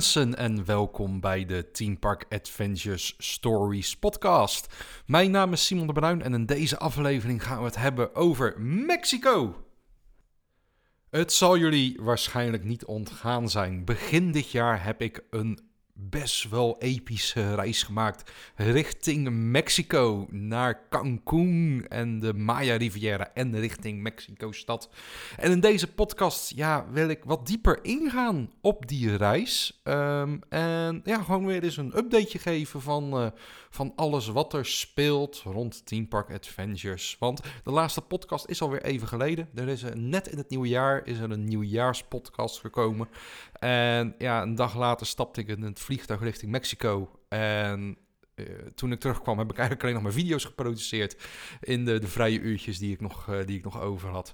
mensen en welkom bij de Theme Park Adventures Stories podcast. Mijn naam is Simon de Bruin en in deze aflevering gaan we het hebben over Mexico. Het zal jullie waarschijnlijk niet ontgaan zijn. Begin dit jaar heb ik een best wel epische reis gemaakt richting Mexico, naar Cancún en de Maya Riviera en richting Mexico-stad. En in deze podcast wil ik wat dieper ingaan op die reis. En gewoon weer eens een updateje geven van alles wat er speelt rond Theme Park Adventures. Want de laatste podcast is alweer even geleden. Er is net in het nieuwe jaar is er een nieuwjaarspodcast gekomen. En een dag later stapte ik in het vliegtuig richting Mexico. En toen ik terugkwam heb ik eigenlijk alleen nog maar video's geproduceerd in de vrije uurtjes die ik nog over had.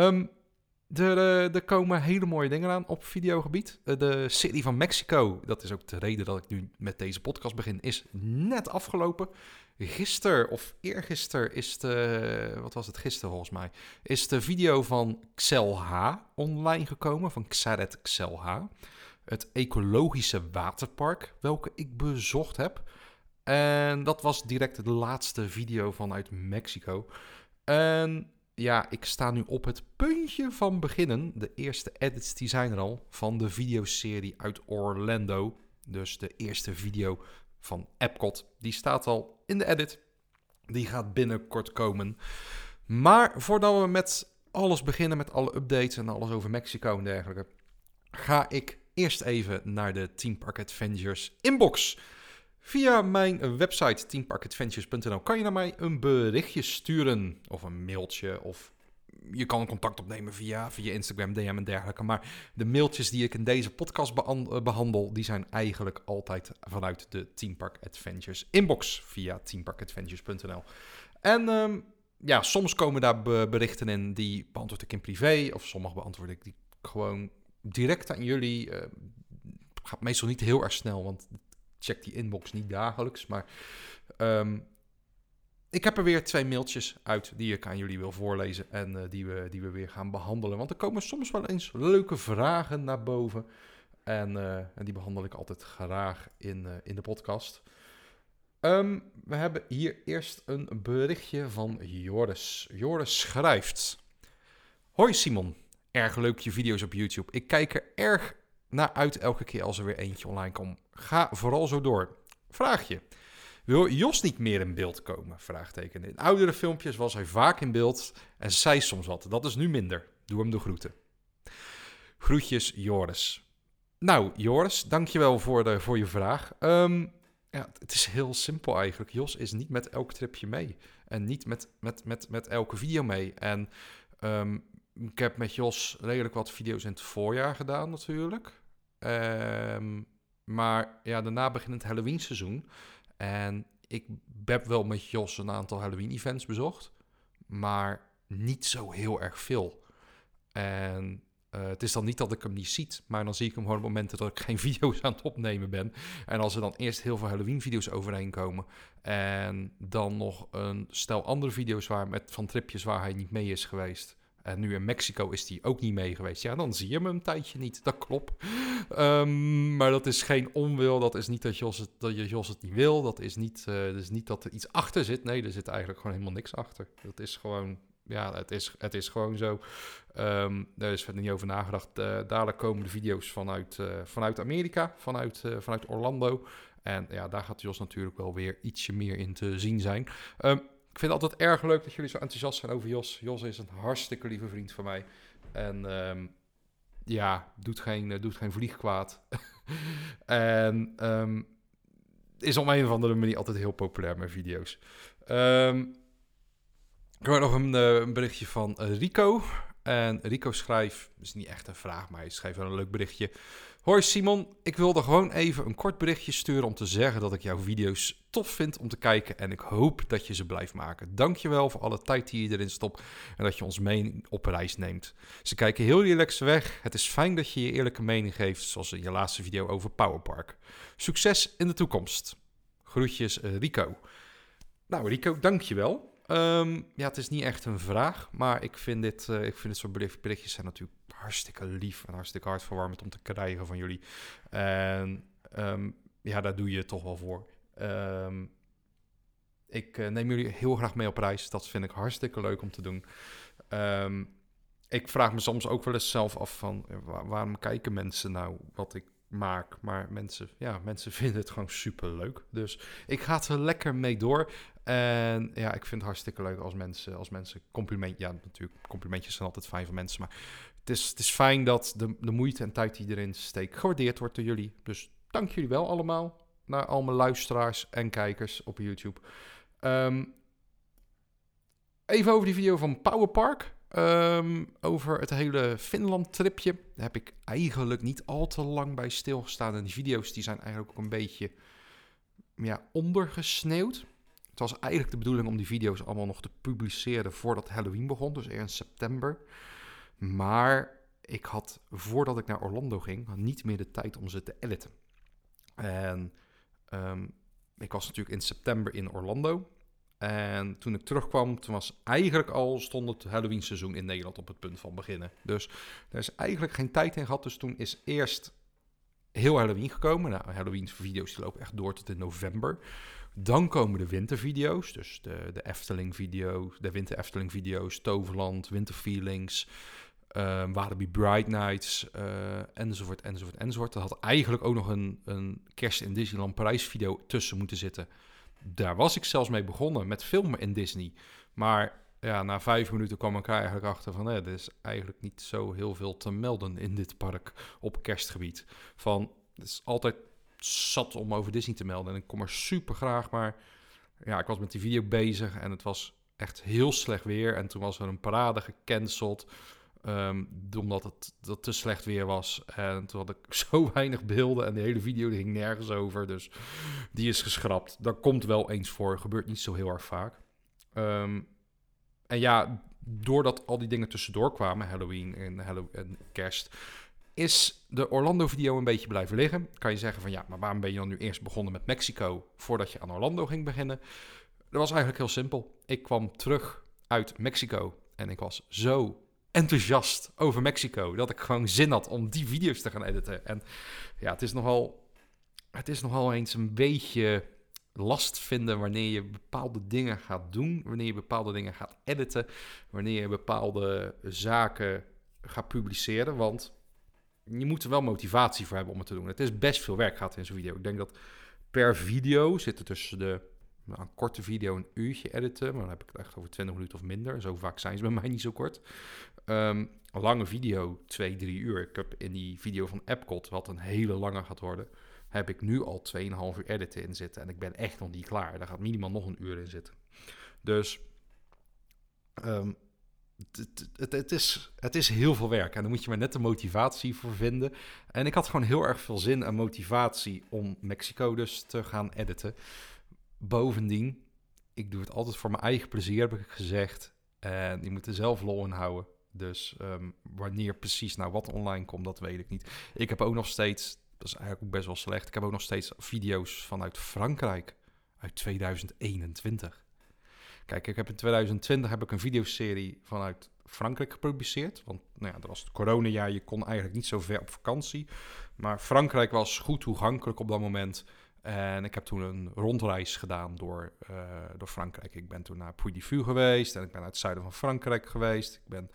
Er komen hele mooie dingen aan op videogebied. De serie van Mexico, dat is ook de reden dat ik nu met deze podcast begin, is net afgelopen. Gisteren of eergisteren is gisteren volgens mij, is de video van Xel-H online gekomen, van Xcaret Xel-H. Het ecologische waterpark, welke ik bezocht heb. En dat was direct de laatste video vanuit Mexico. En ik sta nu op het puntje van beginnen. De eerste edits die zijn er al van de videoserie uit Orlando. Dus de eerste video van Epcot. Die staat al in de edit. Die gaat binnenkort komen. Maar voordat we met alles beginnen, met alle updates en alles over Mexico en dergelijke, ga ik eerst even naar de Theme Park Adventures inbox. Via mijn website themeparkadventures.nl kan je naar mij een berichtje sturen of een mailtje of je kan contact opnemen via Instagram, DM en dergelijke. Maar de mailtjes die ik in deze podcast behandel, die zijn eigenlijk altijd vanuit de Theme Park Adventures inbox via themeparkadventures.nl. En soms komen daar berichten in die beantwoord ik in privé of sommige beantwoord ik die gewoon direct aan jullie. Gaat meestal niet heel erg snel, want check die inbox niet dagelijks. Maar ik heb er weer 2 mailtjes uit die ik aan jullie wil voorlezen en die we weer gaan behandelen. Want er komen soms wel eens leuke vragen naar boven. En die behandel ik altijd graag in de podcast. We hebben hier eerst een berichtje van Joris. Joris schrijft: Hoi Simon, erg leuk je video's op YouTube. Ik kijk er erg naar uit elke keer als er weer eentje online komt. Ga vooral zo door. Vraagje: wil Jos niet meer in beeld komen? Vraagteken. In oudere filmpjes was hij vaak in beeld en zei soms wat. Dat is nu minder. Doe hem de groeten. Groetjes Joris. Nou Joris, dankjewel voor je vraag. Het is heel simpel eigenlijk. Jos is niet met elk tripje mee. En niet met elke video mee. En ik heb met Jos redelijk wat video's in het voorjaar gedaan natuurlijk. Maar daarna begint het Halloween seizoen. En ik heb wel met Jos een aantal Halloween events bezocht. Maar niet zo heel erg veel. En het is dan niet dat ik hem niet ziet. Maar dan zie ik hem gewoon op momenten dat ik geen video's aan het opnemen ben. En als er dan eerst heel veel Halloween video's overheen komen. En dan nog een stel andere video's van tripjes waar hij niet mee is geweest. En nu in Mexico is hij ook niet mee geweest. Ja, dan zie je hem een tijdje niet. Dat klopt. Maar dat is geen onwil. Dat is niet dat Jos het niet wil. Dat is niet dat er iets achter zit. Nee, er zit eigenlijk gewoon helemaal niks achter. Dat is gewoon... het is gewoon zo. Daar is verder niet over nagedacht. Dadelijk komen de video's vanuit Amerika, vanuit Orlando. En daar gaat Jos natuurlijk wel weer ietsje meer in te zien zijn. Ik vind het altijd erg leuk dat jullie zo enthousiast zijn over Jos. Jos is een hartstikke lieve vriend van mij. En doet geen vlieg kwaad. En is op een of andere manier altijd heel populair met video's. Ik heb nog een berichtje van Rico. En Rico schrijft, het is niet echt een vraag, maar hij schrijft wel een leuk berichtje. Hoi Simon, ik wilde gewoon even een kort berichtje sturen om te zeggen dat ik jouw video's tof vind om te kijken. En ik hoop dat je ze blijft maken. Dankjewel voor alle tijd die je erin stopt en dat je ons mee op reis neemt. Ze kijken heel relaxed weg. Het is fijn dat je je eerlijke mening geeft, zoals in je laatste video over Powerpark. Succes in de toekomst. Groetjes Rico. Nou Rico, dankjewel. Ja, het is niet echt een vraag, maar ik vind dit soort berichtjes zijn natuurlijk hartstikke lief en hartstikke hartverwarmend om te krijgen van jullie. En ja, daar doe je het toch wel voor. Ik neem jullie heel graag mee op reis. Dat vind ik hartstikke leuk om te doen. Ik vraag me soms ook wel eens zelf af van waarom kijken mensen nou wat ik maak? Maar mensen vinden het gewoon super leuk. Dus ik ga er lekker mee door. En ja, ik vind het hartstikke leuk als mensen complimentjes... Ja, natuurlijk, complimentjes zijn altijd fijn van mensen. Maar het is fijn dat de moeite en tijd die erin steekt gewaardeerd wordt door jullie. Dus dank jullie wel allemaal. Naar al mijn luisteraars en kijkers op YouTube. Even over die video van Powerpark. Over het hele Finland-tripje. Daar heb ik eigenlijk niet al te lang bij stilgestaan. En die video's die zijn eigenlijk ook een beetje ondergesneeuwd. Het was eigenlijk de bedoeling om die video's allemaal nog te publiceren voordat Halloween begon. Dus in september. Maar ik had, voordat ik naar Orlando ging, niet meer de tijd om ze te editen. En ik was natuurlijk in september in Orlando. En toen ik terugkwam, stond het Halloween seizoen in Nederland op het punt van beginnen. Dus er is eigenlijk geen tijd in gehad. Dus toen is eerst heel Halloween gekomen. Nou, Halloween video's die lopen echt door tot in november. Dan komen de wintervideo's. Dus de Efteling video's, de winter Efteling video's, Toverland, Winterfeelings, Walibi Bright Nights, enzovoort. Er had eigenlijk ook nog een Kerst in Disneyland Parijs video tussen moeten zitten. Daar was ik zelfs mee begonnen met filmen in Disney. Maar ja, na 5 minuten kwam ik er eigenlijk achter van... er is eigenlijk niet zo heel veel te melden in dit park op kerstgebied. Het is altijd zat om over Disney te melden. En ik kom er super graag, maar ja, ik was met die video bezig en het was echt heel slecht weer. En toen was er een parade gecanceld, omdat het te slecht weer was. En toen had ik zo weinig beelden en de hele video die ging nergens over. Dus die is geschrapt. Dat komt wel eens voor. Gebeurt niet zo heel erg vaak. En ja, doordat al die dingen tussendoor kwamen, Halloween en Kerst, is de Orlando-video een beetje blijven liggen. Kan je zeggen van ja, maar waarom ben je dan nu eerst begonnen met Mexico voordat je aan Orlando ging beginnen? Dat was eigenlijk heel simpel. Ik kwam terug uit Mexico en ik was zo enthousiast over Mexico dat ik gewoon zin had om die video's te gaan editen. En ja, het is nogal eens een beetje last vinden wanneer je bepaalde dingen gaat doen, wanneer je bepaalde dingen gaat editen, wanneer je bepaalde zaken gaat publiceren, want je moet er wel motivatie voor hebben om het te doen. Het is best veel werk gaat in zo'n video. Ik denk dat per video zitten tussen een korte video een uurtje editen, maar dan heb ik het echt over 20 minuten of minder. Zo vaak zijn ze bij mij niet zo kort. Een lange video, 2-3 uur. Ik heb in die video van Epcot, wat een hele lange gaat worden, heb ik nu al 2,5 uur editen in zitten. En ik ben echt nog niet klaar. Daar gaat minimaal nog een uur in zitten. Dus het is heel veel werk. En dan moet je maar net de motivatie voor vinden. En ik had gewoon heel erg veel zin en motivatie om Mexico dus te gaan editen. Bovendien, ik doe het altijd voor mijn eigen plezier, heb ik gezegd. En je moet er zelf lol in houden. Dus wanneer precies nou wat online komt, dat weet ik niet. Ik heb ook nog steeds, dat is eigenlijk ook best wel slecht, ik heb ook nog steeds video's vanuit Frankrijk uit 2021. Kijk, ik heb in 2020 een videoserie vanuit Frankrijk gepubliceerd. Want nou ja, dat was het coronajaar, je kon eigenlijk niet zo ver op vakantie. Maar Frankrijk was goed toegankelijk op dat moment. En ik heb toen een rondreis gedaan door Frankrijk. Ik ben toen naar Puy-de-Fou geweest en ik ben naar het zuiden van Frankrijk geweest. Ik ben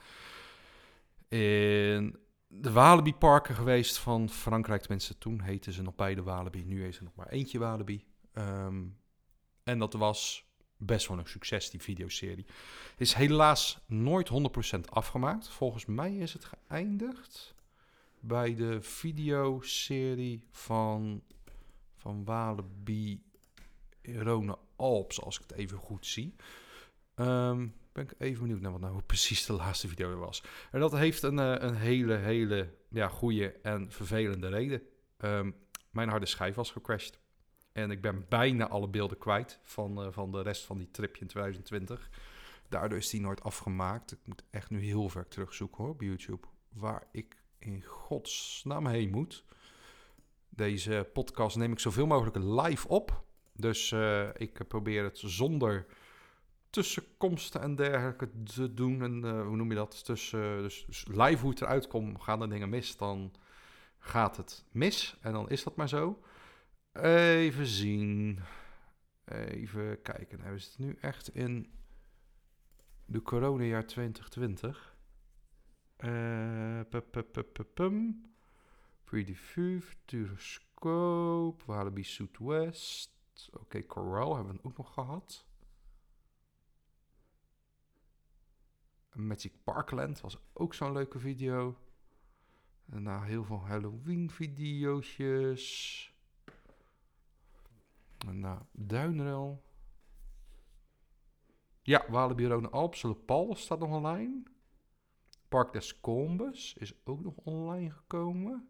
in de Walibi-parken geweest van Frankrijk. Tenminste, toen heten ze nog beide Walibi. Nu is er nog maar eentje Walibi. En dat was best wel een succes, die videoserie. Is helaas nooit 100% afgemaakt. Volgens mij is het geëindigd bij de videoserie van Walibi Rhône Alps, als ik het even goed zie. Ben ik even benieuwd naar wat nou precies de laatste video er was. En dat heeft een hele goede en vervelende reden. Mijn harde schijf was gecrashed. En ik ben bijna alle beelden kwijt van de rest van die tripje in 2020. Daardoor is die nooit afgemaakt. Ik moet echt nu heel ver terugzoeken hoor, op YouTube. Waar ik in godsnaam heen moet. Deze podcast neem ik zoveel mogelijk live op. Dus ik probeer het zonder tussenkomsten en dergelijke te doen. En hoe noem je dat? Dus live hoe het eruit komt, gaan er dingen mis, dan gaat het mis. En dan is dat maar zo. Even zien. Even kijken. Nou, we zitten nu echt in de coronajaar 2020. Preview, Futuroscope, Walibi Southwest. Oké, Coral hebben we ook nog gehad. Magic Parkland was ook zo'n leuke video. En nou, heel veel Halloween video's. En nou, Duinrel. Ja, Walibi Rhône Alps, Le Pal staat nog online. Parc des Combes is ook nog online gekomen.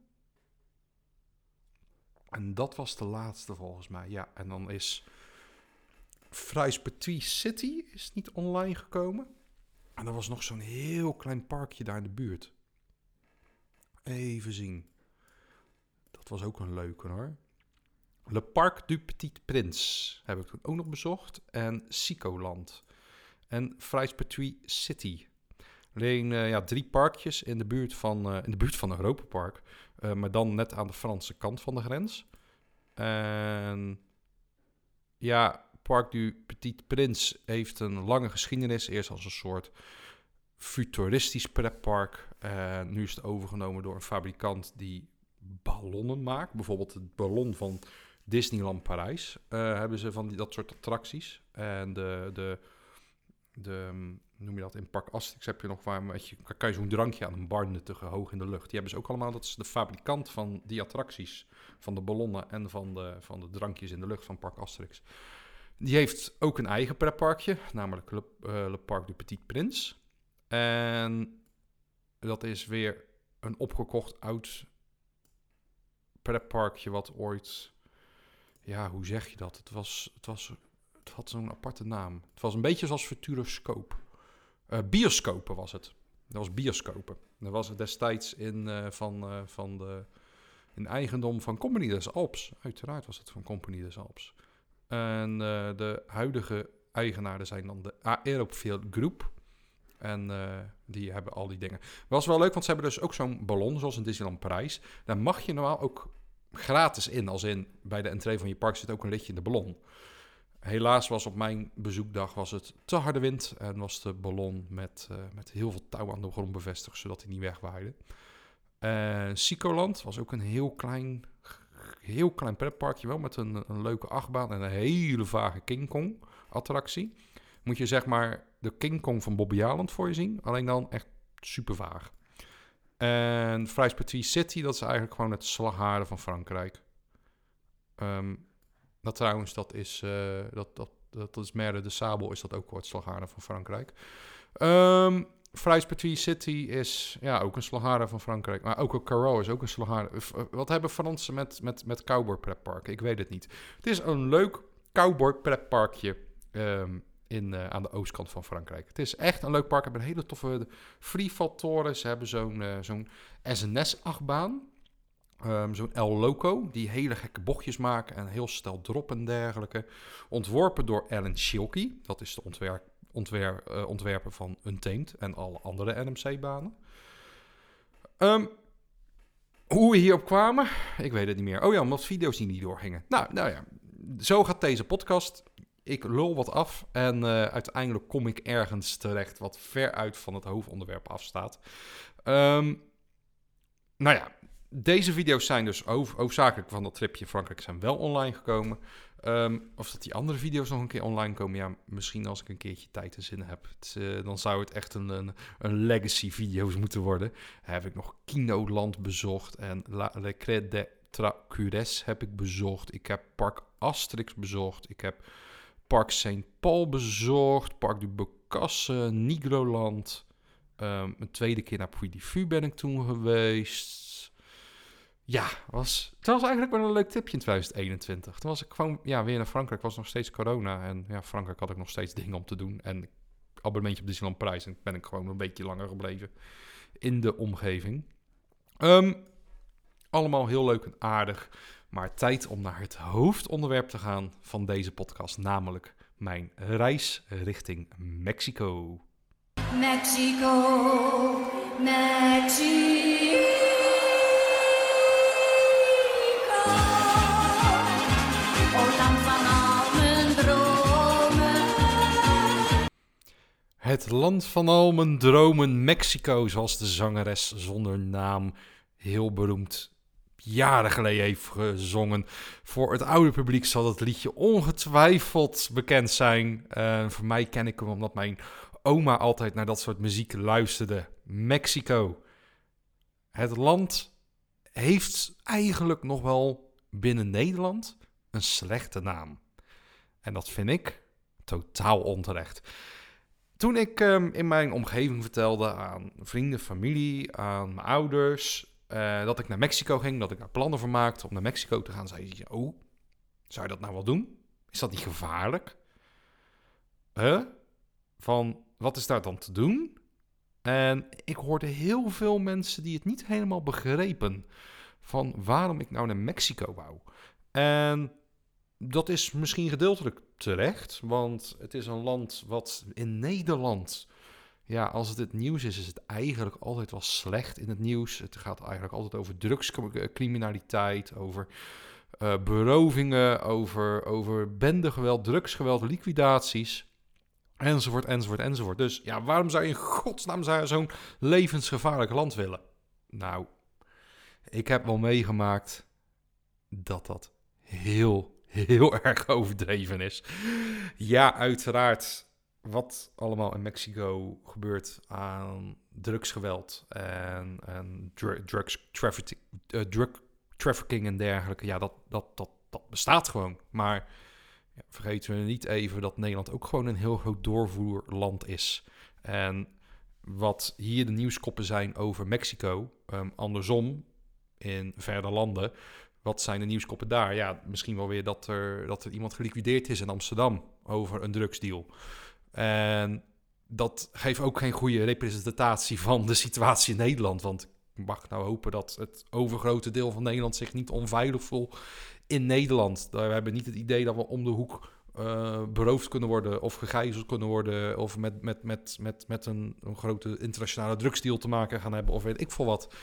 En dat was de laatste volgens mij. Ja, en dan is Fries Petit City is niet online gekomen. En er was nog zo'n heel klein parkje daar in de buurt. Even zien. Dat was ook een leuke hoor. Le Parc du Petit Prince heb ik toen ook nog bezocht. En Sicoland. En Fries Petit City. Alleen 3 parkjes in de buurt van Europa Park. Maar dan net aan de Franse kant van de grens. En ja, Parc du Petit Prince heeft een lange geschiedenis. Eerst als een soort futuristisch pretpark. Nu is het overgenomen door een fabrikant die ballonnen maakt. Bijvoorbeeld het ballon van Disneyland Parijs. Hebben ze van dat soort attracties. En noem je dat, in Park Asterix heb je nog kan je zo'n drankje aan een bar nuttigen hoog in de lucht. Die hebben ze ook allemaal. Dat is de fabrikant van die attracties, van de ballonnen en van de drankjes in de lucht van Park Asterix. Die heeft ook een eigen pretparkje, namelijk Le Parc du Petit Prince. En dat is weer een opgekocht oud pretparkje wat ooit, ja, hoe zeg je dat? Het had zo'n aparte naam. Het was een beetje zoals Futuroscope. Bioscopen was het. Dat was bioscopen. Dat was het destijds in eigendom van Compagnie des Alpes. Uiteraard was het van Compagnie des Alpes. En de huidige eigenaren zijn dan de Aerofield Group. En die hebben al die dingen. Was wel leuk, want ze hebben dus ook zo'n ballon, zoals in Disneyland Parijs. Daar mag je normaal ook gratis in. Als in, bij de entree van je park zit ook een lichtje in de ballon. Helaas was op mijn bezoekdag het te harde wind en was de ballon met heel veel touw aan de grond bevestigd, zodat hij niet wegwaaide. Sicoland was ook een heel klein pretparkje, wel met een leuke achtbaan en een hele vage King Kong attractie. Moet je zeg maar de King Kong van Bobby Aland voor je zien, alleen dan echt super vaag. En Fries Petit City, dat is eigenlijk gewoon het Slagharen van Frankrijk. Dat trouwens, dat is Mer de Sable, is dat ook het Slagharen van Frankrijk. Fries Petit City is ook een Slagharen van Frankrijk. Maar ook Carreau is ook een Slagharen. Wat hebben Fransen met cowboy pretparken? Ik weet het niet. Het is een leuk cowboy pretparkje aan de oostkant van Frankrijk. Het is echt een leuk park. Ze hebben een hele toffe freefall toren. Ze hebben zo'n SNS-achtbaan. Zo'n El Loco, die hele gekke bochtjes maken en heel stel drop en dergelijke. Ontworpen door Alan Schilke. Dat is de ontwerper van Untamed en alle andere NMC-banen. Hoe we hierop kwamen, ik weet het niet meer. Oh ja, omdat video's die niet doorgingen. Nou ja, zo gaat deze podcast. Ik lul wat af en uiteindelijk kom ik ergens terecht wat ver uit van het hoofdonderwerp afstaat. Deze video's zijn dus hoofdzakelijk van dat tripje in Frankrijk zijn wel online gekomen. Of dat die andere video's nog een keer online komen. Ja, misschien als ik een keertje tijd en zin heb. Dan zou het echt een legacy video's moeten worden. Heb ik nog Kinoland bezocht. En Le Crête de Tracures heb ik bezocht. Ik heb Parc Asterix bezocht. Ik heb Parc Saint-Paul bezocht. Parc du Bocasse, Nigroland. Een tweede keer naar Puy du Fou ben ik toen geweest. Ja, het was eigenlijk wel een leuk tipje in 2021. Toen was ik gewoon weer naar Frankrijk. Was nog steeds corona. En ja, Frankrijk had ik nog steeds dingen om te doen. En abonnementje op Disneyland Parijs. En ben ik gewoon een beetje langer gebleven in de omgeving. Allemaal heel leuk en aardig. Maar tijd om naar het hoofdonderwerp te gaan van deze podcast. Namelijk mijn reis richting Mexico. Mexico, Mexico. O land van al mijn dromen. Het land van al mijn dromen, Mexico, zoals de zangeres zonder naam heel beroemd jaren geleden heeft gezongen. Voor het oude publiek zal dat liedje ongetwijfeld bekend zijn. Voor mij ken ik hem omdat mijn oma altijd naar dat soort muziek luisterde. Mexico. Het land heeft eigenlijk nog wel binnen Nederland een slechte naam. En dat vind ik totaal onterecht. Toen ik in mijn omgeving vertelde aan vrienden, familie, aan mijn ouders, dat ik naar Mexico ging, dat ik daar plannen voor maakte om naar Mexico te gaan, zei ze, oh, zou je dat nou wel doen? Is dat niet gevaarlijk? Van, wat is daar dan te doen? En ik hoorde heel veel mensen die het niet helemaal begrepen van waarom ik nou naar Mexico wou. En dat is misschien gedeeltelijk terecht, want het is een land wat in Nederland, ja, als het nieuws is het eigenlijk altijd wel slecht in het nieuws. Het gaat eigenlijk altijd over drugscriminaliteit, over berovingen, over bendegeweld, drugsgeweld, liquidaties, enzovoort, enzovoort, enzovoort. Dus ja, waarom zou je in godsnaam zo'n levensgevaarlijk land willen? Nou, ik heb wel meegemaakt dat heel erg overdreven is. Ja, uiteraard wat allemaal in Mexico gebeurt aan drugsgeweld en drug trafficking en dergelijke. Ja, dat bestaat gewoon. Maar ja, vergeten we niet even dat Nederland ook gewoon een heel groot doorvoerland is. En wat hier de nieuwskoppen zijn over Mexico, andersom in verder landen. Wat zijn de nieuwskoppen daar? Ja, misschien wel weer dat er iemand geliquideerd is in Amsterdam over een drugsdeal. En dat geeft ook geen goede representatie van de situatie in Nederland. Want ik mag nou hopen dat het overgrote deel van Nederland zich niet onveilig voelt in Nederland. We hebben niet het idee dat we om de hoek beroofd kunnen worden of gegijzeld kunnen worden of met een grote internationale drugsdeal te maken gaan hebben of weet ik veel wat.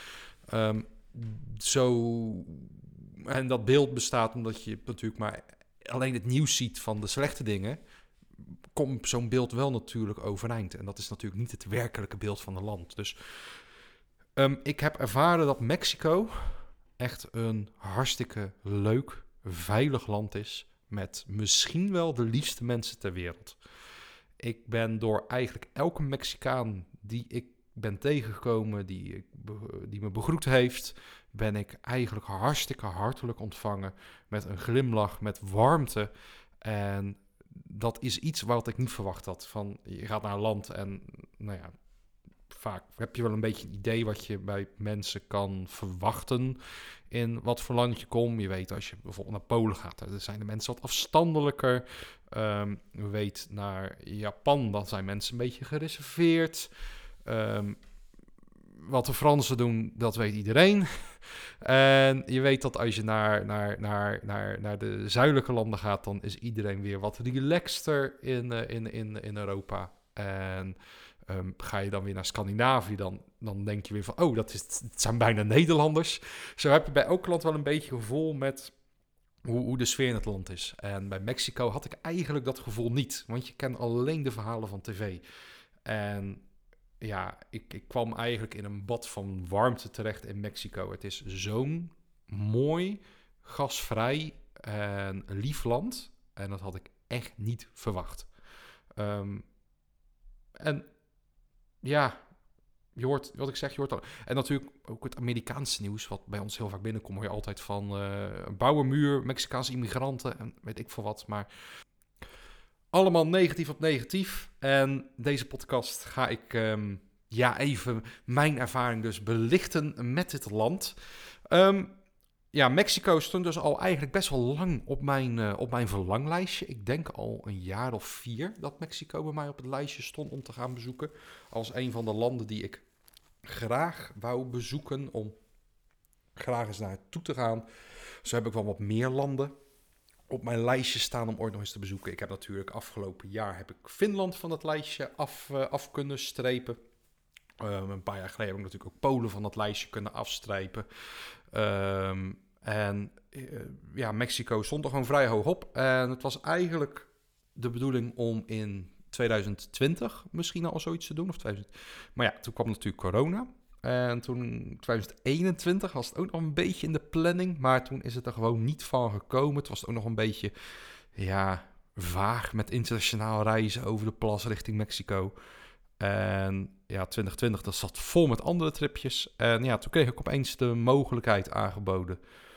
En dat beeld bestaat omdat je natuurlijk maar alleen het nieuws ziet van de slechte dingen, komt zo'n beeld wel natuurlijk overeind. En dat is natuurlijk niet het werkelijke beeld van een land. Dus ik heb ervaren dat Mexico echt een hartstikke leuk, veilig land is met misschien wel de liefste mensen ter wereld. Ik ben door eigenlijk elke Mexicaan die ik ben tegengekomen, die me begroet heeft, ben ik eigenlijk hartstikke hartelijk ontvangen met een glimlach, met warmte. En dat is iets wat ik niet verwacht had. Van, je gaat naar een land en nou ja, vaak heb je wel een beetje een idee wat je bij mensen kan verwachten in wat voor land je komt. Je weet als je bijvoorbeeld naar Polen gaat, dan zijn de mensen wat afstandelijker. Je weet naar Japan, dan zijn mensen een beetje gereserveerd. Wat de Fransen doen, dat weet iedereen. En je weet dat als je naar de zuidelijke landen gaat, dan is iedereen weer wat relaxter in Europa. En ga je dan weer naar Scandinavië, dan denk je weer van, oh, het zijn bijna Nederlanders. Zo heb je bij elk land wel een beetje gevoel met hoe de sfeer in het land is. En bij Mexico had ik eigenlijk dat gevoel niet, want je kent alleen de verhalen van tv. En ja, ik kwam eigenlijk in een bad van warmte terecht in Mexico. Het is zo'n mooi, gasvrij en lief land. En dat had ik echt niet verwacht. En ja, je hoort wat ik zeg, je hoort al. En natuurlijk ook het Amerikaanse nieuws, wat bij ons heel vaak binnenkomt, hoor je altijd van bouwen muur, Mexicaanse immigranten en weet ik veel wat. Maar allemaal negatief op negatief. En deze podcast ga ik even mijn ervaring dus belichten met dit land. Mexico stond dus al eigenlijk best wel lang op mijn verlanglijstje. Ik denk al een jaar of 4 dat Mexico bij mij op het lijstje stond om te gaan bezoeken. Als een van de landen die ik graag wou bezoeken, om graag eens naartoe te gaan. Zo heb ik wel wat meer landen op mijn lijstje staan om ooit nog eens te bezoeken. Ik heb natuurlijk afgelopen jaar heb ik Finland van dat lijstje af kunnen strepen. Een paar jaar geleden heb ik natuurlijk ook Polen van dat lijstje kunnen afstrepen. Mexico stond er gewoon vrij hoog op. En het was eigenlijk de bedoeling om in 2020 misschien al zoiets te doen. Maar ja, toen kwam natuurlijk corona. En toen 2021 was het ook nog een beetje in de planning. Maar toen is het er gewoon niet van gekomen. Het was ook nog een beetje vaag met internationaal reizen over de plas richting Mexico. En ja, 2020, dat zat vol met andere tripjes. En ja, toen kreeg ik opeens de mogelijkheid aangeboden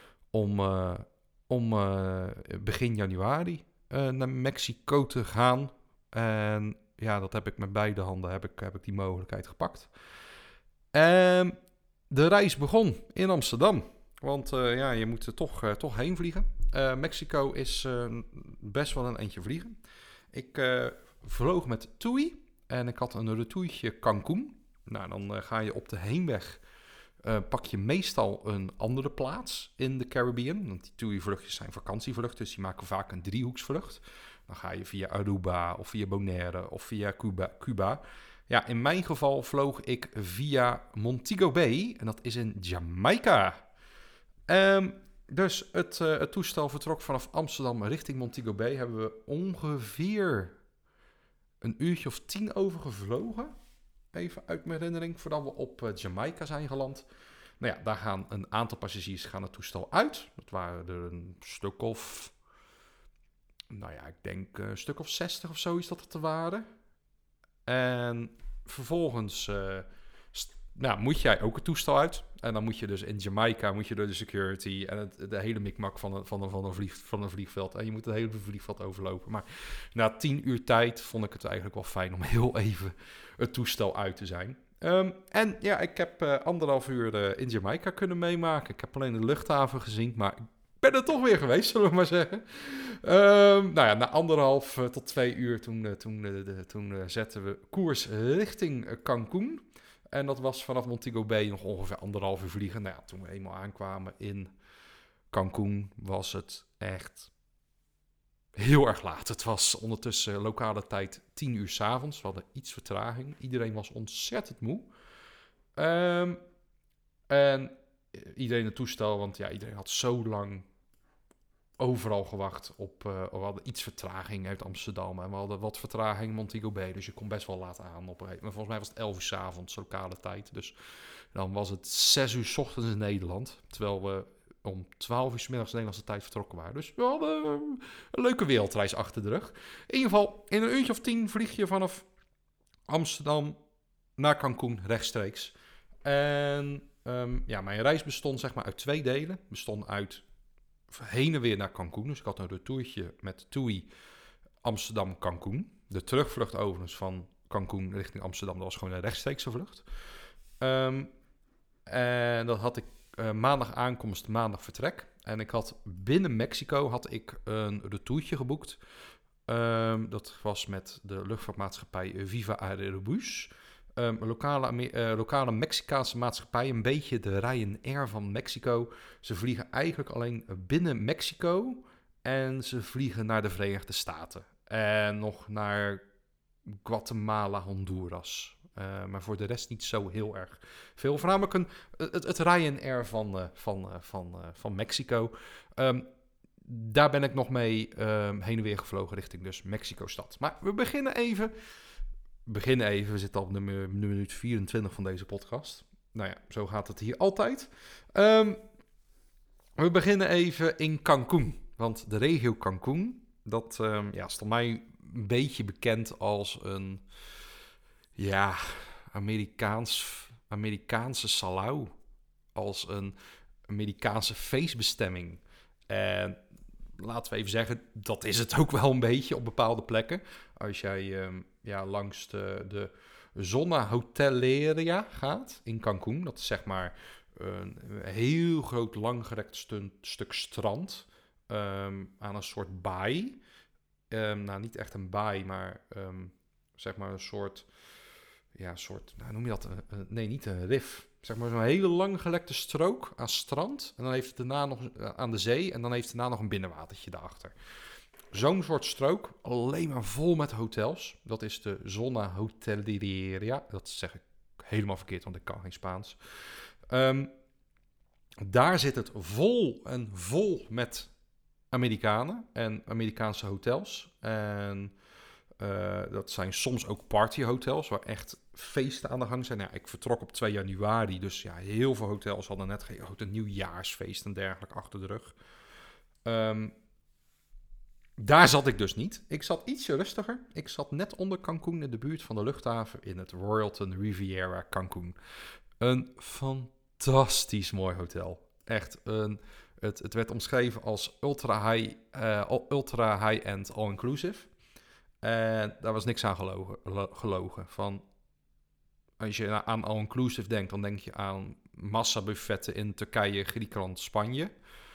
om begin januari naar Mexico te gaan. En ja, dat heb ik met beide handen heb ik die mogelijkheid gepakt. En de reis begon in Amsterdam. Want je moet er toch heen vliegen. Mexico is best wel een eindje vliegen. Ik vloog met TUI. En ik had een retourtje Cancún. Nou, dan ga je op de heenweg. Pak je meestal een andere plaats in de Caribbean. Want die TUI-vluchtjes zijn vakantievluchten. Dus die maken vaak een driehoeksvlucht. Dan ga je via Aruba of via Bonaire of via Cuba. Ja, in mijn geval vloog ik via Montego Bay. En dat is in Jamaica. Dus het toestel vertrok vanaf Amsterdam richting Montego Bay. Hebben we ongeveer een uurtje of 10 over gevlogen. Even uit mijn herinnering. Voordat we op Jamaica zijn geland. Nou ja, daar gaan een aantal passagiers het toestel uit. Dat waren er een stuk of... Nou ja, ik denk een stuk of 60 of zoiets dat het er waren. En vervolgens moet jij ook het toestel uit. En dan moet je dus in Jamaica door de security en de hele mikmak van een vliegveld. En je moet het hele vliegveld overlopen. Maar na 10 uur tijd vond ik het eigenlijk wel fijn om heel even het toestel uit te zijn. En ja, ik heb 1,5 uur in Jamaica kunnen meemaken. Ik heb alleen de luchthaven gezien, maar ik ben er toch weer geweest, zullen we maar zeggen. Na 1,5 tot 2 uur toen zetten we koers richting Cancún. En dat was vanaf Montego Bay nog ongeveer 1,5 uur vliegen. Nou ja, toen we eenmaal aankwamen in Cancún was het echt heel erg laat. Het was ondertussen lokale tijd 10 uur 's avonds. We hadden iets vertraging. Iedereen was ontzettend moe. En iedereen het toestel, want ja, iedereen had zo lang overal gewacht op... we hadden iets vertraging uit Amsterdam en we hadden wat vertraging in Montego Bay. Dus je kon best wel laat aan op een gegeven moment. Volgens mij was het 11 uur 's avonds, lokale tijd. Dus dan was het 6 uur 's ochtends in Nederland. Terwijl we om 12 uur 's middags Nederlandse tijd vertrokken waren. Dus we hadden een leuke wereldreis achter de rug. In ieder geval, in een uurtje of 10 vlieg je vanaf Amsterdam naar Cancún rechtstreeks. En mijn reis bestond zeg maar uit 2 delen. Bestond uit heen en weer naar Cancún. Dus ik had een retourtje met TUI Amsterdam-Cancún. De terugvlucht overigens van Cancún richting Amsterdam, dat was gewoon een rechtstreekse vlucht. En dat had ik maandag aankomst, maandag vertrek. En ik had binnen Mexico een retourtje geboekt. Dat was met de luchtvaartmaatschappij Viva Aerobus. Een lokale Mexicaanse maatschappij, een beetje de Ryanair van Mexico. Ze vliegen eigenlijk alleen binnen Mexico en ze vliegen naar de Verenigde Staten. En nog naar Guatemala, Honduras. Maar voor de rest niet zo heel erg veel. Voornamelijk het Ryanair van Mexico. Daar ben ik nog mee heen en weer gevlogen richting dus Mexico-stad. Maar we beginnen even. We zitten op de minuut 24 van deze podcast. Nou ja, zo gaat het hier altijd. We beginnen even in Cancún. Want de regio Cancún, dat stond mij een beetje bekend als een Amerikaanse salau. Als een Amerikaanse feestbestemming. En laten we even zeggen, dat is het ook wel een beetje op bepaalde plekken. Als jij langs de Zona Hoteleria gaat in Cancún. Dat is zeg maar een heel groot langgerekt stuk strand aan een soort baai. Niet echt een baai, maar zeg maar een soort soort, nou, noem je dat? Nee, niet een rif. Zeg maar zo'n hele lang gelekte strook aan strand. En dan heeft het daarna nog aan de zee. En dan heeft het daarna nog een binnenwatertje daarachter. Zo'n soort strook, alleen maar vol met hotels. Dat is de Zona Hoteleria. Dat zeg ik helemaal verkeerd, want ik kan geen Spaans. Daar zit het vol en vol met Amerikanen en Amerikaanse hotels. En dat zijn soms ook partyhotels waar echt feesten aan de gang zijn. Nou, ik vertrok op 2 januari, dus ja, heel veel hotels hadden net geen grote nieuwjaarsfeest en dergelijke achter de rug. Daar zat ik dus niet. Ik zat ietsje rustiger. Ik zat net onder Cancún in de buurt van de luchthaven in het Royalton Riviera Cancún. Een fantastisch mooi hotel. Echt het werd omschreven als ultra high-end all-inclusive. En daar was niks aan gelogen. Als je aan all-inclusive denkt, dan denk je aan massabuffetten in Turkije, Griekenland, Spanje.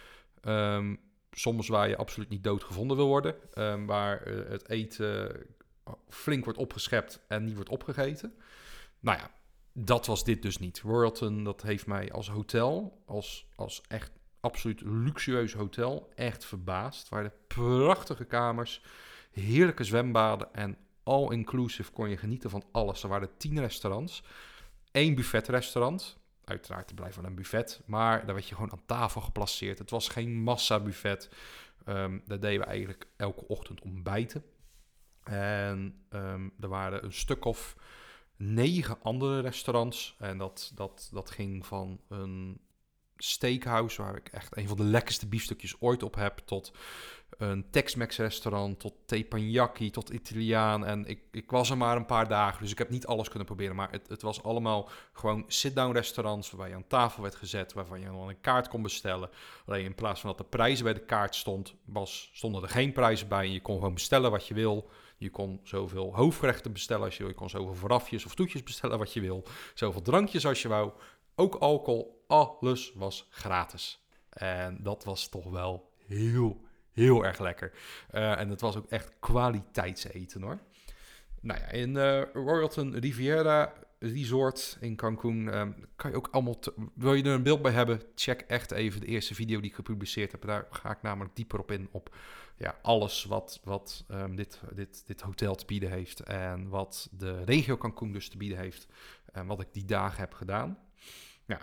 Soms waar je absoluut niet dood gevonden wil worden. Waar het eten flink wordt opgeschept en niet wordt opgegeten. Nou ja, dat was dit dus niet. Royalton, dat heeft mij als hotel, als echt absoluut luxueus hotel, echt verbaasd. Het waren prachtige kamers, heerlijke zwembaden en all-inclusive kon je genieten van alles. Er waren 10 restaurants, 1 buffetrestaurant. Uiteraard te blijven aan een buffet, maar daar werd je gewoon aan tafel geplaceerd. Het was geen massabuffet. Daar deden we eigenlijk elke ochtend ontbijten. En er waren een stuk of 9 andere restaurants. En dat ging van een steakhouse, waar ik echt een van de lekkerste biefstukjes ooit op heb, tot een Tex-Mex restaurant, tot teppanyaki, tot Italiaan. En ik was er maar een paar dagen, dus ik heb niet alles kunnen proberen. Maar het was allemaal gewoon sit-down restaurants, waarbij je aan tafel werd gezet, waarvan je dan een kaart kon bestellen. Alleen in plaats van dat de prijzen bij de kaart stonden er geen prijzen bij. En je kon gewoon bestellen wat je wil. Je kon zoveel hoofdgerechten bestellen als je wil. Je kon zoveel voorafjes of toetjes bestellen wat je wil. Zoveel drankjes als je wou. Ook alcohol, alles was gratis. En dat was toch wel heel erg lekker. En het was ook echt kwaliteitseten hoor. Nou ja, in Royalton Riviera Resort in Cancún kan je ook allemaal... Wil je er een beeld bij hebben? Check echt even de eerste video die ik gepubliceerd heb. Daar ga ik namelijk dieper op in. Op alles wat dit hotel te bieden heeft. En wat de regio Cancún dus te bieden heeft. En wat ik die dagen heb gedaan. Ja.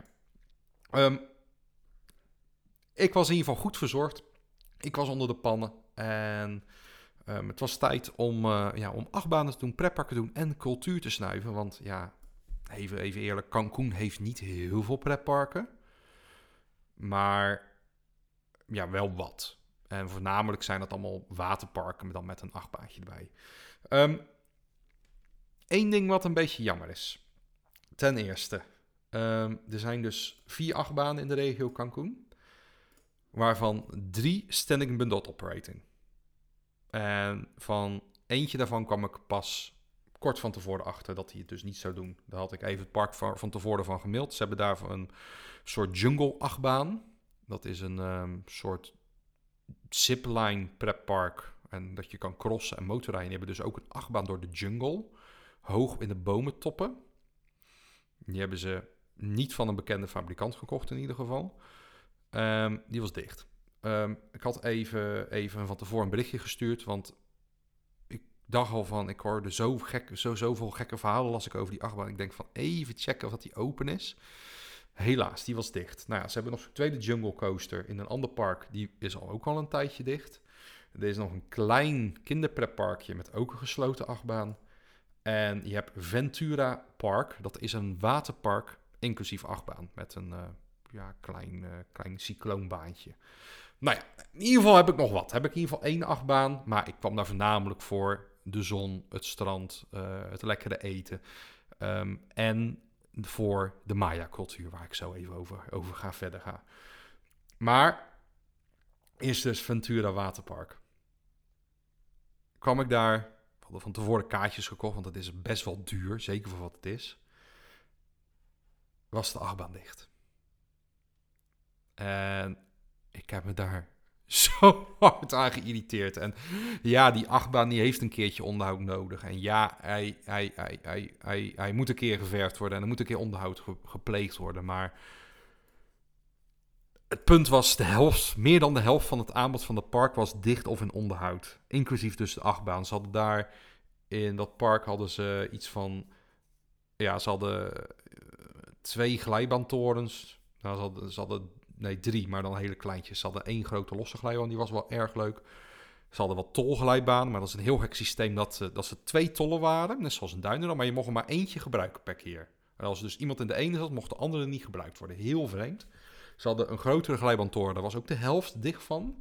Ik was in ieder geval goed verzorgd. Ik was onder de pannen. En het was tijd om achtbanen te doen, pretparken te doen en cultuur te snuiven. Want ja, even eerlijk, Cancún heeft niet heel veel pretparken. Maar ja, wel wat. En voornamelijk zijn dat allemaal waterparken, dan met een achtbaantje erbij. Eén ding wat een beetje jammer is. Ten eerste, er zijn dus 4 achtbanen in de regio Cancún. Waarvan 3 standing bundled operating. En van eentje daarvan kwam ik pas kort van tevoren achter dat hij het dus niet zou doen. Daar had ik even het park van tevoren van gemaild. Ze hebben daarvoor een soort jungle-achtbaan. Dat is een soort zipline pretpark. En dat je kan crossen en motorrijden. Die hebben dus ook een achtbaan door de jungle. Hoog in de bomentoppen. Die hebben ze niet van een bekende fabrikant gekocht in ieder geval. Die was dicht. Ik had even van tevoren een berichtje gestuurd, want ik dacht al van, ik hoorde zoveel gekke verhalen las ik over die achtbaan. Ik denk van even checken of die open is. Helaas, die was dicht. Nou ja, ze hebben nog zo'n tweede jungle coaster in een ander park. Die is ook al een tijdje dicht. Er is nog een klein kinderpretparkje met ook een gesloten achtbaan. En je hebt Ventura Park. Dat is een waterpark inclusief achtbaan met een klein cycloonbaantje. Nou ja, in ieder geval heb ik nog wat. Heb ik in ieder geval 1 achtbaan. Maar ik kwam daar voornamelijk voor de zon, het strand, het lekkere eten. En voor de Maya-cultuur, waar ik zo even over verder ga. Maar eerst dus Ventura Waterpark. Kwam ik daar, we hadden van tevoren kaartjes gekocht, want het is best wel duur, zeker voor wat het is. Was de achtbaan dicht. En ik heb me daar zo hard aan geïrriteerd. En ja, die achtbaan die heeft een keertje onderhoud nodig. En ja, hij moet een keer geverfd worden en er moet een keer onderhoud gepleegd worden. Maar het punt was, meer dan de helft van het aanbod van het park was dicht of in onderhoud. Inclusief dus de achtbaan. Ze hadden daar in dat park hadden ze iets van... Ja, ze hadden 2 glijbaantorens. Nou, ze hadden 3, maar dan hele kleintjes. Ze hadden 1 grote losse glijbaan, die was wel erg leuk. Ze hadden wat tolglijbanen, maar dat is een heel gek systeem dat ze 2 tollen waren. Net zoals een Duinerdam, maar je mocht er maar eentje gebruiken per keer. En als er dus iemand in de ene zat, mocht de andere niet gebruikt worden. Heel vreemd. Ze hadden een grotere glijbaantoren, daar was ook de helft dicht van.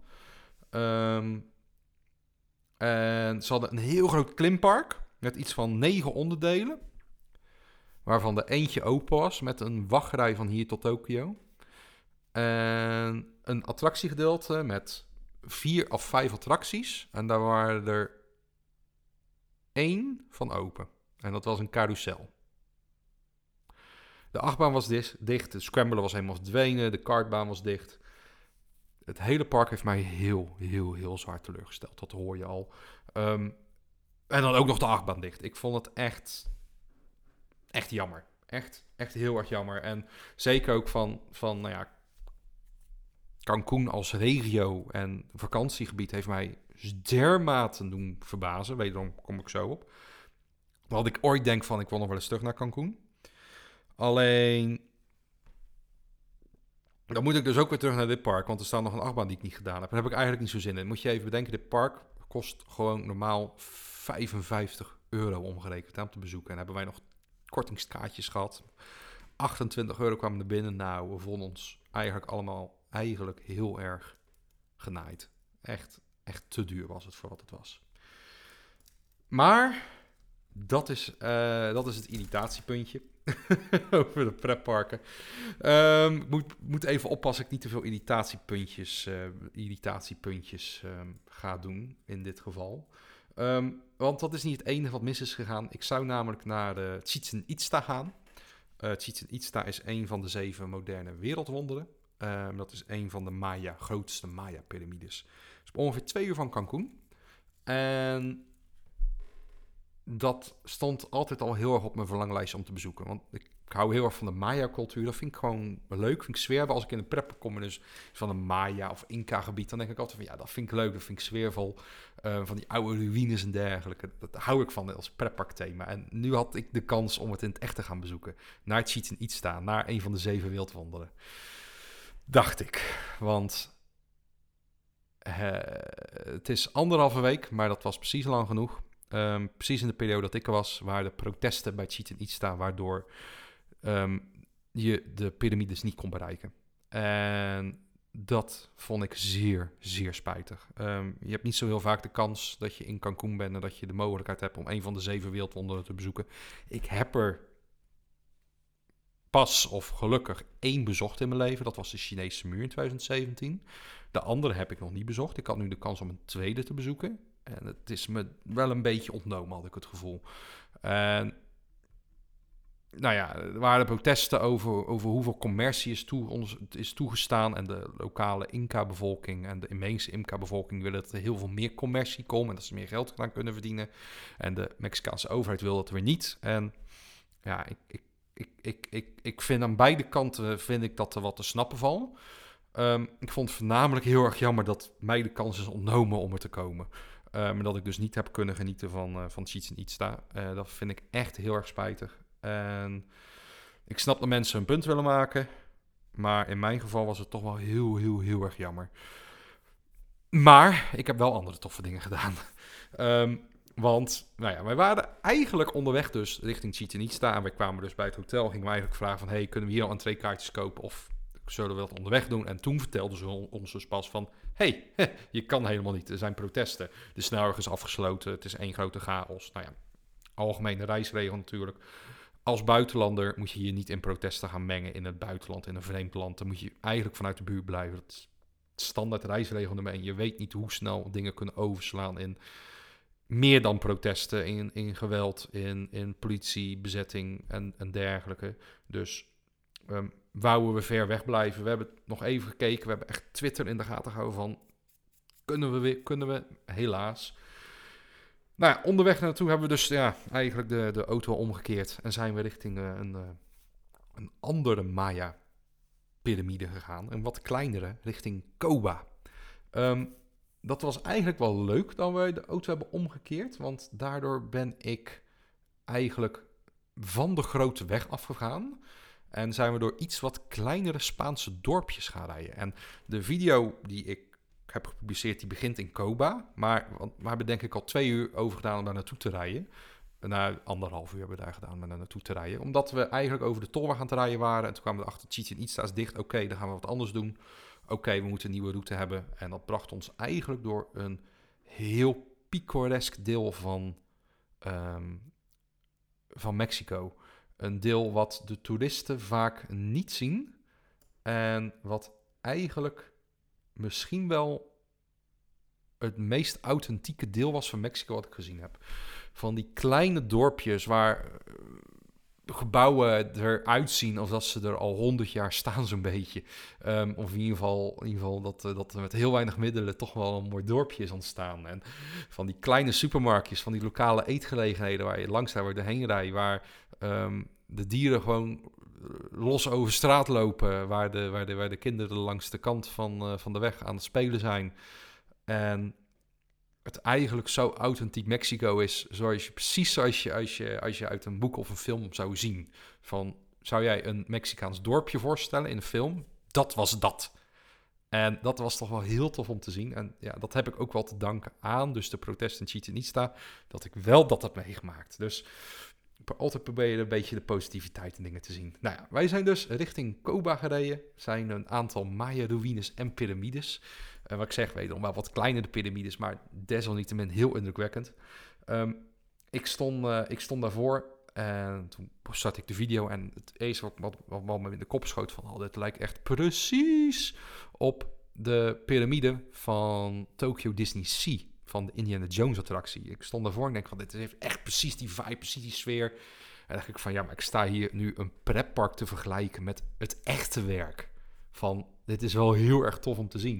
En ze hadden een heel groot klimpark met iets van 9 onderdelen. Waarvan er eentje open was met een wachtrij van hier tot Tokio. En een attractiegedeelte met 4 of 5 attracties. En daar waren er 1 van open. En dat was een carousel. De achtbaan was dicht. De scrambler was helemaal verdwenen. De kartbaan was dicht. Het hele park heeft mij heel zwaar teleurgesteld. Dat hoor je al. En dan ook nog de achtbaan dicht. Ik vond het echt jammer. Echt heel erg jammer. En zeker ook van nou ja, Cancun als regio en vakantiegebied heeft mij dermate doen verbazen. Wederom kom ik zo op. Want ik ooit denk van, ik wil nog wel eens terug naar Cancun. Alleen, dan moet ik dus ook weer terug naar dit park. Want er staat nog een achtbaan die ik niet gedaan heb. Daar heb ik eigenlijk niet zo zin in. Moet je even bedenken, dit park kost gewoon normaal €55 omgerekend om te bezoeken. En hebben wij nog kortingskaartjes gehad. €28 kwamen er binnen. Nou, we vonden ons eigenlijk heel erg genaaid. Echt te duur was het voor wat het was. Maar dat is het irritatiepuntje over de pretparken. Moet even oppassen ik niet te veel irritatiepuntjes ga doen in dit geval. Want dat is niet het enige wat mis is gegaan. Ik zou namelijk naar Chichén Itzá gaan. Chichén Itzá is een van de 7 moderne wereldwonderen. Dat is een van de grootste Maya-pyramides. Dus op ongeveer 2 uur van Cancun. En dat stond altijd al heel erg op mijn verlanglijstje om te bezoeken. Want ik hou heel erg van de Maya-cultuur. Dat vind ik gewoon leuk, vind ik sfeervol. Als ik in een pretpark kom en dus van een Maya- of Inca-gebied, dan denk ik altijd van, ja, dat vind ik leuk, dat vind ik sfeervol. Van die oude ruïnes en dergelijke. Dat hou ik van als pretparkthema. En nu had ik de kans om het in het echt te gaan bezoeken. Naar Chichén Itzá, naar een van de 7 wereldwonderen. Dacht ik. Want het is 1,5 week, maar dat was precies lang genoeg. Precies in de periode dat ik er was, waren de protesten bij Chichén Itzá, waardoor je de piramides niet kon bereiken. En dat vond ik zeer spijtig. Je hebt niet zo heel vaak de kans dat je in Cancun bent en dat je de mogelijkheid hebt om een van de 7 wereldwonderen te bezoeken. Ik heb er pas of gelukkig 1 bezocht in mijn leven. Dat was de Chinese muur in 2017. De andere heb ik nog niet bezocht. Ik had nu de kans om een tweede te bezoeken. En het is me wel een beetje ontnomen, had ik het gevoel. En nou ja, er waren protesten over hoeveel commercie is toegestaan. En de lokale Inca-bevolking en de inheemse Inca-bevolking willen dat er heel veel meer commercie komt. En dat ze meer geld gaan kunnen verdienen. En de Mexicaanse overheid wil dat weer niet. En ja, ik vind aan beide kanten dat er wat te snappen valt. Ik vond het voornamelijk heel erg jammer dat mij de kans is ontnomen om er te komen. Maar dat ik dus niet heb kunnen genieten van Chichén Itzá. Dat vind ik echt heel erg spijtig. En ik snap dat mensen een punt willen maken. Maar in mijn geval was het toch wel heel erg jammer. Maar ik heb wel andere toffe dingen gedaan. Want nou ja, wij waren eigenlijk onderweg dus richting Chichén Itzá. En wij kwamen dus bij het hotel. Gingen we eigenlijk vragen van, hey, kunnen we hier al 2 kaartjes kopen? Of zullen we dat onderweg doen? En toen vertelden ze ons dus pas van, hey, je kan helemaal niet. Er zijn protesten. De snelweg is afgesloten. Het is 1 grote chaos. Nou ja, algemene reisregel natuurlijk. Als buitenlander moet je je niet in protesten gaan mengen in het buitenland, in een vreemd land. Dan moet je eigenlijk vanuit de buurt blijven. Dat is standaard reisregel nummer 1. Je weet niet hoe snel dingen kunnen overslaan in meer dan protesten, in geweld, in politiebezetting en dergelijke. Dus wouden we ver weg blijven. We hebben nog even gekeken. We hebben echt Twitter in de gaten gehouden van, kunnen we helaas. Nou ja, onderweg naartoe hebben we dus eigenlijk de auto omgekeerd. En zijn we richting een andere Maya-pyramide gegaan. Een wat kleinere, richting Koba. Dat was eigenlijk wel leuk dat we de auto hebben omgekeerd. Want daardoor ben ik eigenlijk van de grote weg afgegaan. En zijn we door iets wat kleinere Spaanse dorpjes gaan rijden. En de video die ik heb gepubliceerd, die begint in Koba. Maar we hebben denk ik al 2 uur over gedaan om daar naartoe te rijden. Nou, 1,5 uur hebben we daar gedaan om daar naartoe te rijden. Omdat we eigenlijk over de tolweg aan het rijden waren. En toen kwamen we erachter, Chichen Itza is dicht. Oké, dan gaan we wat anders doen. Oké, we moeten een nieuwe route hebben. En dat bracht ons eigenlijk door een heel pittoresk deel van Mexico. Een deel wat de toeristen vaak niet zien. En wat eigenlijk misschien wel het meest authentieke deel was van Mexico wat ik gezien heb. Van die kleine dorpjes waar gebouwen eruit zien alsof ze er al 100 jaar staan zo'n beetje. Of in ieder geval dat er met heel weinig middelen toch wel een mooi dorpje is ontstaan. En van die kleine supermarktjes, van die lokale eetgelegenheden waar je langs daar weer heen rijdt, waar de dieren gewoon los over straat lopen, waar de kinderen langs de kant van de weg aan het spelen zijn. En het eigenlijk zo authentiek Mexico is, precies zoals je uit een boek of een film zou zien. Zou jij een Mexicaans dorpje voorstellen in een film? Dat was dat. En dat was toch wel heel tof om te zien. En ja, dat heb ik ook wel te danken aan. Dus de protest in Chichen Itza, dat ik wel dat heb meegemaakt. Dus altijd proberen een beetje de positiviteit in dingen te zien. Nou ja, wij zijn dus richting Koba gereden. Zijn een aantal Maya-ruïnes en piramides. Wat ik zeg, wederom wel wat kleinere piramides, maar desalniettemin heel indrukwekkend. Ik stond daarvoor en toen startte ik de video. En het eerste wat me in de kop schoot van, dit lijkt echt precies op de piramide van Tokyo Disney Sea. Van de Indiana Jones attractie. Ik stond daarvoor en denk van, dit heeft echt precies die vibe, precies die sfeer. En dacht ik van, ja, maar ik sta hier nu een pretpark te vergelijken met het echte werk. Dit is wel heel erg tof om te zien.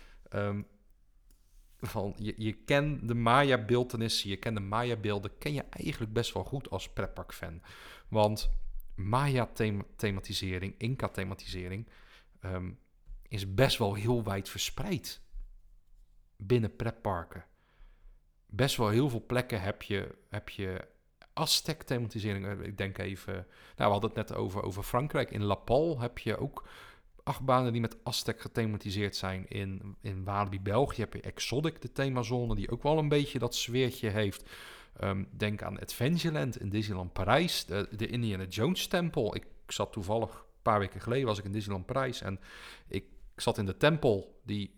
Je kent de Maya-beeltenissen, je kent de Maya-beelden, ken je eigenlijk best wel goed als pretpark-fan. Want Maya-thematisering, Inca-thematisering, is best wel heel wijd verspreid binnen pretparken. Best wel heel veel plekken heb je Aztec-thematisering. Ik denk even, we hadden het net over Frankrijk. In La Palme heb je ook achtbanen die met Aztec gethematiseerd zijn. In Walibi, België heb je Exotic, de themazone, die ook wel een beetje dat sfeertje heeft. Denk aan Adventureland in Disneyland Parijs. De Indiana Jones tempel. Ik zat toevallig, een paar weken geleden was ik in Disneyland Parijs. En ik zat in de tempel die...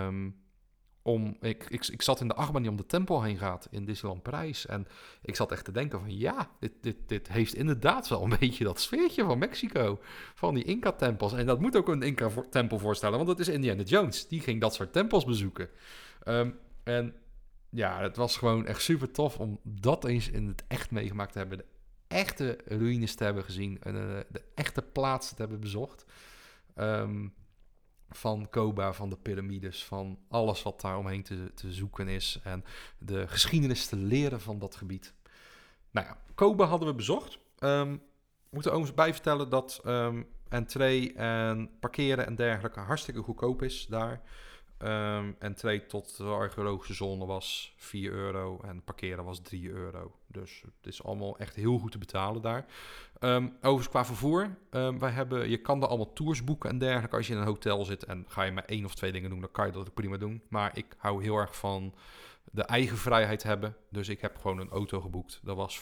Ik zat in de achtbaan die om de tempel heen gaat in Disneyland Parijs. En ik zat echt te denken van, ja, dit heeft inderdaad wel een beetje dat sfeertje van Mexico. Van die Inca-tempels. En dat moet ook een Inca-tempel voorstellen, want dat is Indiana Jones. Die ging dat soort tempels bezoeken. En ja, het was gewoon echt super tof om dat eens in het echt meegemaakt te hebben. De echte ruïnes te hebben gezien. De echte plaatsen te hebben bezocht. Van Koba, van de piramides, van alles wat daar omheen te zoeken is. En de geschiedenis te leren van dat gebied. Nou ja, Koba hadden we bezocht. Moet er overigens bij vertellen dat entree en parkeren en dergelijke hartstikke goedkoop is daar. Entree tot de archeologische zone was €4 en parkeren was €3. Dus het is allemaal echt heel goed te betalen daar. Overigens qua vervoer, je kan er allemaal tours boeken en dergelijke als je in een hotel zit en ga je maar 1 of 2 dingen doen, dan kan je dat ook prima doen. Maar ik hou heel erg van de eigen vrijheid hebben, dus ik heb gewoon een auto geboekt. Dat was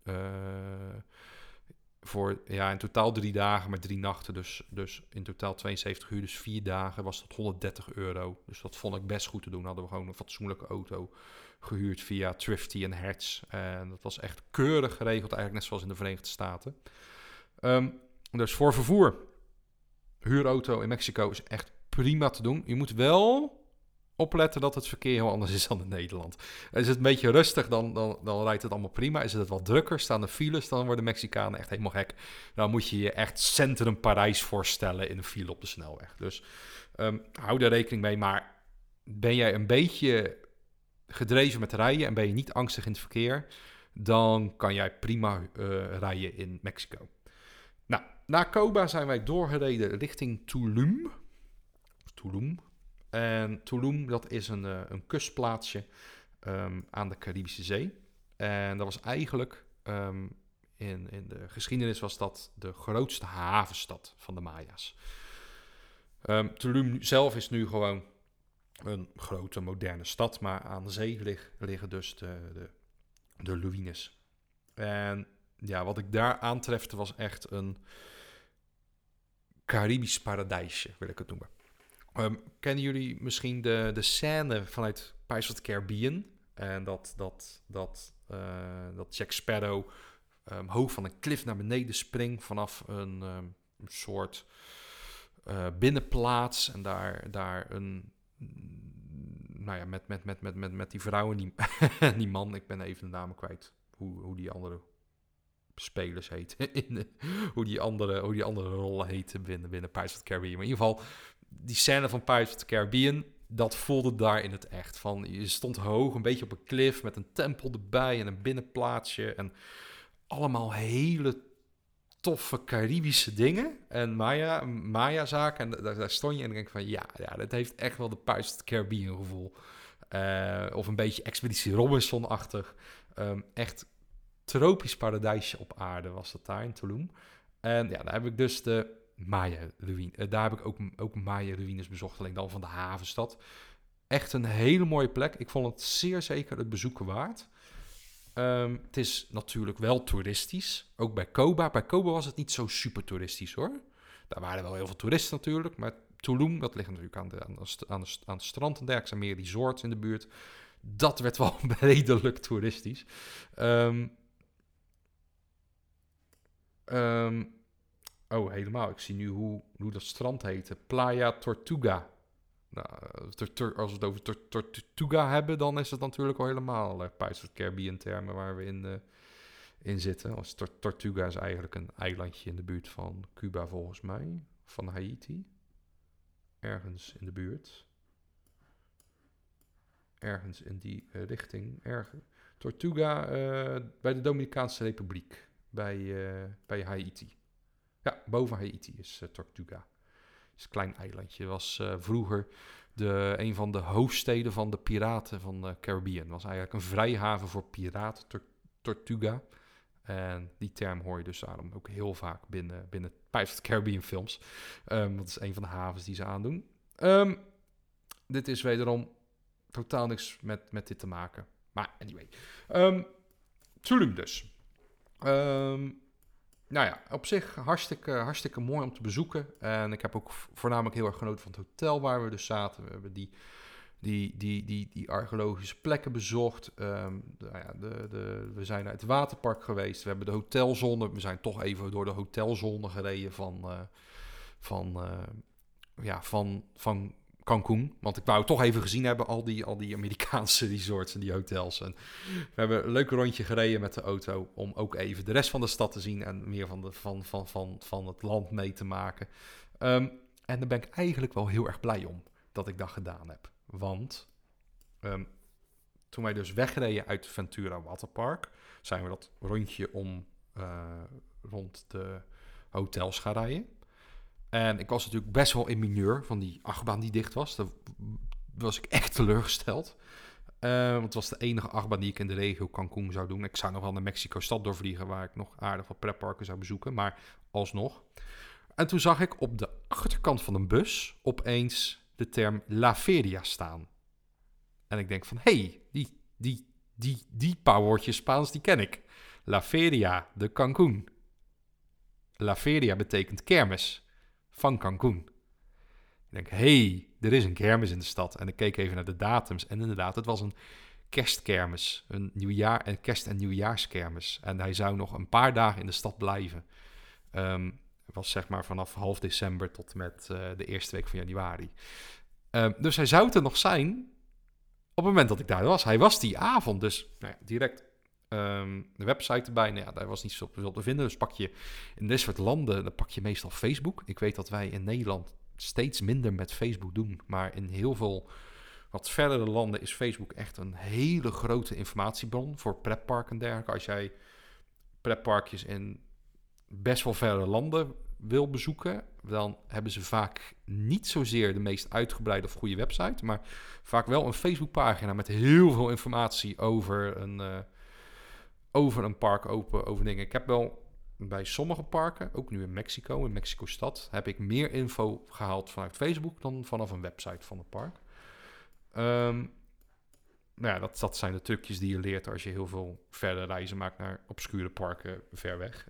voor in totaal 3 dagen met 3 nachten, dus in totaal 72 uur, dus 4 dagen was dat €130. Dus dat vond ik best goed te doen. Hadden we gewoon een fatsoenlijke auto gehuurd via Thrifty en Hertz. En dat was echt keurig geregeld, eigenlijk net zoals in de Verenigde Staten. Dus voor vervoer, huurauto in Mexico is echt prima te doen. Je moet wel opletten dat het verkeer heel anders is dan in Nederland. Is het een beetje rustig, dan rijdt het allemaal prima. Is het wat drukker, staan de files, dan worden Mexicanen echt helemaal gek. Dan moet je je echt centrum Parijs voorstellen in een file op de snelweg. Dus hou daar rekening mee. Maar ben jij een beetje gedreven met rijden en ben je niet angstig in het verkeer, dan kan jij prima rijden in Mexico. Nou, na Coba zijn wij doorgereden richting Tulum. En Tulum, dat is een kustplaatsje aan de Caribische Zee. En dat was eigenlijk, in de geschiedenis was dat de grootste havenstad van de Maya's. Tulum zelf is nu gewoon een grote, moderne stad, maar aan de zee liggen dus de ruïnes. En ja, wat ik daar aantrefte was echt een Caribisch paradijsje, wil ik het noemen. Kennen jullie misschien de scène vanuit Pirates of the Caribbean? En dat Jack Sparrow hoog van een klif naar beneden springt vanaf een soort binnenplaats. En daar een... Nou ja, met die vrouw en die man. Ik ben even de namen kwijt. Hoe die andere spelers heten. Hoe die andere rollen heten binnen Pirates of the Caribbean. Maar in ieder geval, die scène van Pirates of the Caribbean, dat voelde daar in het echt. Je stond hoog, een beetje op een klif, met een tempel erbij en een binnenplaatsje. En allemaal hele toffe Caribische dingen en Maya-zaken. En daar stond je en denk van, ja, dat heeft echt wel de Pirates of the Caribbean gevoel. Of een beetje Expeditie Robinson-achtig. Echt tropisch paradijsje op aarde was dat daar in Tulum. En ja, daar heb ik dus de Maya-ruïne. Daar heb ik ook Maya-ruïnes bezocht, alleen dan van de havenstad. Echt een hele mooie plek. Ik vond het zeer zeker het bezoeken waard. Het is natuurlijk wel toeristisch. Ook bij Coba. Bij Coba was het niet zo super toeristisch, hoor. Daar waren wel heel veel toeristen natuurlijk. Maar Tulum, dat ligt natuurlijk aan het strand en dergelijke. Er zijn meer resorts in de buurt. Dat werd wel redelijk toeristisch. Helemaal. Ik zie nu hoe dat strand heette. Playa Tortuga. Nou, als we het over Tortuga hebben, dan is het natuurlijk al helemaal Pirates of the Caribbean termen waar we in zitten. Tortuga is eigenlijk een eilandje in de buurt van Cuba volgens mij. Van Haiti. Ergens in de buurt. Ergens in die richting. Tortuga bij de Dominicaanse Republiek. Bij Haiti. Ja, boven Haiti is Tortuga. Het is een klein eilandje. Het was vroeger een van de hoofdsteden van de piraten van de Caribbean. Het was eigenlijk een vrijhaven voor piraten, Tortuga. En die term hoor je dus daarom ook heel vaak binnen Pirates of the Caribbean films. Dat is een van de havens die ze aandoen. Dit is wederom totaal niks met dit te maken. Maar anyway. Tulum dus. Nou ja, op zich hartstikke mooi om te bezoeken. En ik heb ook voornamelijk heel erg genoten van het hotel waar we dus zaten. We hebben die archeologische plekken bezocht. We zijn naar het waterpark geweest. We hebben de hotelzone. We zijn toch even door de hotelzone gereden van Cancún. Want ik wou het toch even gezien hebben, al die Amerikaanse resorts en die hotels. En we hebben een leuk rondje gereden met de auto om ook even de rest van de stad te zien en meer van het land mee te maken. En daar ben ik eigenlijk wel heel erg blij om dat ik dat gedaan heb. Want toen wij dus wegreden uit Ventura Waterpark, zijn we dat rondje rond de hotels gaan rijden. En ik was natuurlijk best wel in mineur van die achtbaan die dicht was. Daar was ik echt teleurgesteld. Want het was de enige achtbaan die ik in de regio Cancún zou doen. Ik zou nog wel naar Mexico-stad doorvliegen, waar ik nog aardig wat pretparken zou bezoeken. Maar alsnog. En toen zag ik op de achterkant van een bus opeens de term La Feria staan. En ik denk van, die paar woordjes Spaans, die ken ik. La Feria de Cancún. La Feria betekent kermis van Cancún. Ik denk, er is een kermis in de stad. En ik keek even naar de datums. En inderdaad, het was een kerstkermis. Een kerst- en nieuwjaarskermis. En hij zou nog een paar dagen in de stad blijven. Het was zeg maar vanaf half december tot met de eerste week van januari. Dus hij zou er nog zijn op het moment dat ik daar was. Hij was die avond, dus direct de website erbij. Nou ja, daar was niet zoveel te vinden. Dus pak je in dit soort landen, dan pak je meestal Facebook. Ik weet dat wij in Nederland steeds minder met Facebook doen. Maar in heel veel wat verdere landen is Facebook echt een hele grote informatiebron voor pretparken en dergelijke. Als jij pretparkjes in best wel verre landen wil bezoeken, dan hebben ze vaak niet zozeer de meest uitgebreide of goede website, maar vaak wel een Facebookpagina met heel veel informatie over een park, over dingen. Ik heb wel bij sommige parken, ook nu in Mexico-stad, heb ik meer info gehaald vanuit Facebook dan vanaf een website van het park. Nou ja, dat zijn de trucjes die je leert als je heel veel verre reizen maakt naar obscure parken ver weg.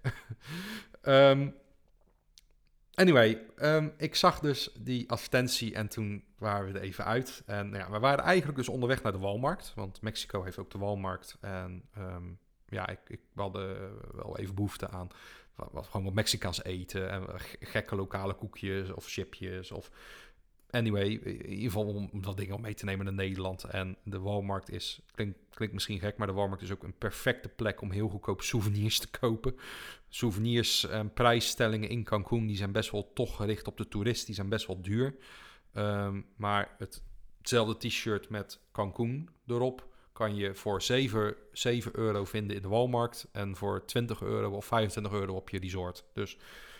Anyway, ik zag dus die advertentie en toen waren we er even uit. En ja, we waren eigenlijk dus onderweg naar de Walmart, want Mexico heeft ook de Walmart. En we hadden wel even behoefte aan gewoon wat Mexicaans eten en gekke lokale koekjes of chipjes of... Anyway, in ieder geval om dat ding al mee te nemen naar Nederland. En de Walmart klinkt misschien gek, maar de Walmart is ook een perfecte plek om heel goedkoop souvenirs te kopen. Souvenirs en prijsstellingen in Cancun, die zijn best wel toch gericht op de toerist, die zijn best wel duur. Maar hetzelfde t-shirt met Cancun erop kan je voor 7 euro vinden in de Walmart en voor 20 euro of 25 euro op je resort. Dus...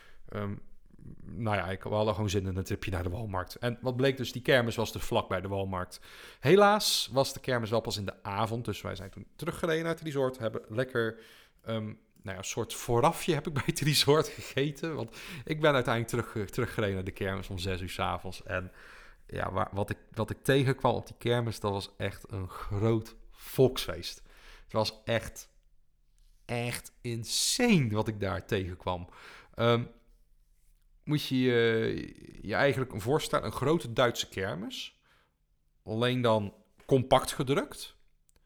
we hadden gewoon zin in een tripje naar de Walmart. En wat bleek dus, die kermis was dus vlak bij de Walmart. Helaas was de kermis wel pas in de avond. Dus wij zijn toen teruggereden uit het resort. Hebben lekker een soort voorafje heb ik bij het resort gegeten. Want ik ben uiteindelijk teruggereden naar de kermis om 6 uur 's avonds. En ja, wat ik tegenkwam op die kermis, dat was echt een groot volksfeest. Het was echt insane wat ik daar tegenkwam. Moet je je eigenlijk voorstellen, een grote Duitse kermis. Alleen dan compact gedrukt.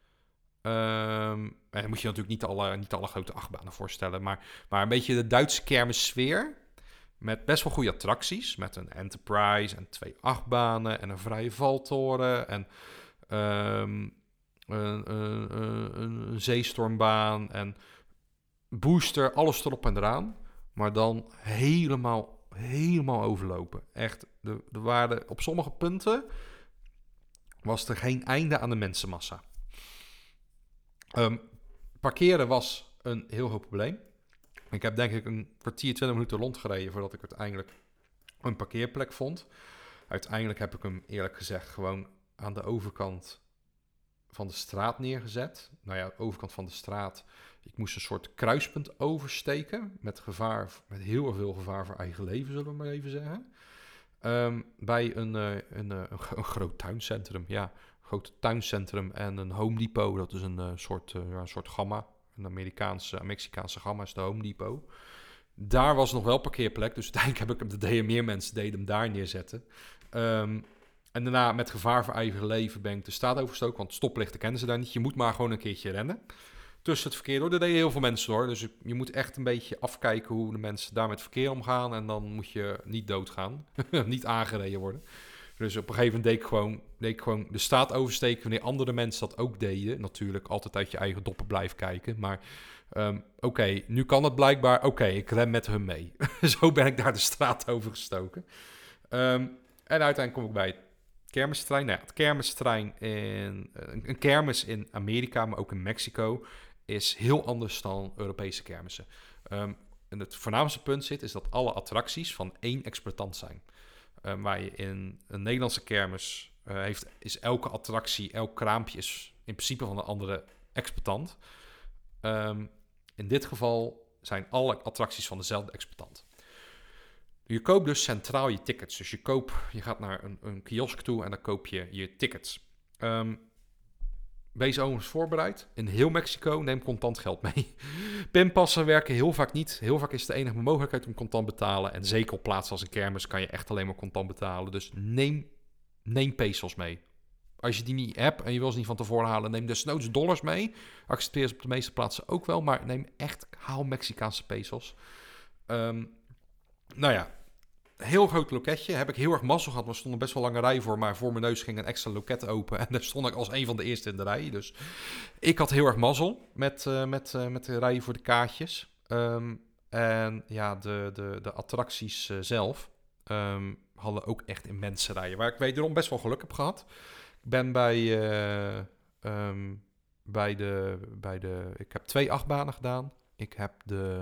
En dan moet je natuurlijk niet alle grote achtbanen voorstellen. Maar een beetje de Duitse kermissfeer. Met best wel goede attracties. Met een Enterprise en 2 achtbanen en een vrije valtoren. En een zeestormbaan en booster, alles erop en eraan. Maar dan helemaal overlopen. Echt, er waren op sommige punten was er geen einde aan de mensenmassa. Parkeren was een heel groot probleem. Ik heb denk ik een kwartier, 20 minuten rondgereden voordat ik uiteindelijk een parkeerplek vond. Uiteindelijk heb ik hem eerlijk gezegd gewoon aan de overkant van de straat neergezet. Nou ja, de overkant van de straat. Ik moest een soort kruispunt oversteken met heel veel gevaar voor eigen leven, zullen we maar even zeggen. Bij een groot tuincentrum, ja. Een groot tuincentrum en een Home Depot. Dat is een soort gamma. Een Mexicaanse gamma is de Home Depot. Daar was nog wel parkeerplek, dus uiteindelijk heb ik hem, de DMR-mensen deden hem daar neerzetten. En daarna met gevaar voor eigen leven ben ik de straat overgestoken, want stoplichten kennen ze daar niet. Je moet maar gewoon een keertje rennen tussen het verkeer door. Daar deden heel veel mensen door. Dus je moet echt een beetje afkijken hoe de mensen daar met verkeer omgaan. En dan moet je niet doodgaan. Niet aangereden worden. Dus op een gegeven moment deed ik gewoon de straat oversteken wanneer andere mensen dat ook deden. Natuurlijk altijd uit je eigen doppen blijven kijken. Maar oké, nu kan het blijkbaar. Oké, ik ren met hun mee. Zo ben ik daar de straat overgestoken. En uiteindelijk kom ik bij het kermisterrein. Nou ja, het kermisterrein een kermis in Amerika, maar ook in Mexico, is heel anders dan Europese kermissen. En het voornaamste punt is dat alle attracties van 1 exploitant zijn. Waar je in een Nederlandse kermis is elke attractie, elk kraampje is in principe van een andere exploitant. In dit geval zijn alle attracties van dezelfde exploitant. Je koopt dus centraal je tickets. Dus je gaat naar een kiosk toe en dan koop je je tickets. Wees overigens voorbereid. In heel Mexico neem contant geld mee. Pinpassen werken heel vaak niet. Heel vaak is het de enige mogelijkheid om contant te betalen. En zeker op plaatsen als een kermis kan je echt alleen maar contant betalen. Dus neem pesos mee. Als je die niet hebt en je wil ze niet van tevoren halen, neem desnoods dollars mee. Accepteer ze op de meeste plaatsen ook wel, maar haal Mexicaanse pesos. Nou ja, heel groot loketje. Heb ik heel erg mazzel gehad. Er stond een best wel lange rij voor. Maar voor mijn neus ging een extra loket open. En daar stond ik als een van de eerste in de rij. Dus ik had heel erg mazzel met de rij voor de kaartjes. En ja, de attracties zelf hadden ook echt immense rijen. Waar ik wederom best wel geluk heb gehad. ben ik heb 2 achtbanen gedaan. Ik heb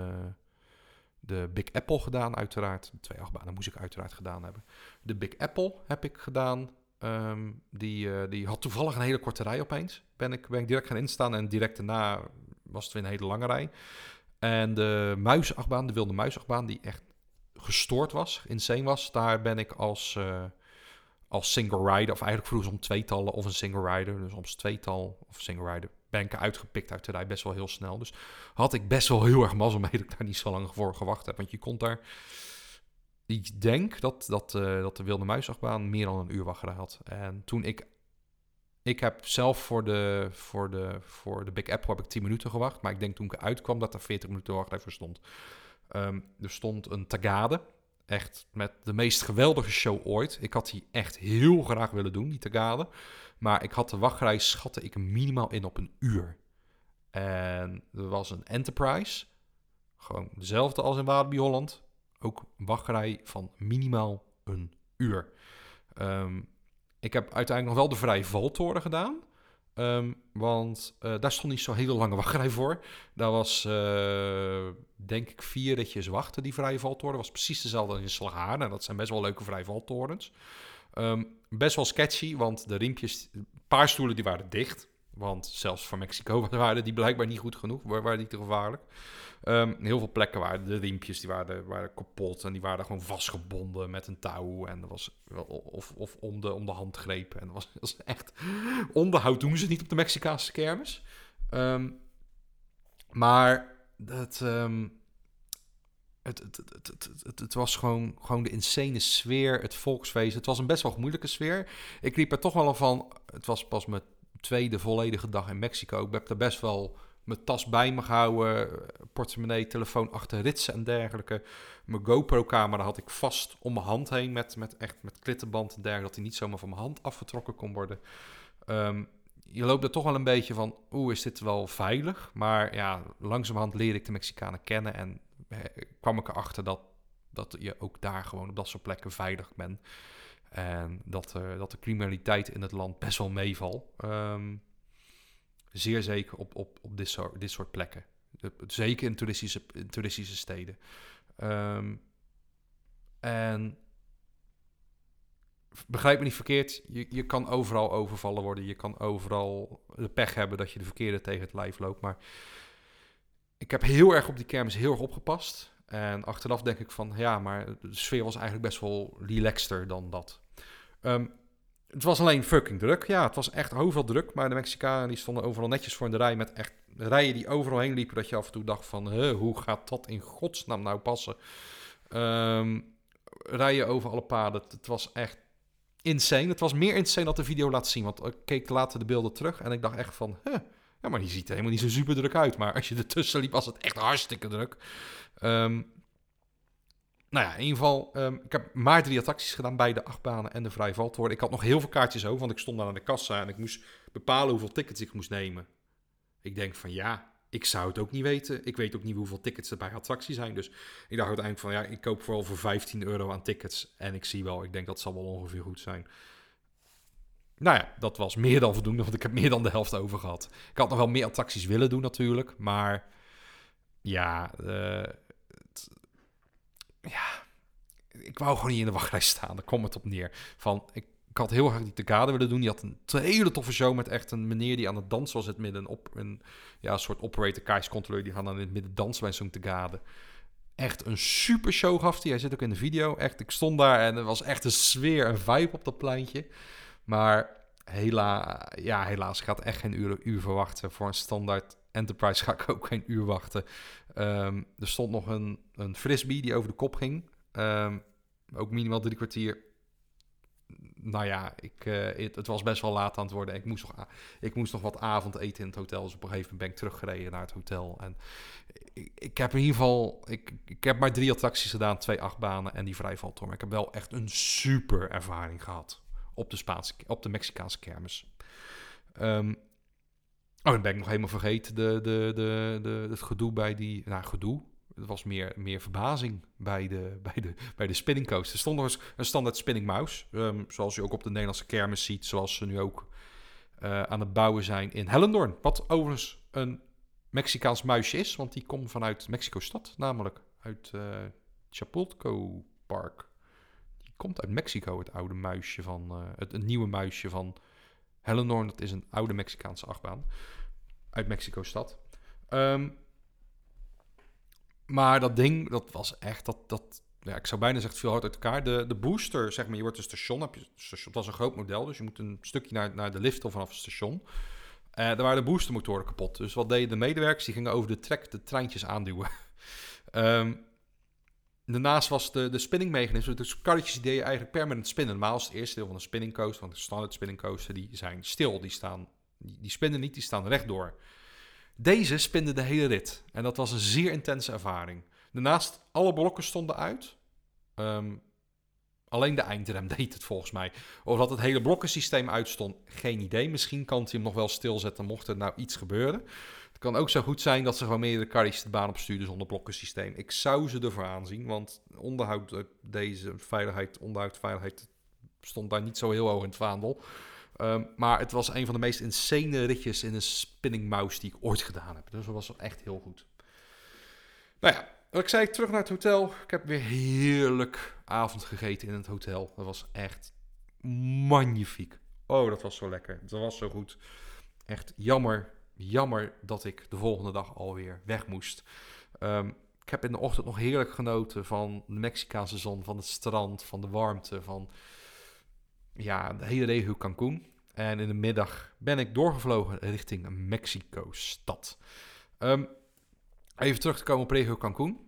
de Big Apple gedaan, uiteraard. 2 achtbanen moest ik uiteraard gedaan hebben. De Big Apple heb ik gedaan. Die had toevallig een hele korte rij opeens. Ben ik direct gaan instaan en direct daarna was het weer een hele lange rij. En de muisachtbaan, de wilde muisachtbaan, die echt gestoord was, insane was, daar ben ik als single rider, of eigenlijk vroeger om tweetallen of een single rider, dus soms tweetal of single rider, ben ik uitgepikt uit de rij best wel heel snel. Dus had ik best wel heel erg mazzel mee dat ik daar niet zo lang voor gewacht heb. Want je kon daar, ik denk dat de wilde muisachtbaan meer dan een uur wachtrij had. En toen ik heb zelf voor de Big Apple heb ik 10 minuten gewacht. Maar ik denk toen ik eruit kwam dat er 40 minuten wachtrij voor stond. Er stond een Tagade. Echt met de meest geweldige show ooit. Ik had die echt heel graag willen doen, die Tagade. Maar ik had de wachtrij, schatte ik minimaal in op een uur. En er was een Enterprise. Gewoon dezelfde als in Walibi Holland. Ook een wachtrij van minimaal een uur. Ik heb uiteindelijk nog wel de Vrije Valtoren gedaan. Want daar stond niet zo'n hele lange wachtrij voor. Daar was, denk ik, 4 ritjes wachten, die Vrije Valtoren. Dat was precies dezelfde als in Slagharen. En dat zijn best wel leuke Vrije Valtorens. Best wel sketchy, want de riempjes, een paar stoelen die waren dicht. Want zelfs voor Mexico waren die blijkbaar niet goed genoeg, waren die te gevaarlijk. Heel veel plekken waren de riempjes die waren kapot en die waren gewoon vastgebonden met een touw. En dat was, of om de handgrepen. En dat was echt, onderhoud doen ze niet op de Mexicaanse kermis. Maar het was gewoon de insane sfeer, het volksfeest. Het was een best wel moeilijke sfeer. Ik liep er toch wel van, het was pas mijn 2e volledige dag in Mexico. Ik heb er best wel mijn tas bij me gehouden, portemonnee, telefoon achter ritsen en dergelijke. Mijn GoPro-camera had ik vast om mijn hand heen met klittenband en dergelijke, dat hij niet zomaar van mijn hand afgetrokken kon worden. Je loopt er toch wel een beetje van, is dit wel veilig? Maar ja, langzamerhand leerde ik de Mexicanen kennen en kwam ik erachter dat je ook daar gewoon op dat soort plekken veilig bent. En dat de criminaliteit in het land best wel meevalt. Zeer zeker op dit soort plekken. Zeker in toeristische steden. En begrijp me niet verkeerd, je kan overal overvallen worden. Je kan overal de pech hebben dat je de verkeerde tegen het lijf loopt. Maar ik heb heel erg op die kermis heel erg opgepast. En achteraf denk ik van, ja, maar de sfeer was eigenlijk best wel relaxter dan dat. Het was alleen fucking druk. Ja, het was echt overal druk. Maar de Mexicanen die stonden overal netjes voor in de rij met echt rijen die overal heen liepen. Dat je af en toe dacht van, hoe gaat dat in godsnaam nou passen? Rijen over alle paden. Het was echt insane. Het was meer insane dan de video laat zien. Want ik keek later de beelden terug en ik dacht echt van, ja, maar die ziet er helemaal niet zo super druk uit. Maar als je ertussen liep, was het echt hartstikke druk. Nou ja, in ieder geval, ik heb maar 3 attracties gedaan bij de achtbanen en de Vrije Valtoren. Ik had nog heel veel kaartjes over, want ik stond daar aan de kassa en ik moest bepalen hoeveel tickets ik moest nemen. Ik denk van ja, ik zou het ook niet weten. Ik weet ook niet hoeveel tickets er bij attractie zijn. Dus ik dacht uiteindelijk van ja, ik koop vooral voor €15 aan tickets. En ik zie wel, ik denk dat zal wel ongeveer goed zijn. Nou ja, dat was meer dan voldoende, want ik heb meer dan de helft over gehad. Ik had nog wel meer attracties willen doen natuurlijk, maar ja, ik wou gewoon niet in de wachtrij staan. Daar kwam het op neer. Ik had heel graag die Tagade willen doen. Die had een hele toffe show met echt een meneer die aan het dansen was. Het midden op een soort operator, kaarscontroleur. Die gaan dan in het midden dansen bij zo'n Tagade. Echt een super show gaf hij. Hij zit ook in de video. Echt, ik stond daar en er was echt een sfeer, een vibe op dat pleintje. Maar helaas, ik had echt geen uur verwachten. Voor een standaard Enterprise ga ik ook geen uur wachten. Er stond nog een frisbee die over de kop ging. Ook minimaal 3 kwartier. Nou ja, het was best wel laat aan het worden. Ik moest nog wat avondeten in het hotel. Dus op een gegeven moment ben ik teruggereden naar het hotel. En ik heb in ieder geval... Ik heb maar 3 attracties gedaan. 2 achtbanen en die Vrije Valtoren. Maar ik heb wel echt een super ervaring gehad. Op de Mexicaanse kermis. Dan ben ik nog helemaal vergeten. Het gedoe bij die... Nou, gedoe. Het was meer verbazing bij de spinning coaster. Er stond nog eens een standaard spinning mouse. Zoals je ook op de Nederlandse kermis ziet. Zoals ze nu ook aan het bouwen zijn in Hellendoorn. Wat overigens een Mexicaans muisje is, want die komt vanuit Mexico-stad, namelijk uit Chapultco Park. Die komt uit Mexico, het oude muisje van... het nieuwe muisje van Hellendoorn. Dat is een oude Mexicaanse achtbaan uit Mexico-stad. Maar dat ding, dat was echt... Ja, ik zou bijna zeggen, het viel hard uit elkaar. De booster, zeg maar, je wordt een station. Het was een groot model, dus je moet een stukje naar de lift of vanaf het station. Daar waren de boostermotoren kapot. Dus wat deden de medewerkers? Die gingen over de treintjes aanduwen. Daarnaast was de spinning mechanisme. Dus karretjes die deden eigenlijk permanent spinnen. Normaal is het eerste deel van een spinning coaster. Want de standaard spinning coaster, die zijn stil. Die spinnen niet, die staan rechtdoor. Deze spinde de hele rit. En dat was een zeer intense ervaring. Daarnaast, alle blokken stonden uit. Alleen de eindrem deed het volgens mij. Of dat het hele blokkensysteem uitstond, geen idee. Misschien kan hij hem nog wel stilzetten mocht er nou iets gebeuren. Het kan ook zo goed zijn dat ze gewoon meerdere karretjes de baan opstuurden zonder blokkensysteem. Ik zou ze ervoor aanzien, want onderhoudveiligheid stond daar niet zo heel hoog in het vaandel. Maar het was een van de meest insane ritjes in een spinning mouse die ik ooit gedaan heb. Dus dat was echt heel goed. Nou ja, wat ik zei, terug naar het hotel. Ik heb weer heerlijk avond gegeten in het hotel. Dat was echt magnifiek. Oh, dat was zo lekker. Dat was zo goed. Echt jammer dat ik de volgende dag alweer weg moest. Ik heb in de ochtend nog heerlijk genoten van de Mexicaanse zon, van het strand, van de warmte, van de hele regio Cancún. En in de middag ben ik doorgevlogen richting Mexico-stad. Even terug te komen op regio Cancún.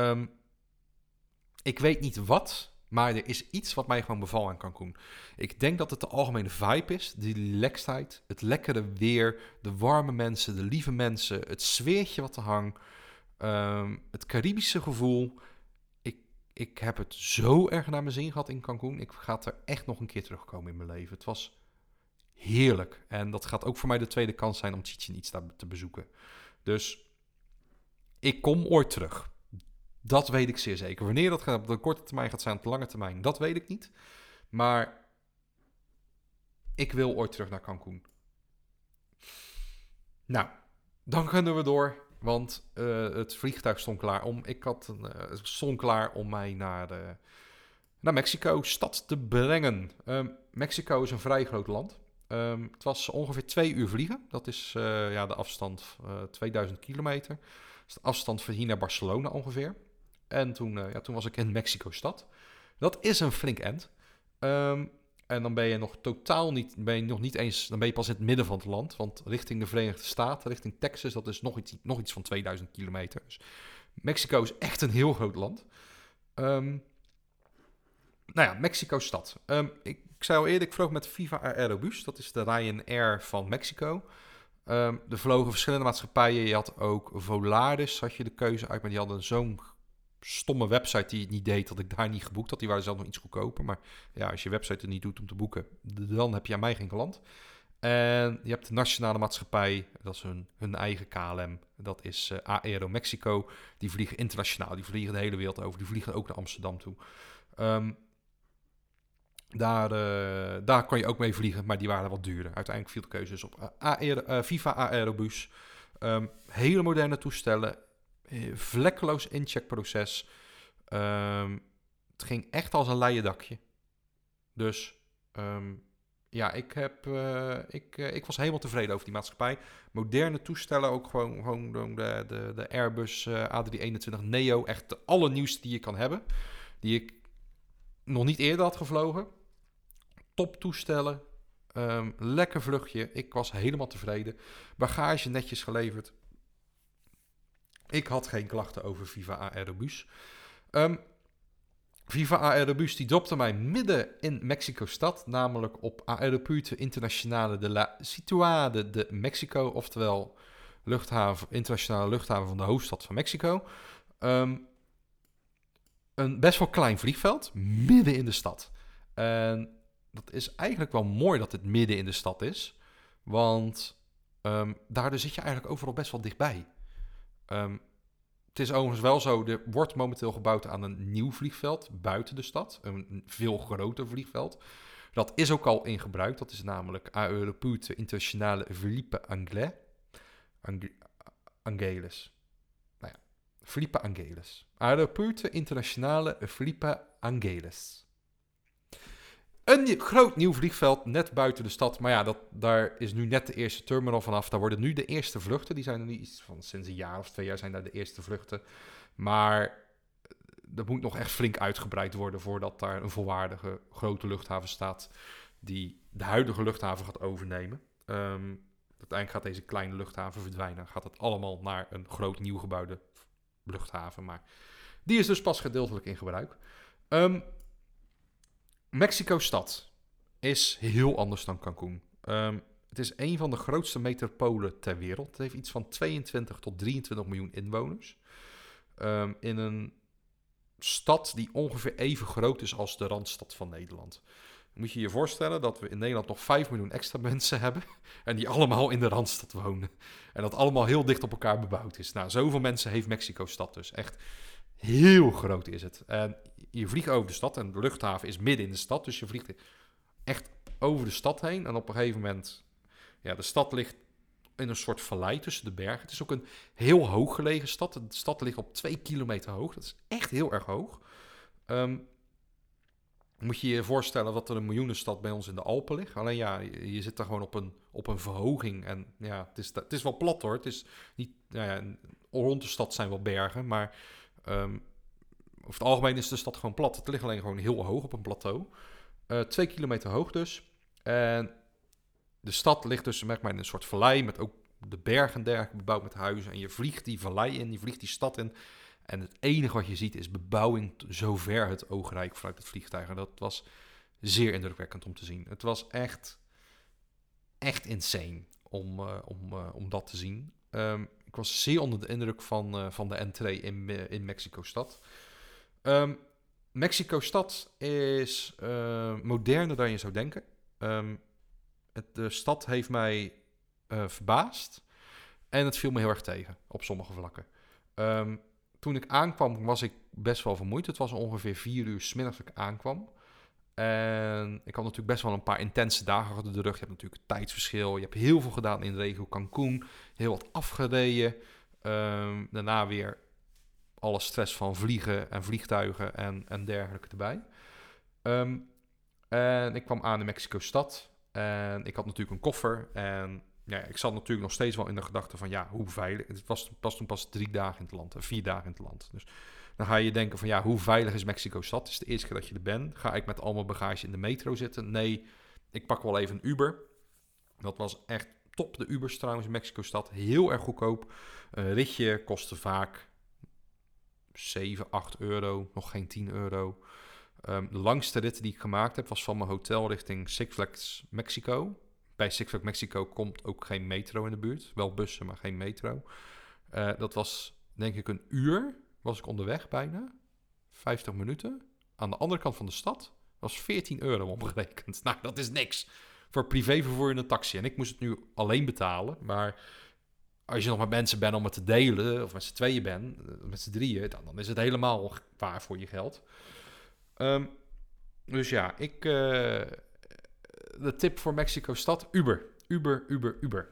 Ik weet niet wat, maar er is iets wat mij gewoon bevalt aan Cancún. Ik denk dat het de algemene vibe is, de relaxedheid, het lekkere weer, de warme mensen, de lieve mensen, het sfeertje wat er hangt, het Caribische gevoel. Ik heb het zo erg naar mijn zin gehad in Cancún. Ik ga er echt nog een keer terugkomen in mijn leven. Het was heerlijk. En dat gaat ook voor mij de tweede kans zijn om Chichén Itzá te bezoeken. Dus ik kom ooit terug. Dat weet ik zeer zeker. Wanneer dat op de korte termijn gaat zijn, op de lange termijn, dat weet ik niet. Maar ik wil ooit terug naar Cancún. Nou, dan kunnen we door. Want het vliegtuig stond klaar om. Stond klaar om mij naar Mexico-stad te brengen. Mexico is een vrij groot land. Het was ongeveer 2 uur vliegen. Dat is de afstand 2000 kilometer. Dat is de afstand van hier naar Barcelona ongeveer. En toen was ik in Mexico-stad. Dat is een flink eind. En dan ben je nog totaal niet, dan ben je pas in het midden van het land. Want richting de Verenigde Staten, richting Texas, dat is nog iets van 2000 kilometer. Dus Mexico is echt een heel groot land. Mexico-stad. Ik zei al eerder, ik vloog met Viva Aerobus. Dat is de Ryanair van Mexico. Er vlogen verschillende maatschappijen. Je had ook Volaris, had je de keuze uit. Maar die hadden zo'n stomme website die het niet deed dat ik daar niet geboekt had. Die waren zelf nog iets goedkoper. Maar ja, als je website er niet doet om te boeken, dan heb je aan mij geen klant. En je hebt de nationale maatschappij, dat is hun eigen KLM. Dat is Aero Mexico. Die vliegen internationaal, die vliegen de hele wereld over. Die vliegen ook naar Amsterdam toe. Daar kan je ook mee vliegen, maar die waren wat duurder. Uiteindelijk viel de keuze dus op Viva Aerobus. Hele moderne toestellen. Vlekkeloos incheckproces. Het ging echt als een leien dakje. Dus ik was helemaal tevreden over die maatschappij. Moderne toestellen, ook gewoon de Airbus A321 Neo. Echt de allernieuwste die je kan hebben. Die ik nog niet eerder had gevlogen. Top toestellen. Lekker vluchtje. Ik was helemaal tevreden. Bagage netjes geleverd. Ik had geen klachten over Viva Aerobus. Viva Aerobus die dropte mij midden in Mexico-stad. Namelijk op Aeropuerto Internacional de la Ciudad de Mexico. Oftewel internationale luchthaven van de hoofdstad van Mexico. Een best wel klein vliegveld. Midden in de stad. En dat is eigenlijk wel mooi dat het midden in de stad is. Want daardoor zit je eigenlijk overal best wel dichtbij. Het is overigens wel zo, er wordt momenteel gebouwd aan een nieuw vliegveld buiten de stad. Een veel groter vliegveld. Dat is ook al in gebruik. Dat is namelijk Aéroport Internationale Felipe Angeles. Nou ja, Felipe Angeles. Aéroport Internationale Felipe Angeles. Een groot nieuw vliegveld net buiten de stad. Maar ja, daar is nu net de eerste terminal vanaf. Daar worden nu de eerste vluchten. Die zijn er nu iets van sinds een jaar of 2 jaar zijn daar de eerste vluchten. Maar dat moet nog echt flink uitgebreid worden voordat daar een volwaardige grote luchthaven staat die de huidige luchthaven gaat overnemen. Uiteindelijk gaat deze kleine luchthaven verdwijnen. Gaat het allemaal naar een groot nieuw gebouwde luchthaven. Maar die is dus pas gedeeltelijk in gebruik. Mexico-stad is heel anders dan Cancún. Het is een van de grootste metropolen ter wereld. Het heeft iets van 22 tot 23 miljoen inwoners. In een stad die ongeveer even groot is als de Randstad van Nederland. Moet je je voorstellen dat we in Nederland nog 5 miljoen extra mensen hebben en die allemaal in de Randstad wonen. En dat allemaal heel dicht op elkaar bebouwd is. Nou, zoveel mensen heeft Mexico-stad dus. Echt heel groot is het. En je vliegt over de stad en de luchthaven is midden in de stad. Dus je vliegt echt over de stad heen. En op een gegeven moment, ja, de stad ligt in een soort vallei tussen de bergen. Het is ook een heel hoog gelegen stad. De stad ligt op 2 kilometer hoog. Dat is echt heel erg hoog. Moet je je voorstellen dat er een miljoenenstad bij ons in de Alpen ligt. Alleen ja, je zit daar gewoon op een verhoging. En ja, het is wel plat hoor. Het is niet, nou ja, rond de stad zijn wel bergen. Maar over het algemeen is de stad gewoon plat. Het ligt alleen gewoon heel hoog op een plateau. 2 kilometer hoog dus. En de stad ligt dus maar in een soort vallei met ook de bergen dergelijke bebouwd met huizen. En je vliegt die vallei in, je vliegt die stad in. En het enige wat je ziet is bebouwing zover het oog reikt vanuit het vliegtuig. En dat was zeer indrukwekkend om te zien. Het was echt insane om dat te zien. Ik was zeer onder de indruk van de entree in Mexico-stad. Mexico-stad is moderner dan je zou denken. De stad heeft mij verbaasd. En het viel me heel erg tegen op sommige vlakken. Toen ik aankwam was ik best wel vermoeid. Het was ongeveer 4 uur 's middags dat ik aankwam. En ik had natuurlijk best wel een paar intense dagen achter de rug. Je hebt natuurlijk het tijdsverschil. Je hebt heel veel gedaan in de regio Cancún. Heel wat afgereden. Daarna weer alle stress van vliegen en vliegtuigen en dergelijke erbij. En ik kwam aan in Mexico-stad. En ik had natuurlijk een koffer. En ja, ik zat natuurlijk nog steeds wel in de gedachte van ja, hoe veilig. Het was toen pas 3 dagen in het land, 4 dagen in het land. Dus dan ga je denken van ja, hoe veilig is Mexico-stad? Het is de eerste keer dat je er bent. Ga ik met al mijn bagage in de metro zitten? Nee, ik pak wel even een Uber. Dat was echt top. De Ubers trouwens in Mexico-stad, heel erg goedkoop. Een ritje kostte vaak 7, 8 euro, nog geen 10 euro. De langste rit die ik gemaakt heb was van mijn hotel richting Six Flags Mexico. Bij Six Flags Mexico komt ook geen metro in de buurt. Wel bussen, maar geen metro. Dat was denk ik een uur. Was ik onderweg bijna. 50 minuten. Aan de andere kant van de stad was 14 euro omgerekend. Nou, dat is niks. Voor privévervoer in een taxi. En ik moest het nu alleen betalen. Maar als je nog met mensen bent om het te delen, of met z'n tweeën bent, met z'n drieën, dan is het helemaal waar voor je geld. Dus ja, de tip voor Mexico-stad, Uber.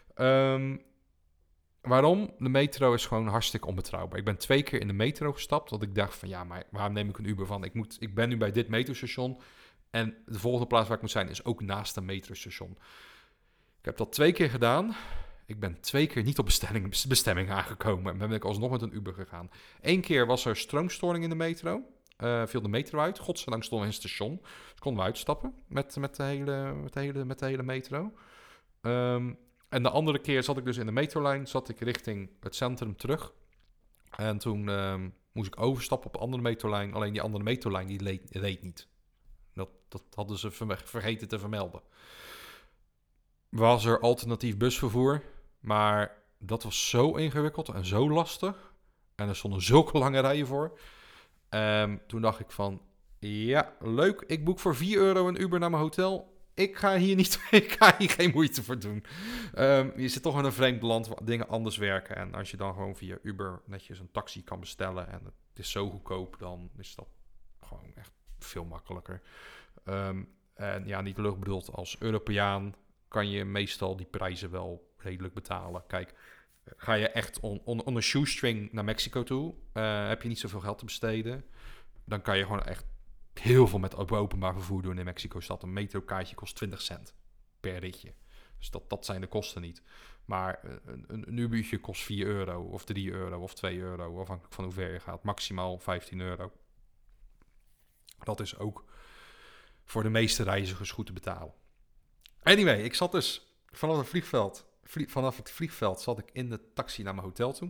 Waarom? De metro is gewoon hartstikke onbetrouwbaar. Ik ben 2 keer in de metro gestapt, want ik dacht van ja, maar waarom neem ik een Uber van? Ik ben nu bij dit metrostation en de volgende plaats waar ik moet zijn is ook naast een metrostation. Ik heb dat 2 keer gedaan. Ik ben 2 keer niet op bestemming aangekomen en ben ik alsnog met een Uber gegaan. 1 keer was er stroomstoring in de metro. Viel de metro uit. Godzijdank stond in het station. Dus konden we uitstappen met de hele metro. En de andere keer zat ik dus in de metrolijn. Zat ik richting het centrum terug. En toen moest ik overstappen op een andere metrolijn. Alleen die andere metrolijn die reed niet. Dat hadden ze vergeten te vermelden. Was er alternatief busvervoer. Maar dat was zo ingewikkeld en zo lastig. En er stonden zulke lange rijen voor. Toen dacht ik van, ja, leuk. Ik boek voor 4 euro een Uber naar mijn hotel. Ik ga hier geen moeite voor doen. Je zit toch in een vreemd land waar dingen anders werken. En als je dan gewoon via Uber netjes een taxi kan bestellen en het is zo goedkoop, dan is dat gewoon echt veel makkelijker. En ja, niet lullig bedoeld, als Europeaan kan je meestal die prijzen wel redelijk betalen. Kijk, ga je echt on een shoestring naar Mexico toe, heb je niet zoveel geld te besteden, dan kan je gewoon echt heel veel met openbaar vervoer doen in Mexico-stad. Een metrokaartje kost 20 cent per ritje. Dus dat zijn de kosten niet. Maar een Ubertje kost 4 euro of 3 euro of 2 euro, afhankelijk van hoe ver je gaat. Maximaal 15 euro. Dat is ook voor de meeste reizigers goed te betalen. Anyway, ik zat dus vanaf het vliegveld zat ik in de taxi naar mijn hotel toe.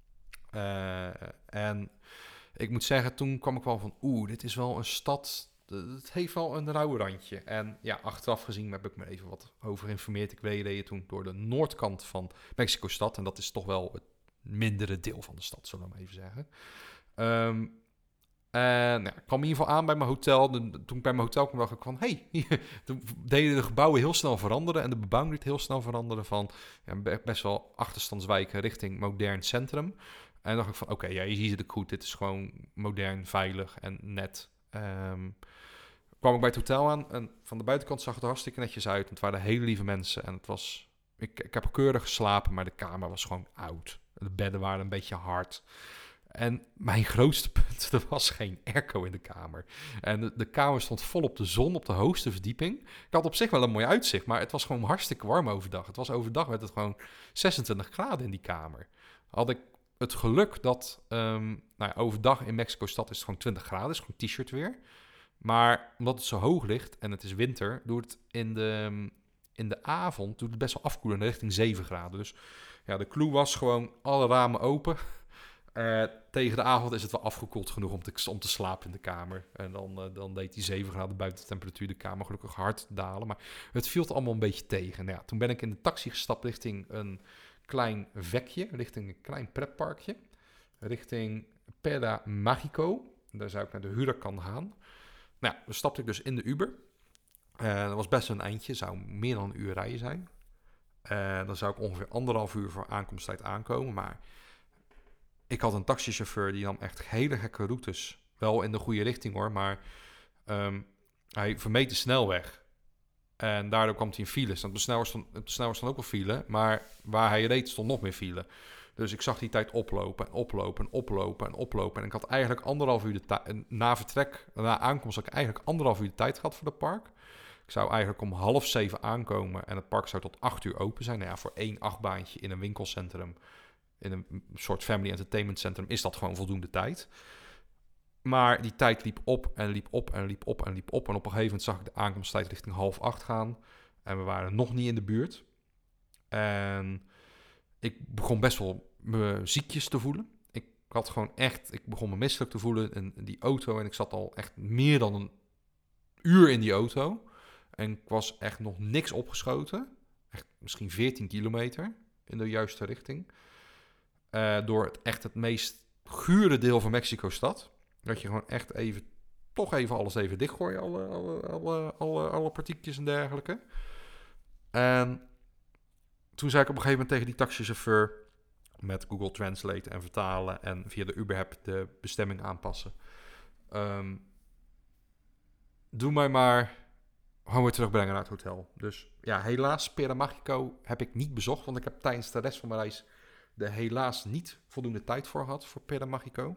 En ik moet zeggen, toen kwam ik wel van, dit is wel een stad, het heeft wel een rauw randje. En ja, achteraf gezien heb ik me even wat over geïnformeerd. Ik reed toen door de noordkant van Mexico-stad. En dat is toch wel het mindere deel van de stad, zullen we maar even zeggen. En ik kwam in ieder geval aan bij mijn hotel. Toen ik bij mijn hotel kwam, dacht ik van, toen deden de gebouwen heel snel veranderen. En de bebouwing liet heel snel veranderen van best wel achterstandswijken richting modern centrum. En dan dacht ik van, oké, je ziet het goed. Dit is gewoon modern, veilig en net. Kwam ik bij het hotel aan en van de buitenkant zag het er hartstikke netjes uit. Het waren hele lieve mensen en het was... Ik heb keurig geslapen, maar de kamer was gewoon oud. De bedden waren een beetje hard. En mijn grootste punt, er was geen airco in de kamer. En de kamer stond vol op de zon, op de hoogste verdieping. Ik had op zich wel een mooi uitzicht, maar het was gewoon hartstikke warm overdag. Overdag werd het gewoon 26 graden in die kamer. Had ik het geluk dat overdag in Mexico-stad is het gewoon 20 graden, is gewoon t-shirt weer. Maar omdat het zo hoog ligt en het is winter, doet het in de avond doet het best wel afkoelen richting 7 graden. Dus ja, de clue was gewoon alle ramen open. Tegen de avond is het wel afgekoeld genoeg om te slapen in de kamer. En dan deed die 7 graden buitentemperatuur de kamer gelukkig hard dalen. Maar het viel het allemaal een beetje tegen. Nou ja, toen ben ik in de taxi gestapt richting een klein vekje, richting een klein pretparkje. Richting Pera Mágico. Daar zou ik naar de Huracan gaan. Nou, dan stapte ik dus in de Uber. Dat was best een eindje, zou meer dan een uur rijden zijn. Dan zou ik ongeveer 1,5 uur voor aankomsttijd aankomen. Maar ik had een taxichauffeur die nam echt hele gekke routes. Wel in de goede richting hoor, maar hij vermeed de snelweg. En daardoor kwam hij in files. Op de snelweg stond ook wel file, maar waar hij reed stond nog meer file. Dus ik zag die tijd oplopen. En ik had eigenlijk 1,5 uur na aankomst had ik eigenlijk 1,5 uur de tijd gehad voor het park. Ik zou eigenlijk om 6:30 aankomen en het park zou tot 8 uur open zijn. Nou ja, voor 1 achtbaantje in een winkelcentrum, in een soort family entertainment centrum, is dat gewoon voldoende tijd. Maar die tijd liep op. En op een gegeven moment zag ik de aankomsttijd richting 7:30 gaan. En we waren nog niet in de buurt. En ik begon best wel me ziekjes te voelen. Ik begon me misselijk te voelen in die auto. En ik zat al echt meer dan een uur in die auto. En ik was echt nog niks opgeschoten. Echt misschien 14 kilometer in de juiste richting. Door het meest gure deel van Mexico-stad. Dat je gewoon echt toch even alles dichtgooien. Alle partiekjes en dergelijke. En toen zei ik op een gegeven moment tegen die taxichauffeur, met Google Translate en vertalen en via de Uber-app de bestemming aanpassen. Doe mij maar gewoon weer terugbrengen naar het hotel. Dus ja, helaas, Pera Mágico heb ik niet bezocht, want ik heb tijdens de rest van mijn reis er helaas niet voldoende tijd voor gehad voor Pera Mágico.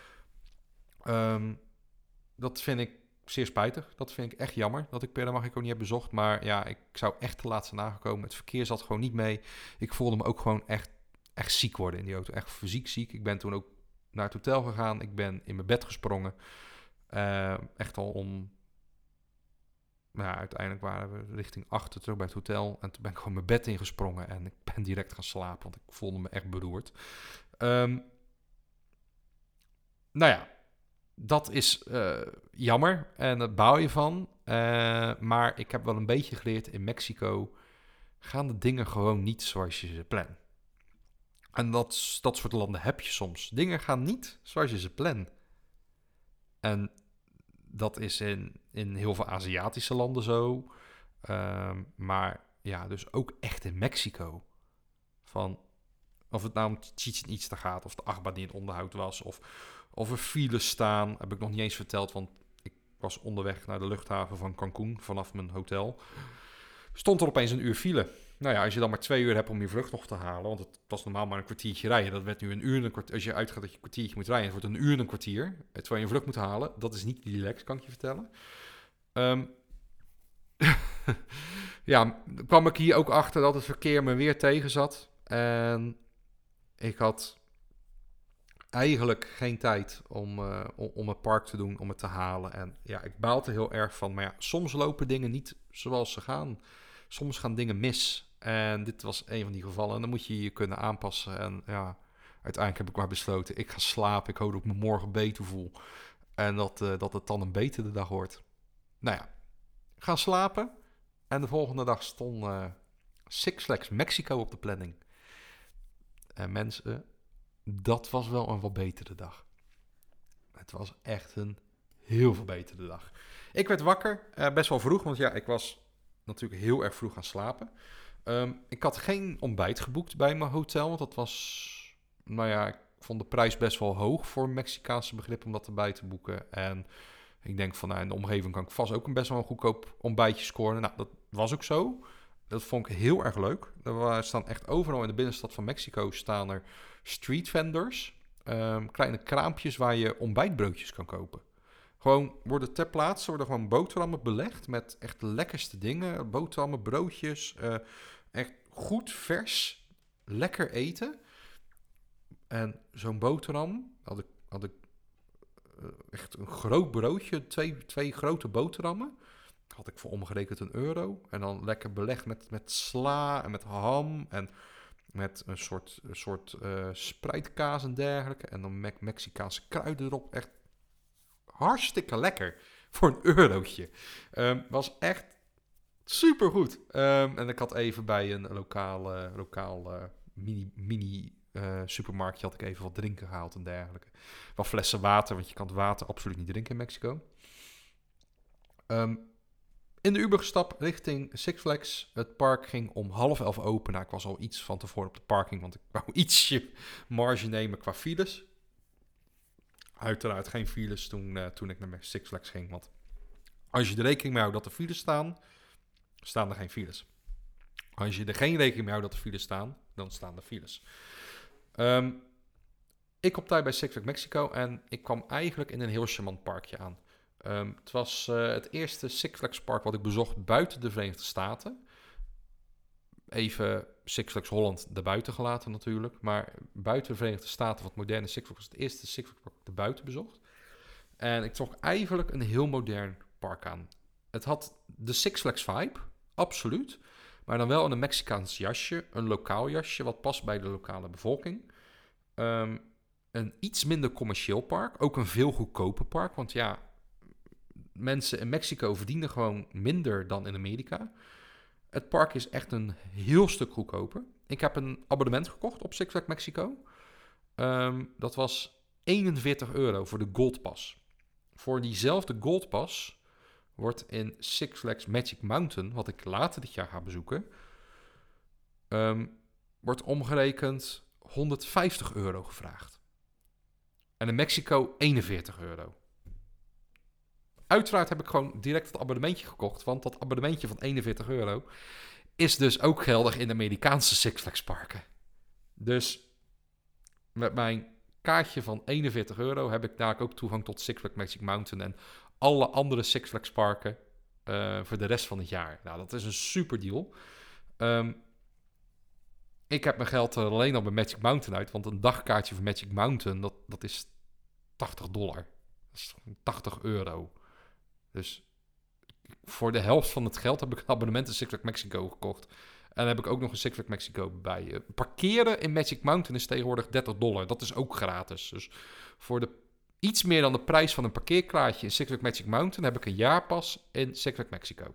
Dat vind ik zeer spijtig. Dat vind ik echt jammer dat ik Pera Mágico niet heb bezocht. Maar ja, ik zou echt te laat zijn nagekomen. Het verkeer zat gewoon niet mee. Ik voelde me ook gewoon echt ziek worden in die auto. Echt fysiek ziek. Ik ben toen ook naar het hotel gegaan. Ik ben in mijn bed gesprongen. Echt al om... Nou, uiteindelijk waren we richting 8 terug bij het hotel. En toen ben ik gewoon mijn bed ingesprongen. En ik ben direct gaan slapen, want ik voelde me echt beroerd. Nou ja, dat is jammer en daar baal je van. Maar ik heb wel een beetje geleerd, in Mexico gaan de dingen gewoon niet zoals je ze plant. En dat soort landen heb je soms. Dingen gaan niet zoals je ze plant. En dat is in heel veel Aziatische landen zo. Maar ja, dus ook echt in Mexico. Van of het nou om Chichén Itzá gaat, of de achtbaan die in het onderhoud was, of er files staan, heb ik nog niet eens verteld, want ik was onderweg naar de luchthaven van Cancún vanaf mijn hotel. Stond er opeens een uur file. Nou ja, als je dan maar 2 uur hebt om je vlucht nog te halen, want het was normaal maar een kwartiertje rijden. Dat werd nu een uur en een kwartier. Als je uitgaat dat je een kwartiertje moet rijden, het wordt een uur en een kwartier. Terwijl je een vlucht moet halen. Dat is niet relaxed, kan ik je vertellen. Ja, kwam ik hier ook achter dat het verkeer me weer tegen zat. En ik had eigenlijk geen tijd om het park te doen, om het te halen. En ja, ik baal er heel erg van. Maar ja, soms lopen dingen niet zoals ze gaan. Soms gaan dingen mis. En dit was een van die gevallen. En dan moet je je kunnen aanpassen. En ja, uiteindelijk heb ik maar besloten, ik ga slapen. Ik hoop dat ik me morgen beter voel. En dat het dan een betere dag wordt. Nou ja, gaan slapen. En de volgende dag stond Six Flags Mexico op de planning. En mensen, dat was wel een wat betere dag. Het was echt een heel veel betere dag. Ik werd wakker, best wel vroeg, want ja, ik was natuurlijk heel erg vroeg gaan slapen. Ik had geen ontbijt geboekt bij mijn hotel, want dat was, nou ja, ik vond de prijs best wel hoog voor Mexicaanse begrip om dat erbij te boeken. En ik denk van, nou, in de omgeving kan ik vast ook best wel een goedkoop ontbijtje scoren. Nou, dat was ook zo. Dat vond ik heel erg leuk. Er staan echt overal in de binnenstad van Mexico staan er street vendors. Kleine kraampjes waar je ontbijtbroodjes kan kopen. Gewoon worden ter plaatse gewoon boterhammen belegd met echt de lekkerste dingen. Boterhammen, broodjes. Echt goed, vers, lekker eten. En zo'n boterham had ik echt een groot broodje. Twee grote boterhammen. Had ik voor omgerekend €1. En dan lekker belegd met sla en met ham en met een soort spruitkaas en dergelijke. En dan Mexicaanse kruiden erop. Echt hartstikke lekker voor €1. Was echt supergoed. En ik had even bij een lokaal mini supermarktje had ik even wat drinken gehaald en dergelijke. Wat flessen water, want je kan het water absoluut niet drinken in Mexico. In de Uber gestapt richting Six Flags. Het park ging om 10:30 open. Nou, ik was al iets van tevoren op de parking, want ik wou ietsje marge nemen qua files. Uiteraard geen files toen ik naar Six Flags ging, want als je er rekening mee houdt dat er files staan, staan er geen files. Als je er geen rekening mee houdt dat er files staan, dan staan er files. Ik op tijd bij Six Flags Mexico en ik kwam eigenlijk in een heel charmant parkje aan. Het was het eerste Six Flags park wat ik bezocht buiten de Verenigde Staten. Even Six Flags Holland erbuiten gelaten natuurlijk. Maar buiten de Verenigde Staten, wat moderne Six Flags, was het eerste Six Flags park dat ik erbuiten bezocht. En ik trok eigenlijk een heel modern park aan. Het had de Six Flags vibe, absoluut. Maar dan wel in een Mexicaans jasje, een lokaal jasje, wat past bij de lokale bevolking. Een iets minder commercieel park, ook een veel goedkoper park. Want ja, mensen in Mexico verdienen gewoon minder dan in Amerika. Het park is echt een heel stuk goedkoper. Ik heb een abonnement gekocht op Six Flags Mexico. Dat was €41 voor de Gold Pass. Voor diezelfde Gold Pass wordt in Six Flags Magic Mountain, wat ik later dit jaar ga bezoeken, wordt omgerekend €150 gevraagd. En in Mexico €41. Uiteraard heb ik gewoon direct het abonnementje gekocht, want dat abonnementje van €41 is dus ook geldig in de Amerikaanse Six Flags parken. Dus met mijn kaartje van €41 heb ik daar ook toegang tot Six Flags Magic Mountain en alle andere Six Flags parken voor de rest van het jaar. Nou, dat is een super deal. Ik heb mijn geld er alleen al bij Magic Mountain uit, want een dagkaartje voor Magic Mountain, dat is $80. Dat is €80. Dus voor de helft van het geld heb ik een abonnement in Six Flags Mexico gekocht. En dan heb ik ook nog een Six Flags Mexico bij. Parkeren in Magic Mountain is tegenwoordig $30. Dat is ook gratis. Dus voor iets meer dan de prijs van een parkeerkaartje in Six Flags Magic Mountain heb ik een jaarpas in Six Flags Mexico.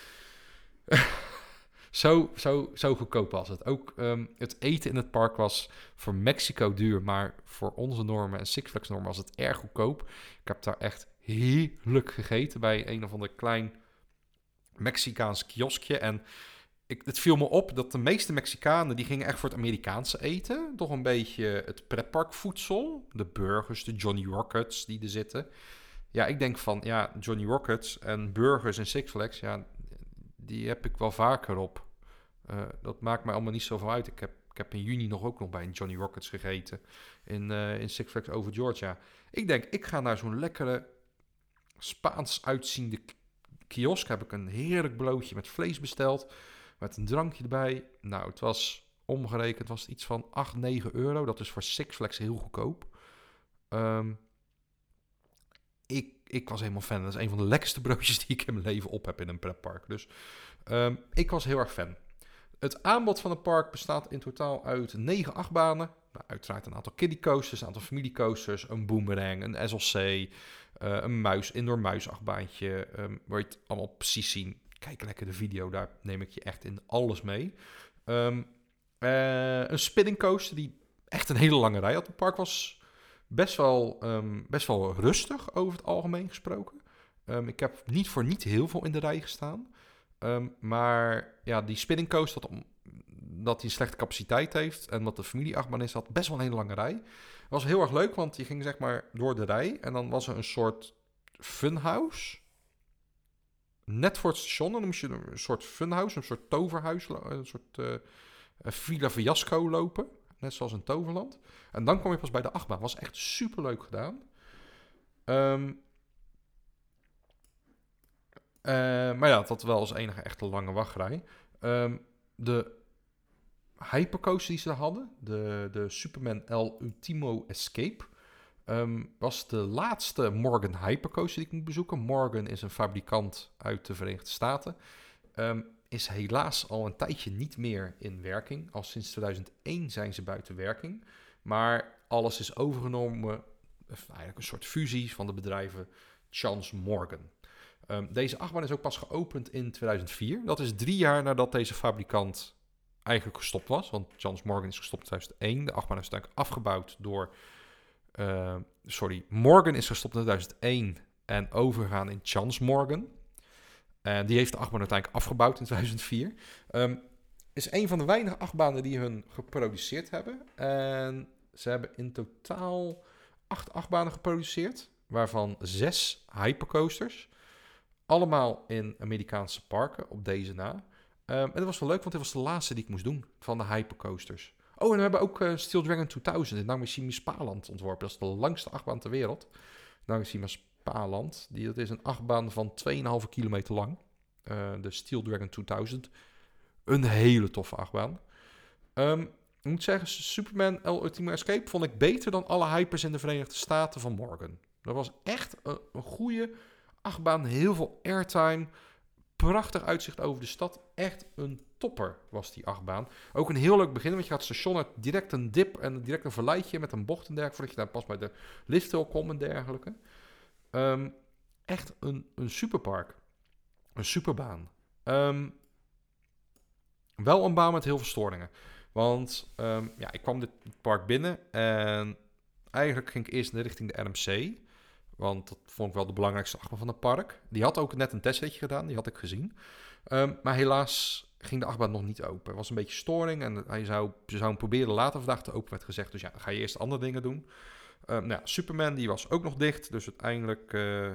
Zo goedkoop was het. Ook het eten in het park was voor Mexico duur, maar voor onze normen en Six Flags normen was het erg goedkoop. Ik heb daar echt heerlijk gegeten bij een of ander klein Mexicaans kioskje. En het viel me op dat de meeste Mexicanen, die gingen echt voor het Amerikaanse eten. Toch een beetje het pretparkvoedsel. De burgers, de Johnny Rockets die er zitten. Ja, ik denk van, ja, Johnny Rockets en burgers en Six Flags, ja, die heb ik wel vaker op. Dat maakt mij allemaal niet zoveel uit. Ik heb in juni ook nog bij een Johnny Rockets gegeten in Six Flags Over Georgia. Ik denk, ik ga naar zo'n lekkere Spaans uitziende kiosk. Heb ik een heerlijk broodje met vlees besteld, met een drankje erbij. Nou, het was omgerekend was het iets van 8, 9 euro. Dat is voor Six Flags heel goedkoop. Ik was helemaal fan. Dat is een van de lekkerste broodjes die ik in mijn leven op heb in een pretpark. Dus ik was heel erg fan. Het aanbod van het park bestaat in totaal uit 9 achtbanen. Nou, uiteraard een aantal kiddie coasters, een aantal familiecoasters, een boomerang, een SLC, een indoor muisachtbaantje. Waar je het allemaal precies zien. Kijk lekker de video, daar neem ik je echt in alles mee. Een spinning coaster die echt een hele lange rij had. Het park was best wel rustig over het algemeen gesproken. Ik heb niet voor niet heel veel in de rij gestaan. Maar ja, die spinning coaster, dat hij een slechte capaciteit heeft en dat de familieachtbaan is, had best wel een hele lange rij. Het was heel erg leuk, want je ging zeg maar door de rij en dan was er een soort funhouse. Net voor het station, dan moest je een soort funhouse, een soort toverhuis, een soort Villa Fiasco lopen. Net zoals in Toverland. En dan kwam je pas bij de achtbaan. Was echt super leuk gedaan. Maar ja, dat had wel als enige echt een lange wachtrij. De hypercoaster die ze hadden, de Superman El Ultimo Escape, was de laatste Morgan hypercoaster die ik moet bezoeken. Morgan is een fabrikant uit de Verenigde Staten. Is helaas al een tijdje niet meer in werking. Al sinds 2001 zijn ze buiten werking. Maar alles is overgenomen, eigenlijk een soort fusie van de bedrijven Chance Morgan. Deze achtbaan is ook pas geopend in 2004. Dat is 3 jaar nadat deze fabrikant eigenlijk gestopt was. Want Chance Morgan is gestopt in 2001. De achtbaan is uiteindelijk afgebouwd door... Morgan is gestopt in 2001 en overgegaan in Chance Morgan. En die heeft de achtbaan uiteindelijk afgebouwd in 2004. Is een van de weinige achtbanen die hun geproduceerd hebben. En ze hebben in totaal 8 achtbanen geproduceerd, waarvan 6 hypercoasters. Allemaal in Amerikaanse parken, op deze na. En dat was wel leuk, want dit was de laatste die ik moest doen van de hypercoasters. Oh, en we hebben ook Steel Dragon 2000 in Nagasima Spaland ontworpen. Dat is de langste achtbaan ter wereld. Nagasima Spaland. Dat is een achtbaan van 2,5 kilometer lang. De Steel Dragon 2000. Een hele toffe achtbaan. Ik moet zeggen, Superman El Ultimo Escape vond ik beter dan alle hypers in de Verenigde Staten van Morgan. Dat was echt een goede achtbaan. Heel veel airtime. Prachtig uitzicht over de stad. Echt een topper was die achtbaan. Ook een heel leuk begin, want je gaat het station uit, direct een dip en direct een verleidje met een bocht en dergelijke, voordat je daar pas bij de lifthill komt en dergelijke. Echt een superpark. Een superbaan. Wel een baan met heel veel storingen. Want ik kwam dit park binnen en eigenlijk ging ik eerst richting de RMC. Want dat vond ik wel de belangrijkste achtbaan van het park. Die had ook net een testritje gedaan, die had ik gezien. Maar helaas ging de achtbaan nog niet open. Er was een beetje storing en ze zou hem proberen later vandaag te open, werd gezegd. Dus ja, dan ga je eerst andere dingen doen. Superman, die was ook nog dicht. Dus uiteindelijk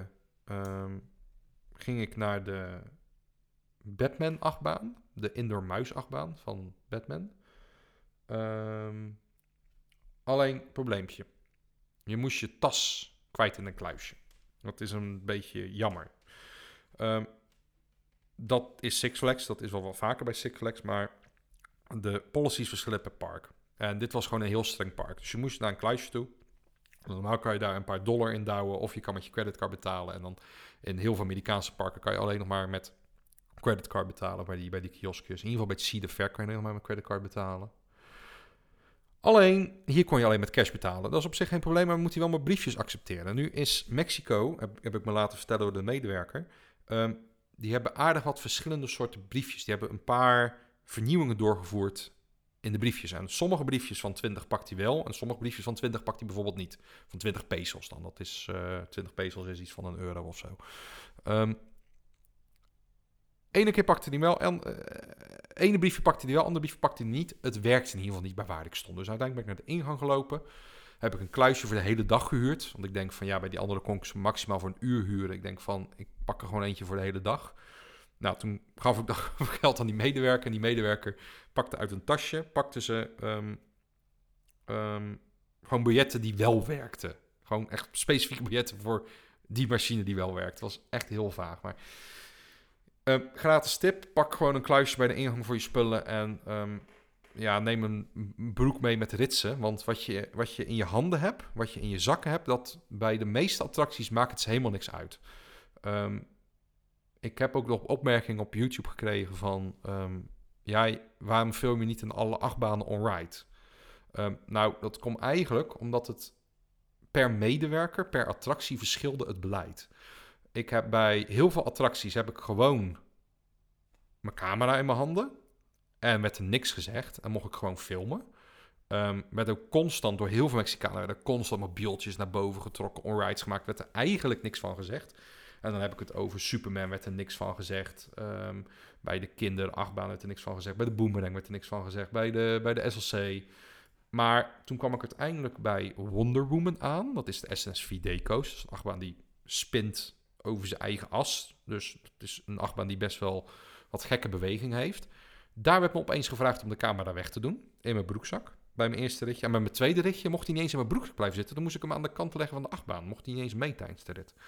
ging ik naar de Batman-achtbaan. De indoor muis-achtbaan van Batman. Alleen, probleempje. Je moest je tas kwijt in een kluisje. Dat is een beetje jammer. Dat is Six Flags. Dat is wel wat vaker bij Six Flags. Maar de policies verschillen per park. En dit was gewoon een heel streng park. Dus je moest naar een kluisje toe. Normaal kan je daar een paar dollar in douwen. Of je kan met je creditcard betalen. En dan in heel veel Amerikaanse parken kan je alleen nog maar met creditcard betalen. Bij die kioskjes. In ieder geval bij Cedar Fair kan je alleen nog maar met creditcard betalen. Alleen, hier kon je alleen met cash betalen. Dat is op zich geen probleem, maar moet hij wel maar briefjes accepteren. Nu is Mexico, heb ik me laten vertellen door de medewerker, die hebben aardig wat verschillende soorten briefjes. Die hebben een paar vernieuwingen doorgevoerd in de briefjes. En sommige briefjes van 20 pakt hij wel, en sommige briefjes van 20 pakt hij bijvoorbeeld niet. Van 20 pesos dan. Dat is 20 pesos is iets van €1 of zo. Ene keer pakte hij wel, ene briefje pakte hij wel, andere briefje pakte hij niet. Het werkte in ieder geval niet bij waar ik stond. Dus uiteindelijk ben ik naar de ingang gelopen. heb ik een kluisje voor de hele dag gehuurd. Want ik denk van ja, bij die andere kon ik ze maximaal voor een uur huren. Ik denk van, ik pak er gewoon eentje voor de hele dag. Nou, toen gaf ik dat geld aan die medewerker. En die medewerker pakte uit een tasje, pakte ze gewoon biljetten die wel werkten. Gewoon echt specifieke biljetten voor die machine die wel werkt. Het was echt heel vaag. Maar gratis tip, pak gewoon een kluisje bij de ingang voor je spullen. En neem een broek mee met ritsen. Want wat je in je handen hebt, wat je in je zakken hebt, dat bij de meeste attracties maakt het helemaal niks uit. Ik heb ook nog opmerkingen op YouTube gekregen van... waarom film je niet in alle achtbanen on-ride? Nou, dat komt eigenlijk omdat het per medewerker, per attractie verschilde het beleid. Ik heb bij heel veel attracties heb ik gewoon mijn camera in mijn handen. En werd er niks gezegd. En mocht ik gewoon filmen. Werd ook constant door heel veel Mexicanen... werden constant mobieltjes naar boven getrokken. On-rides gemaakt. Werd er eigenlijk niks van gezegd. En dan heb ik het over Superman. Werd er niks van gezegd. Bij de kinderachtbaan werd er niks van gezegd. Bij de Boomerang werd er niks van gezegd. Bij de SLC. Maar toen kwam ik uiteindelijk bij Wonder Woman aan. Dat is de SNS 4D Coast. Dat is een achtbaan die spint over zijn eigen as. Dus het is een achtbaan die best wel wat gekke beweging heeft. Daar werd me opeens gevraagd om de camera weg te doen. In mijn broekzak. Bij mijn eerste ritje. En bij mijn tweede ritje mocht hij niet eens in mijn broekzak blijven zitten. Dan moest ik hem aan de kant leggen van de achtbaan. Mocht hij niet eens mee tijdens de rit.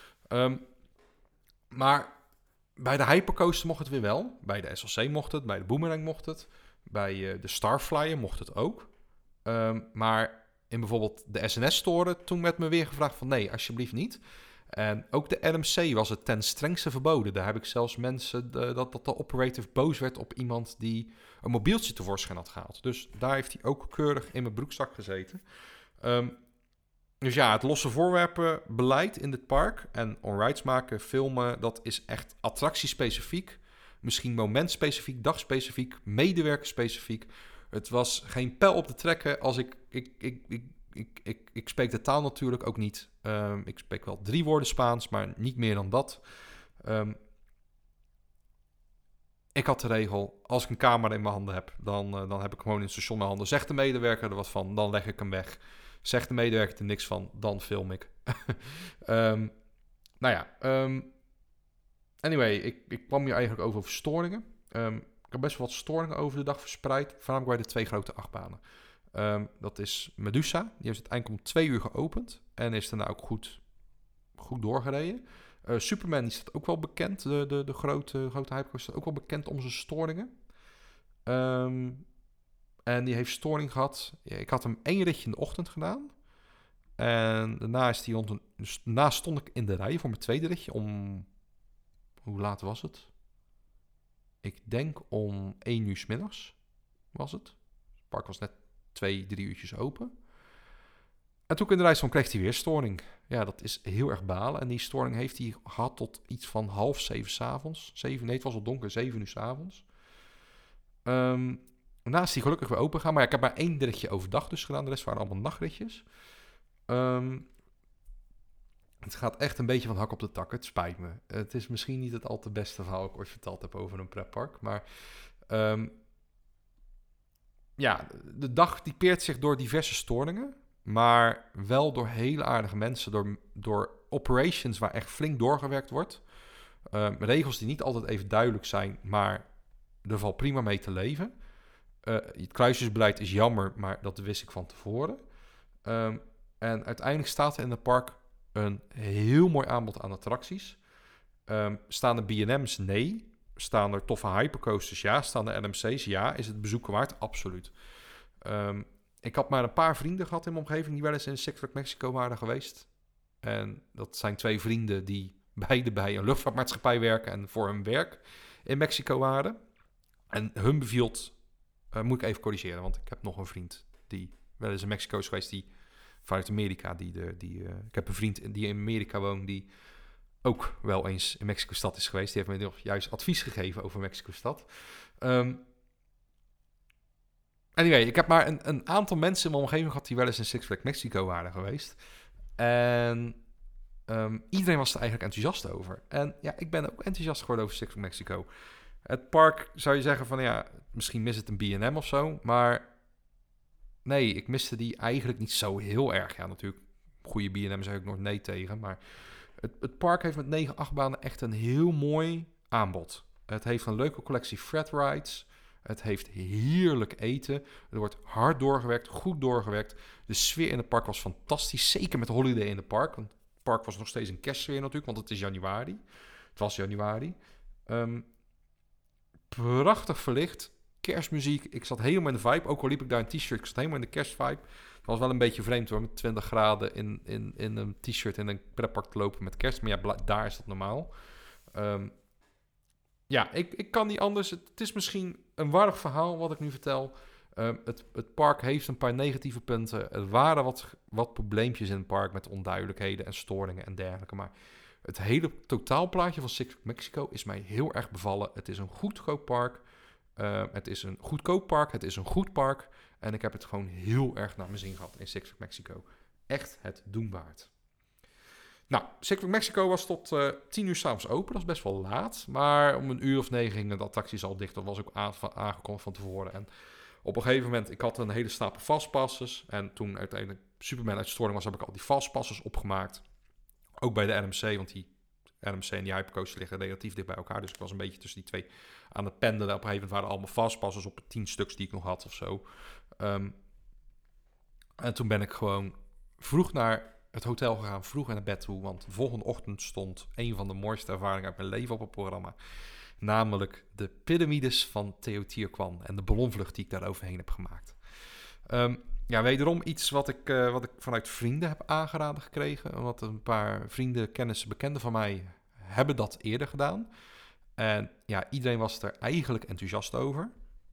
Maar bij de Hypercoaster mocht het weer wel. Bij de SLC mocht het. Bij de Boomerang mocht het. Bij de Starflyer mocht het ook. Maar in bijvoorbeeld de SNS-toren, toen werd me weer gevraagd van nee, alsjeblieft niet. En ook de RMC was het ten strengste verboden. Daar heb ik zelfs mensen dat de operator boos werd op iemand die een mobieltje tevoorschijn had gehaald. Dus daar heeft hij ook keurig in mijn broekzak gezeten. Dus ja, het losse voorwerpenbeleid in dit park en on-rides maken, filmen, dat is echt attractiespecifiek. Misschien momentspecifiek, dagspecifiek, medewerkerspecifiek. Het was geen pijl op te trekken als ik spreek de taal natuurlijk ook niet. Ik spreek wel 3 woorden Spaans, maar niet meer dan dat. Ik had de regel, als ik een camera in mijn handen heb, dan heb ik gewoon in het station mijn handen. Zegt de medewerker er wat van, dan leg ik hem weg. Zegt de medewerker er niks van, dan film ik. Anyway, ik kwam hier eigenlijk over storingen. Ik heb best wel wat storingen over de dag verspreid. Voornamelijk bij de 2 grote achtbanen. Dat is Medusa. Die heeft uiteindelijk om 2 uur geopend. En is daarna ook goed doorgereden. Superman die staat ook wel bekend. De grote hypecoaster staat ook wel bekend om zijn storingen. En die heeft storing gehad. Ja, ik had hem 1 ritje in de ochtend gedaan. En daarna is die dus daarna stond ik in de rij voor mijn tweede ritje om... Hoe laat was het? Ik denk om 1 uur 's middags was het. Het park was net 2-3 uurtjes open. En toen ik in de rij stond, kreeg hij weer storing. Ja, dat is heel erg balen. En die storing heeft hij gehad tot iets van 6:30 s'avonds. 7, nee, het was al donker, 7 uur 's avonds. Daarna is hij gelukkig weer open gegaan. Maar ja, ik heb maar 1 ritje overdag dus gedaan. De rest waren allemaal nachtritjes. Het gaat echt een beetje van hak op de tak. Het spijt me. Het is misschien niet het al te beste verhaal dat ik ooit verteld heb over een pretpark. Maar de dag typeert zich door diverse storingen. Maar wel door hele aardige mensen. Door operations waar echt flink doorgewerkt wordt. Regels die niet altijd even duidelijk zijn. Maar er valt prima mee te leven. Het kruisjesbeleid is jammer, maar dat wist ik van tevoren. En uiteindelijk staat er in het park een heel mooi aanbod aan attracties. Staan er B&M's? Nee. Staan er toffe hypercoasters? Ja. Staan er LMC's? Ja. Is het bezoeken waard? Absoluut. Ik had maar een paar vrienden gehad in mijn omgeving die wel eens in Six Flags Mexico waren geweest. En dat zijn 2 vrienden die beide bij een luchtvaartmaatschappij werken en voor hun werk in Mexico waren. En hun beviel, moet ik even corrigeren, want ik heb nog een vriend die wel eens in Mexico is geweest, die vanuit Amerika. Ik heb een vriend die in Amerika woont, die ook wel eens in Mexico-stad is geweest. Die heeft me nog juist advies gegeven over Mexico-stad. Anyway, ik heb maar een aantal mensen in mijn omgeving gehad die wel eens in Six Flags Mexico waren geweest. En iedereen was er eigenlijk enthousiast over. En ja, ik ben ook enthousiast geworden over Six Flags Mexico. Het park zou je zeggen van ja, misschien mis het een B&M of zo, maar nee, ik miste die eigenlijk niet zo heel erg. Ja, natuurlijk, goede B&M zeg ik nog nee tegen. Maar het park heeft met 9 achtbanen echt een heel mooi aanbod. Het heeft een leuke collectie flat rides. Het heeft heerlijk eten. Er wordt hard doorgewerkt, goed doorgewerkt. De sfeer in het park was fantastisch. Zeker met Holiday in the Park. Want het park was nog steeds een kerstsfeer natuurlijk, want het is januari. Het was januari. Prachtig verlicht. Kerstmuziek. Ik zat helemaal in de vibe. Ook al liep ik daar een t-shirt. Ik zat helemaal in de kerstvibe. Het was wel een beetje vreemd hoor. Met 20 graden in een t-shirt in een pretpark te lopen met kerst. Maar ja, daar is dat normaal. Ja, ik kan niet anders. Het is misschien een warrig verhaal wat ik nu vertel. Het park heeft een paar negatieve punten. Er waren wat probleempjes in het park met onduidelijkheden en storingen en dergelijke. Maar het hele totaalplaatje van Six Flags Mexico is mij heel erg bevallen. Het is een goedkoop park. Het is een goedkoop park. Het is een goed park. En ik heb het gewoon heel erg naar mijn zin gehad in Six Flags Mexico. Echt het doen waard. Nou, Six Flags Mexico was tot 10 uur 's avonds open. Dat is best wel laat. Maar om 1 uur of 9 gingen de attracties al dicht. Dat was ook aangekondigd van tevoren. En op een gegeven moment, ik had een hele stapel fastpasses. En toen uiteindelijk Superman uit de storing was, heb ik al die fastpasses opgemaakt. Ook bij de RMC, want die RMC en die Hypercoaster liggen relatief dicht bij elkaar. Dus ik was een beetje tussen die twee aan het pendelen. Op een gegeven moment waren allemaal fastpasses op 10 stuks die ik nog had of zo. En toen ben ik gewoon vroeg naar het hotel gegaan, vroeg naar bed toe. Want de volgende ochtend stond een van de mooiste ervaringen uit mijn leven op het programma. Namelijk de piramides van Teotihuacan en de ballonvlucht die ik daar overheen heb gemaakt. Ja, wederom iets wat ik vanuit vrienden heb aangeraden gekregen. Omdat een paar vrienden, kennissen, bekenden van mij hebben dat eerder gedaan. En ja, iedereen was er eigenlijk enthousiast over.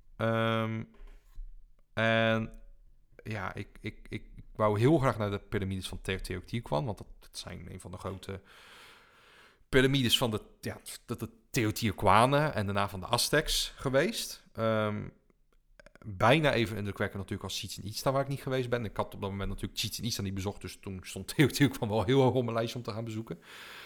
En ja, ik wou heel graag naar de piramides van Teotihuacan. Want dat zijn een van de grote piramides van de Teotihuacanen en daarna van de Aztecs geweest. Bijna even indrukwekkend natuurlijk als Chichén Itzá, waar ik niet geweest ben. Ik had op dat moment natuurlijk Chichén Itzá niet bezocht, dus toen stond Teotihuacan wel heel hoog op mijn lijstje om te gaan bezoeken.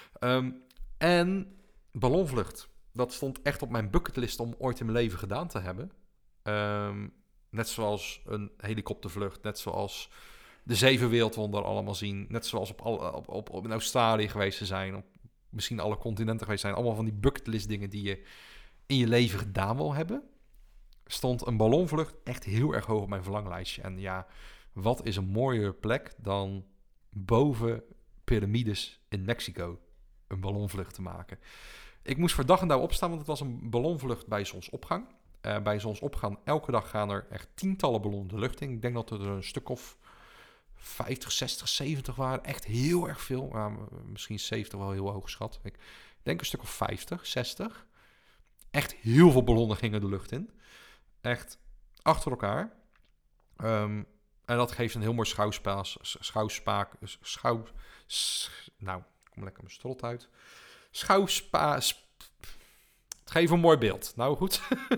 En ballonvlucht, dat stond echt op mijn bucketlist om ooit in mijn leven gedaan te hebben. Net zoals een helikoptervlucht, net zoals de 7 wereldwonderen allemaal zien, net zoals op in Australië geweest te zijn, op misschien alle continenten geweest zijn. Allemaal van die bucketlist dingen die je in je leven gedaan wil hebben. Stond een ballonvlucht echt heel erg hoog op mijn verlanglijstje. En ja, wat is een mooiere plek dan boven piramides in Mexico een ballonvlucht te maken. Ik moest voor dag en dauw opstaan, want het was een ballonvlucht bij zonsopgang. Bij zonsopgang elke dag gaan er echt tientallen ballonnen de lucht in. Ik denk dat er een stuk of 50, 60, 70 waren. Echt heel erg veel. Misschien 70 wel heel hoog geschat. Ik denk een stuk of 50, 60. Echt heel veel ballonnen gingen de lucht in. Echt achter elkaar. En dat geeft een heel mooi nou, ik kom lekker mijn strot uit. Het geeft een mooi beeld. Nou goed.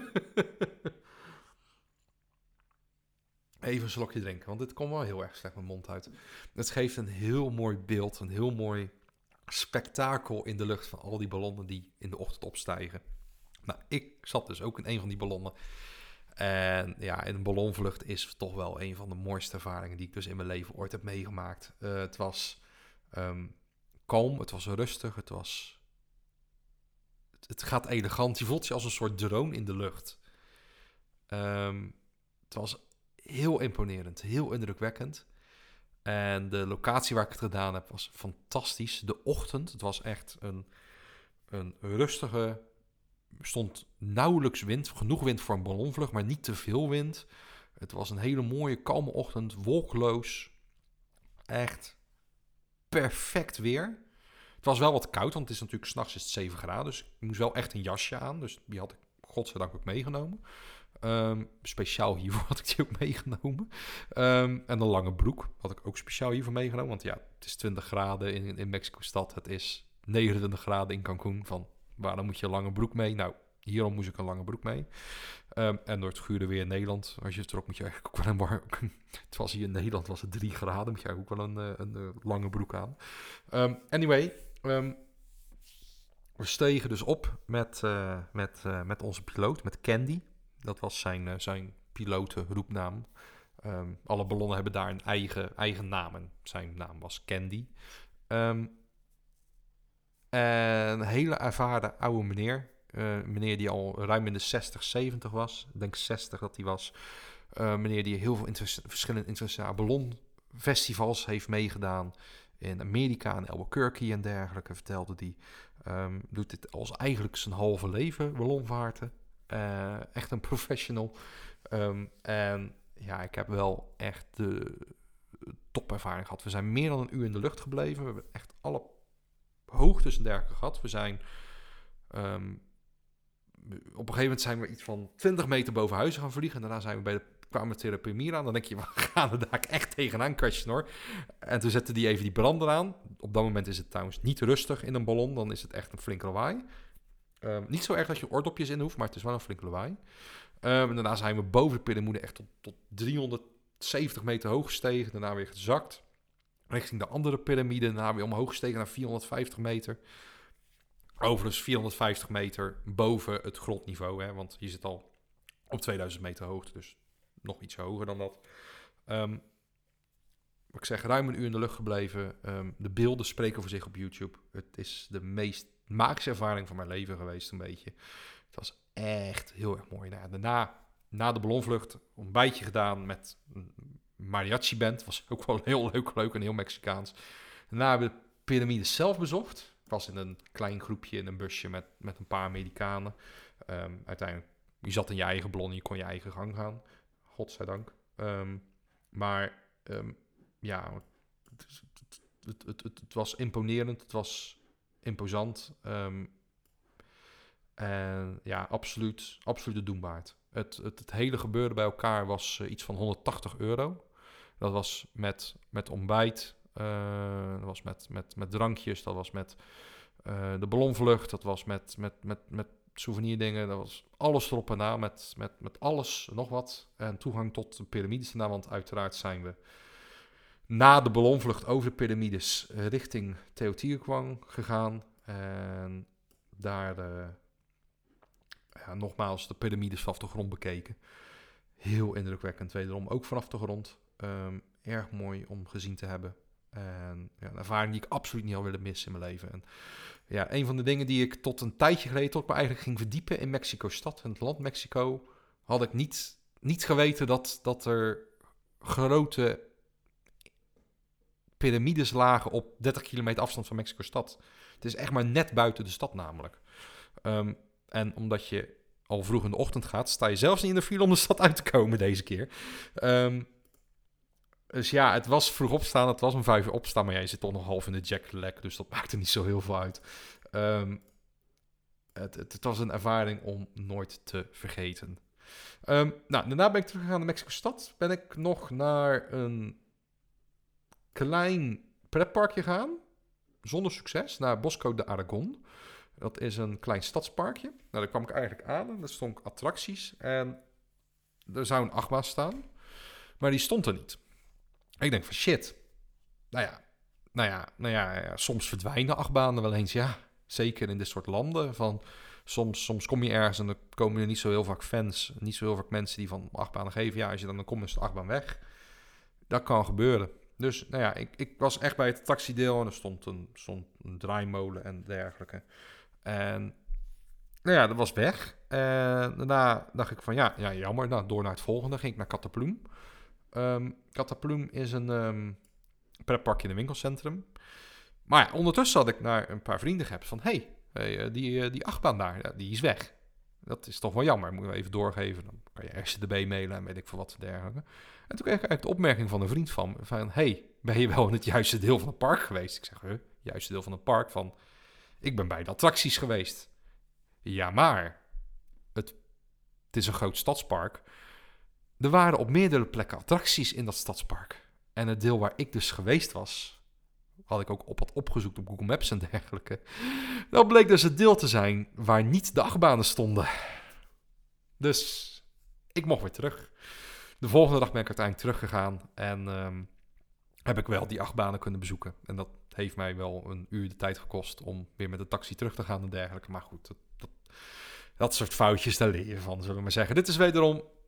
Even een slokje drinken, want dit komt wel heel erg slecht mijn mond uit. Het geeft een heel mooi beeld, een heel mooi spektakel in de lucht van al die ballonnen die in de ochtend opstijgen. Nou, ik zat dus ook in een van die ballonnen. En ja, in een ballonvlucht is toch wel een van de mooiste ervaringen die ik dus in mijn leven ooit heb meegemaakt. Het was kalm, het was rustig, het gaat elegant. Je voelt je als een soort drone in de lucht. Het was heel imponerend, heel indrukwekkend. En de locatie waar ik het gedaan heb was fantastisch. De ochtend, het was echt een rustige, stond nauwelijks wind, genoeg wind voor een ballonvlucht, maar niet te veel wind. Het was een hele mooie, kalme ochtend, wolkeloos. Echt perfect weer. Het was wel wat koud, want het is natuurlijk 's nachts 7 graden, dus ik moest wel echt een jasje aan. Dus die had ik godzijdank ook meegenomen. Speciaal hiervoor had ik die ook meegenomen. En een lange broek had ik ook speciaal hiervoor meegenomen. Want ja, het is 20 graden in Mexico-stad. Het is 29 graden in Cancún. Van waarom moet je een lange broek mee? Nou, hierom moest ik een lange broek mee. En door het gure weer in Nederland, als je het trok, moet je eigenlijk ook wel een warm... Het was hier in Nederland, was het 3 graden. Moet je eigenlijk ook wel een lange broek aan. Anyway... we stegen dus op met onze piloot, met Candy. Dat was zijn pilotenroepnaam. Alle ballonnen hebben daar een eigen naam. En zijn naam was Candy. En een hele ervaren oude meneer. Meneer die al ruim in de 60, 70 was. Ik denk 60 dat hij was. Meneer die heel veel verschillende internationale ballonfestivals heeft meegedaan. In Amerika en Albuquerque en dergelijke, vertelde hij. Doet dit als eigenlijk zijn halve leven, ballonvaarten. Echt een professional. En ja, ik heb wel echt de topervaring gehad. We zijn meer dan een uur in de lucht gebleven. We hebben echt alle hoogtes en dergelijke gehad. We zijn... op een gegeven moment zijn we iets van 20 meter boven huizen gaan vliegen. En daarna kwamen we tegen de Premier aan. Dan denk je, we gaan er daar echt tegenaan crashen hoor. En toen zette die even die brander aan. Op dat moment is het trouwens niet rustig in een ballon. Dan is het echt een flink lawaai. Niet zo erg dat je oordopjes in hoeft, maar het is wel een flink lawaai. En daarna zijn we boven de piramide echt tot 370 meter hoog gestegen. Daarna weer gezakt. Richting de andere piramide. Daarna weer omhoog gestegen naar 450 meter. Overigens 450 meter boven het grondniveau. Hè, want je zit al op 2000 meter hoogte. Dus nog iets hoger dan dat. Ik zeg, ruim een uur in de lucht gebleven. De beelden spreken voor zich op YouTube. Het is de meest magische ervaring van mijn leven geweest, een beetje. Het was echt heel erg mooi. Nou, daarna, na de ballonvlucht, een ontbijtje gedaan met een mariachi-band. Was ook wel heel leuk en heel Mexicaans. Daarna hebben we de piramide zelf bezocht. Ik was in een klein groepje in een busje met een paar Amerikanen. Uiteindelijk, je zat in je eigen ballon, je kon je eigen gang gaan. Godzijdank. Ja, het was imponerend. Het was imposant. En ja, absoluut de doen waard. Het hele gebeuren bij elkaar was iets van €180. Dat was met ontbijt. Dat was met drankjes. Dat was met de ballonvlucht. Dat was met souvenirdingen. Dat was alles erop en na. Met alles nog wat. En toegang tot de piramides. Want uiteraard zijn we na de ballonvlucht over de piramides richting Teotihuacan gegaan. En daar nogmaals de piramides vanaf de grond bekeken. Heel indrukwekkend wederom. Ook vanaf de grond. Erg mooi om gezien te hebben. En ja, een ervaring die ik absoluut niet had willen missen in mijn leven. En ja, een van de dingen die ik tot een tijdje geleden tot me eigenlijk ging verdiepen in Mexico-stad, in het land Mexico, had ik niet geweten dat er grote piramides lagen op 30 kilometer afstand van Mexico-stad. Het is echt maar net buiten de stad namelijk. En omdat je al vroeg in de ochtend gaat, sta je zelfs niet in de file om de stad uit te komen deze keer. Dus ja, het was vroeg opstaan, het was om 5 uur opstaan, maar jij zit toch nog half in de jetlag, dus dat maakte niet zo heel veel uit. Het was een ervaring om nooit te vergeten. Daarna ben ik teruggegaan naar Mexico-stad. Ben ik nog naar een klein pretparkje gegaan, zonder succes, naar Bosco de Aragon. Dat is een klein stadsparkje. Nou, daar kwam ik eigenlijk aan en daar stond attracties en er zou een achtbaan staan, maar die stond er niet. Ik denk van shit. Nou ja, soms verdwijnen achtbanen wel eens. Ja, zeker in dit soort landen. Soms kom je ergens en dan komen er niet zo heel vaak fans. Niet zo heel vaak mensen die van achtbanen geven. Ja, als je dan komt is de achtbaan weg. Dat kan gebeuren. Dus nou ja, ik was echt bij het attractiedeel en er stond een draaimolen en dergelijke. En nou ja, dat was weg. En daarna dacht ik van ja jammer. Nou, door naar het volgende. Ging ik naar Cataplum. Cataplum is een pretparkje in een winkelcentrum. Maar ja, ondertussen had ik naar een paar vrienden geappt van die achtbaan daar, ja, die is weg. Dat is toch wel jammer, moeten we even doorgeven. Dan kan je RCDB mailen en weet ik veel wat dergelijke. En toen kreeg ik eigenlijk de opmerking van een vriend van ben je wel in het juiste deel van het park geweest? Ik zeg, juiste deel van het park van, ik ben bij de attracties geweest. Ja, maar het is een groot stadspark. Er waren op meerdere plekken attracties in dat stadspark. En het deel waar ik dus geweest was, had ik ook had opgezocht op Google Maps en dergelijke. Dat bleek dus het deel te zijn waar niet de achtbanen stonden. Dus ik mocht weer terug. De volgende dag ben ik uiteindelijk teruggegaan en heb ik wel die achtbanen kunnen bezoeken. En dat heeft mij wel een uur de tijd gekost om weer met de taxi terug te gaan en dergelijke. Maar goed, dat soort foutjes, daar leer je van, zullen we maar zeggen. Dit is wederom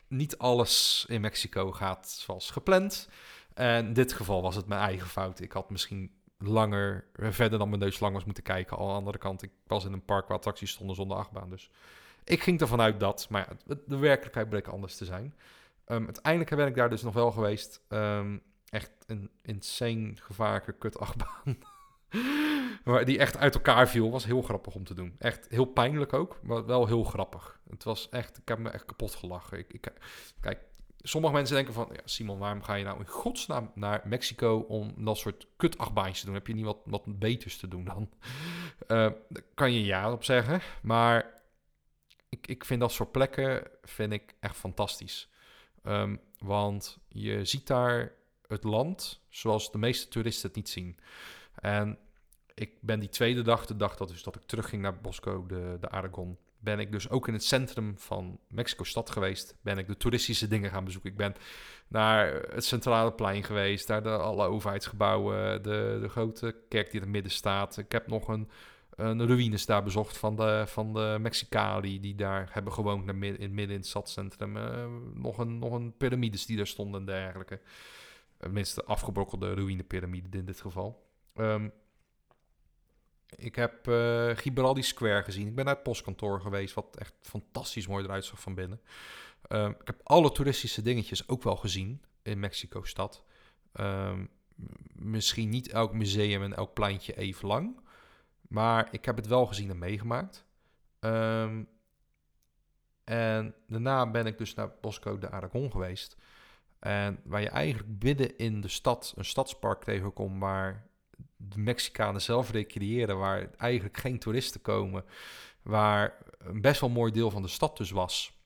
niet alles in Mexico gaat zoals gepland. En in dit geval was het mijn eigen fout. Ik had misschien verder dan mijn neus lang was moeten kijken. Aan de andere kant, ik was in een park waar attracties stonden zonder achtbaan. Dus ik ging ervan uit dat. Maar ja, de werkelijkheid bleek anders te zijn. Uiteindelijk ben ik daar dus nog wel geweest. Echt een insane gevaarlijke kut-achtbaan. Maar die echt uit elkaar viel. Was heel grappig om te doen. Echt heel pijnlijk ook, maar wel heel grappig. Het was echt, ik heb me echt kapot gelachen. Kijk, sommige mensen denken van, ja, Simon, waarom ga je nou in godsnaam naar Mexico om dat soort kut-achtbaantjes te doen? Heb je niet wat beters te doen dan? Daar kan je ja op zeggen, maar ik vind dat soort plekken vind ik echt fantastisch. Want je ziet daar het land zoals de meeste toeristen het niet zien. En ik ben die tweede dag, de dag dat ik terugging naar Bosco de Aragon, ben ik dus ook in het centrum van Mexico-stad geweest. Ben ik de toeristische dingen gaan bezoeken. Ik ben naar het centrale plein geweest, naar alle overheidsgebouwen, de grote kerk die in het midden staat. Ik heb nog een ruïnes daar bezocht van de Mexicali die daar hebben gewoond midden in het stadscentrum. Nog een piramides die daar stonden en dergelijke. Tenminste, afgebrokkelde ruïnepyramide in dit geval. Ik heb Gibraldi Square gezien. Ik ben naar het postkantoor geweest, wat echt fantastisch mooi eruit zag van binnen. Ik heb alle toeristische dingetjes ook wel gezien in Mexico-stad. Misschien niet elk museum en elk pleintje even lang. Maar ik heb het wel gezien en meegemaakt. En daarna ben ik dus naar Bosco de Aragon geweest. En waar je eigenlijk midden in de stad een stadspark tegenkomt waar de Mexicanen zelf recreëren, waar eigenlijk geen toeristen komen, waar een best wel mooi deel van de stad dus was.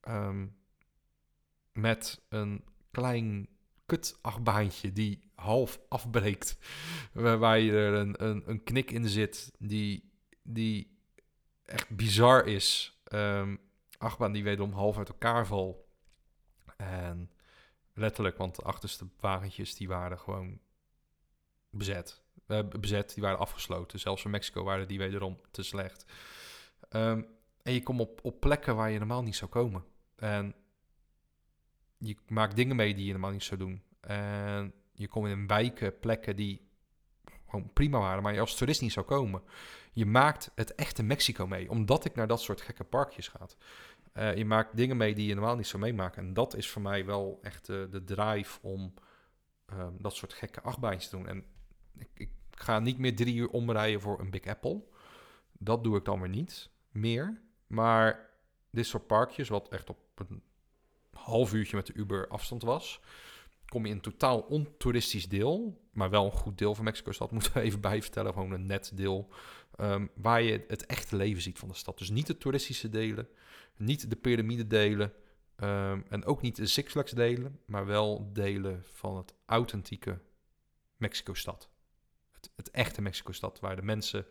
Met een klein kut-achtbaantje die half afbreekt, waar je er een knik in zit die echt bizar is. Achtbaan die wederom half uit elkaar valt. En letterlijk, want de achterste wagentjes die waren gewoon bezet. Die waren afgesloten. Zelfs in Mexico waren die wederom te slecht. En je komt op plekken waar je normaal niet zou komen. En je maakt dingen mee die je normaal niet zou doen. En je komt in wijken, plekken die gewoon prima waren, maar je als toerist niet zou komen. Je maakt het echte Mexico mee, omdat ik naar dat soort gekke parkjes ga. Je maakt dingen mee die je normaal niet zou meemaken. En dat is voor mij wel echt de drive om dat soort gekke achtbaantjes te doen. En ik ga niet meer 3 uur omrijden voor een Big Apple. Dat doe ik dan weer niet meer. Maar dit soort parkjes, wat echt op een half uurtje met de Uber afstand was, kom je in een totaal ontoeristisch deel, maar wel een goed deel van Mexico-stad, moeten we even bij vertellen, gewoon een net deel, waar je het echte leven ziet van de stad. Dus niet de toeristische delen, niet de piramide-delen, en ook niet de Six Flags delen, maar wel delen van het authentieke Mexico-stad. Het echte Mexico-stad, waar de mensen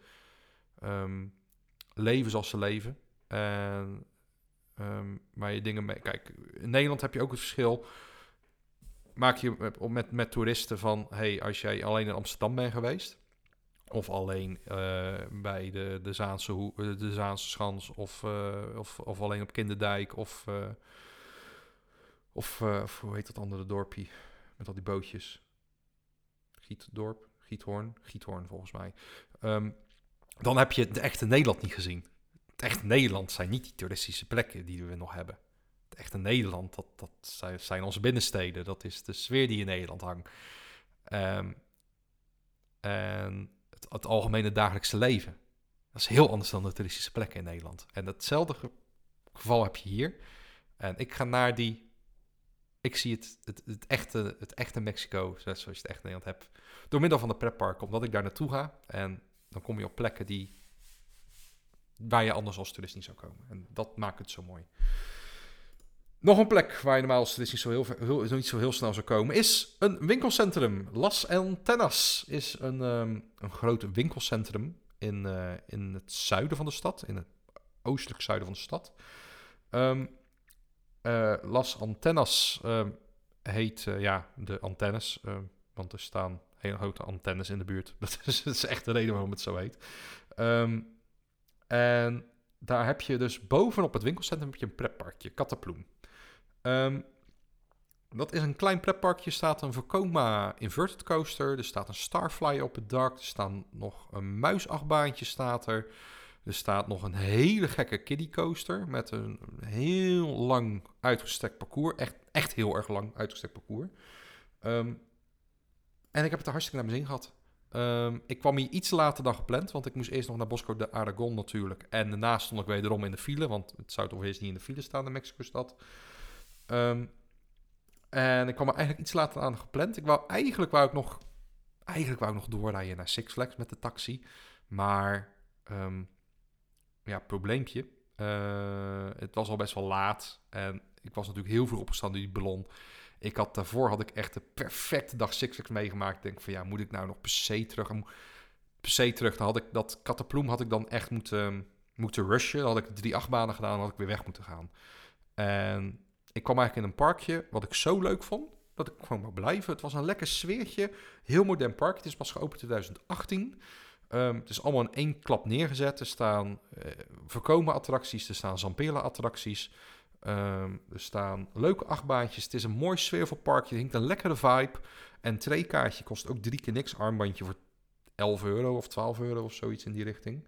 leven zoals ze leven. En waar je dingen mee... Kijk, in Nederland heb je ook het verschil. Maak je met toeristen van, hey, als jij alleen in Amsterdam bent geweest, of alleen bij de Zaanse Schans, of alleen op Kinderdijk, of hoe heet dat andere dorpje met al die bootjes? Giethoorn volgens mij. Dan heb je het echte Nederland niet gezien. Het echte Nederland zijn niet die toeristische plekken die we nog hebben. Het echte Nederland, dat zijn onze binnensteden. Dat is de sfeer die in Nederland hangt. En het algemene dagelijkse leven. Dat is heel anders dan de toeristische plekken in Nederland. En datzelfde geval heb je hier. En ik ga naar ik zie het echte Mexico, zoals je het echt in Nederland hebt, door middel van de pretpark, omdat ik daar naartoe ga. En dan kom je op plekken waar je anders als toerist niet zou komen. En dat maakt het zo mooi. Nog een plek waar je normaal als toerist niet zo heel snel zou komen, is een winkelcentrum. Las Antenas is een groot winkelcentrum in het zuiden van de stad, in het oostelijk zuiden van de stad. Las Antenas heet de antennes, want er staan hele grote antennes in de buurt. Dat is echt de reden waarom het zo heet. En daar heb je dus bovenop het winkelcentrum heb je een pretparkje, Cataploen. Dat is een klein pretparkje. Er staat een Vekoma inverted coaster. Er staat een Starflyer op het dak. Er staan nog een muisachtbaantje staat er. Er staat nog een hele gekke kiddie coaster met een heel lang uitgestrekt parcours. Echt heel erg lang uitgestrekt parcours. En ik heb het er hartstikke naar mijn zin gehad. Ik kwam hier iets later dan gepland, want ik moest eerst nog naar Bosco de Aragon natuurlijk. En daarna stond ik wederom in de file, want het zou toch eerst niet in de file staan in Mexico-stad. En ik kwam er eigenlijk iets later aan dan gepland. Eigenlijk wou ik nog doorrijden naar Six Flags met de taxi. Maar, probleempje. Het was al best wel laat en ik was natuurlijk heel vroeg opgestaan door die ballon. Daarvoor had ik echt de perfecte dag Six Flags meegemaakt. Ik denk van ja, moet ik nou nog per se terug? Per se terug. Dan had ik dat Cataploem had ik dan echt moeten rushen. Dan had ik 3 achtbanen gedaan en had ik weer weg moeten gaan. En ik kwam eigenlijk in een parkje wat ik zo leuk vond, dat ik gewoon wou blijven. Het was een lekker sfeertje. Heel modern park. Het is pas geopend in 2018. Het is allemaal in 1 klap neergezet. Er staan voorkomen attracties. Er staan Zampella-attracties. Er staan leuke achtbaantjes. Het is een mooi sfeervol parkje. Er hinkt een lekkere vibe. En treekaartje kost ook 3 keer niks. Armbandje voor €11 of €12 of zoiets in die richting.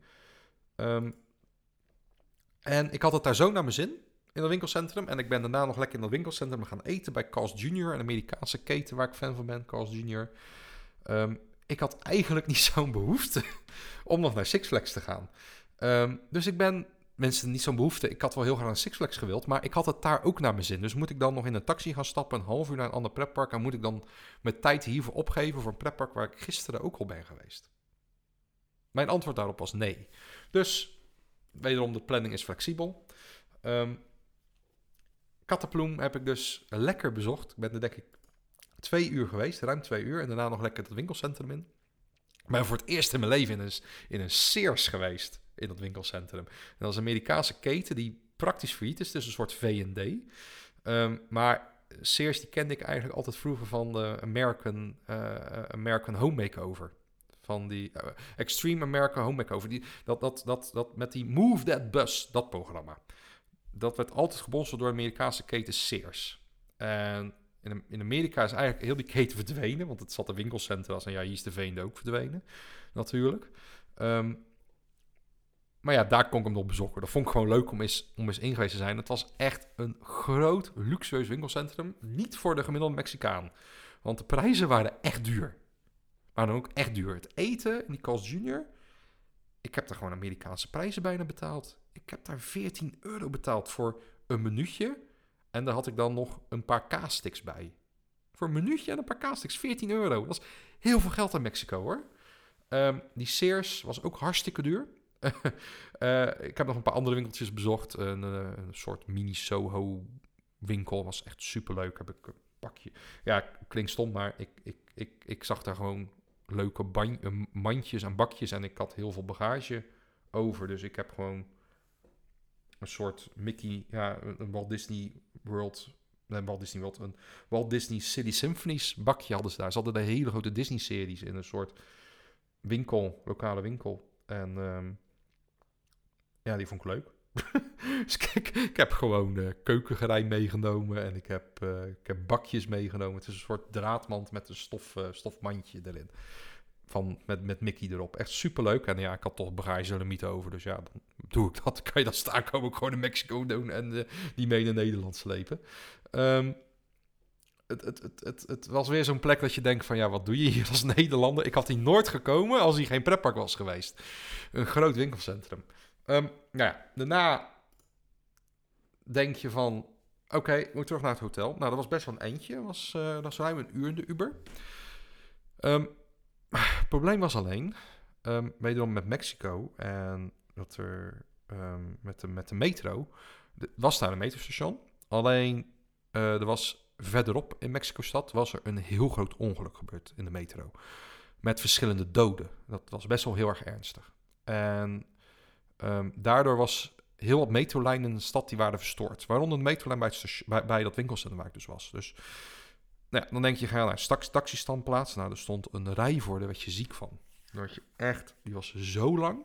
En ik had het daar zo naar mijn zin in dat winkelcentrum. En ik ben daarna nog lekker in dat winkelcentrum gaan eten bij Carl's Jr., een Amerikaanse keten waar ik fan van ben, Carl's Jr. Ik had eigenlijk niet zo'n behoefte om nog naar Six Flags te gaan. Dus ik ben, mensen niet zo'n behoefte, ik had wel heel graag naar Six Flags gewild, maar ik had het daar ook naar mijn zin. Dus moet ik dan nog in een taxi gaan stappen, een half uur naar een ander pretpark, en moet ik dan mijn tijd hiervoor opgeven voor een pretpark waar ik gisteren ook al ben geweest? Mijn antwoord daarop was nee. Dus, wederom, de planning is flexibel. Cataploem heb ik dus lekker bezocht. Ik ben er denk ik 2 uur geweest, ruim 2 uur. En daarna nog lekker het winkelcentrum in. Ik ben voor het eerst in mijn leven in een Sears geweest in dat winkelcentrum. En dat is een Amerikaanse keten die praktisch failliet is. Dus een soort V&D. Maar Sears die kende ik eigenlijk altijd vroeger van de American Home Makeover. Van die Extreme American Home Makeover. Dat met die Move That Bus, dat programma. Dat werd altijd gesponsord door de Amerikaanse keten Sears. En in Amerika is eigenlijk heel die keten verdwenen. Want het zat de winkelcentrum als. En ja, hier is de V&D ook verdwenen. Natuurlijk. Maar ja, daar kon ik hem nog bezoeken. Dat vond ik gewoon leuk om eens in geweest te zijn. Het was echt een groot, luxueus winkelcentrum. Niet voor de gemiddelde Mexicaan. Want de prijzen waren echt duur. Maar dan ook echt duur. Het eten in die Carl's Jr. Ik heb daar gewoon Amerikaanse prijzen bijna betaald. Ik heb daar €14 betaald voor een minuutje. En daar had ik dan nog een paar kaassticks bij. Voor een minuutje en een paar kaassticks, €14. Dat is heel veel geld in Mexico, hoor. Die Sears was ook hartstikke duur. Ik heb nog een paar andere winkeltjes bezocht. Een soort mini-Soho winkel. Was echt superleuk. Heb ik een pakje. Ja, klinkt stom, maar ik zag daar gewoon leuke mandjes en bakjes. En ik had heel veel bagage over. Dus ik heb gewoon een soort Mickey, ja, een Walt Disney World, een Walt Disney City Symphonies bakje hadden ze daar. Ze hadden de hele grote Disney-series in een soort winkel, lokale winkel. En ja, die vond ik leuk. Dus ik heb gewoon keukengerei meegenomen en ik heb bakjes meegenomen. Het is een soort draadmand met een stofmandje erin. Met Mickey erop. Echt superleuk. En ja, ik had toch bagagelimiet over. Dus ja, dan doe ik dat. Kan je dat staan komen, gewoon in Mexico doen en die mee naar Nederland slepen. Het was weer zo'n plek dat je denkt van ja, wat doe je hier als Nederlander? Ik had hier nooit gekomen als hier geen pretpark was geweest. Een groot winkelcentrum. Daarna denk je van oké, ik moet terug naar het hotel. Nou, dat was best wel een eindje. Dat was ruim een uur in de Uber. Het probleem was alleen, wederom met Mexico en dat er met de metro, was daar een metrostation. Alleen er was verderop in Mexico-stad was er een heel groot ongeluk gebeurd in de metro. Met verschillende doden. Dat was best wel heel erg ernstig. En daardoor was heel wat metrolijnen in de stad die waren verstoord. Waaronder de metrolijn bij dat winkelcentrum waar ik dus was. Dus nou ja, dan denk je, ga naar een taxistandplaats. Nou, er stond een rij voor, daar werd je ziek van. Die was zo lang.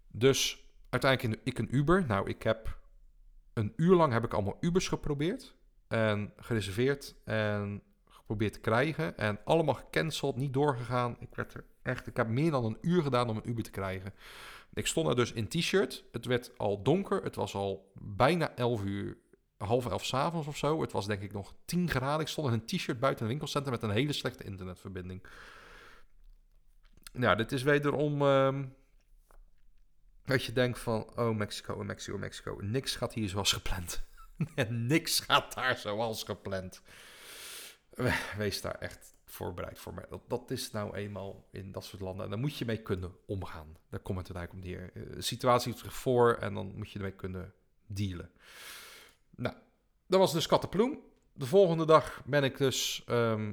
Dus uiteindelijk ik een Uber. Nou, een uur lang heb ik allemaal Ubers geprobeerd. en gereserveerd en geprobeerd te krijgen. En allemaal gecanceld, niet doorgegaan. Ik heb meer dan een uur gedaan om een Uber te krijgen. Ik stond er dus in t-shirt. Het werd al donker. Het was al bijna 11 uur, half 11 's avonds of zo. Het was denk ik nog 10 graden. Ik stond in een t-shirt buiten een winkelcentrum met een hele slechte internetverbinding. Ja, dit is wederom dat je denkt van, oh, Mexico. Niks gaat hier zoals gepland. En niks gaat daar zoals gepland. Wees daar echt voorbereid voor. Maar dat is nou eenmaal in dat soort landen. En daar moet je mee kunnen omgaan. Daar komt het uiteindelijk om neer. De situatie doet zich voor en dan moet je ermee kunnen dealen. Nou, dat was dus Kattenploem. De volgende dag ben ik dus...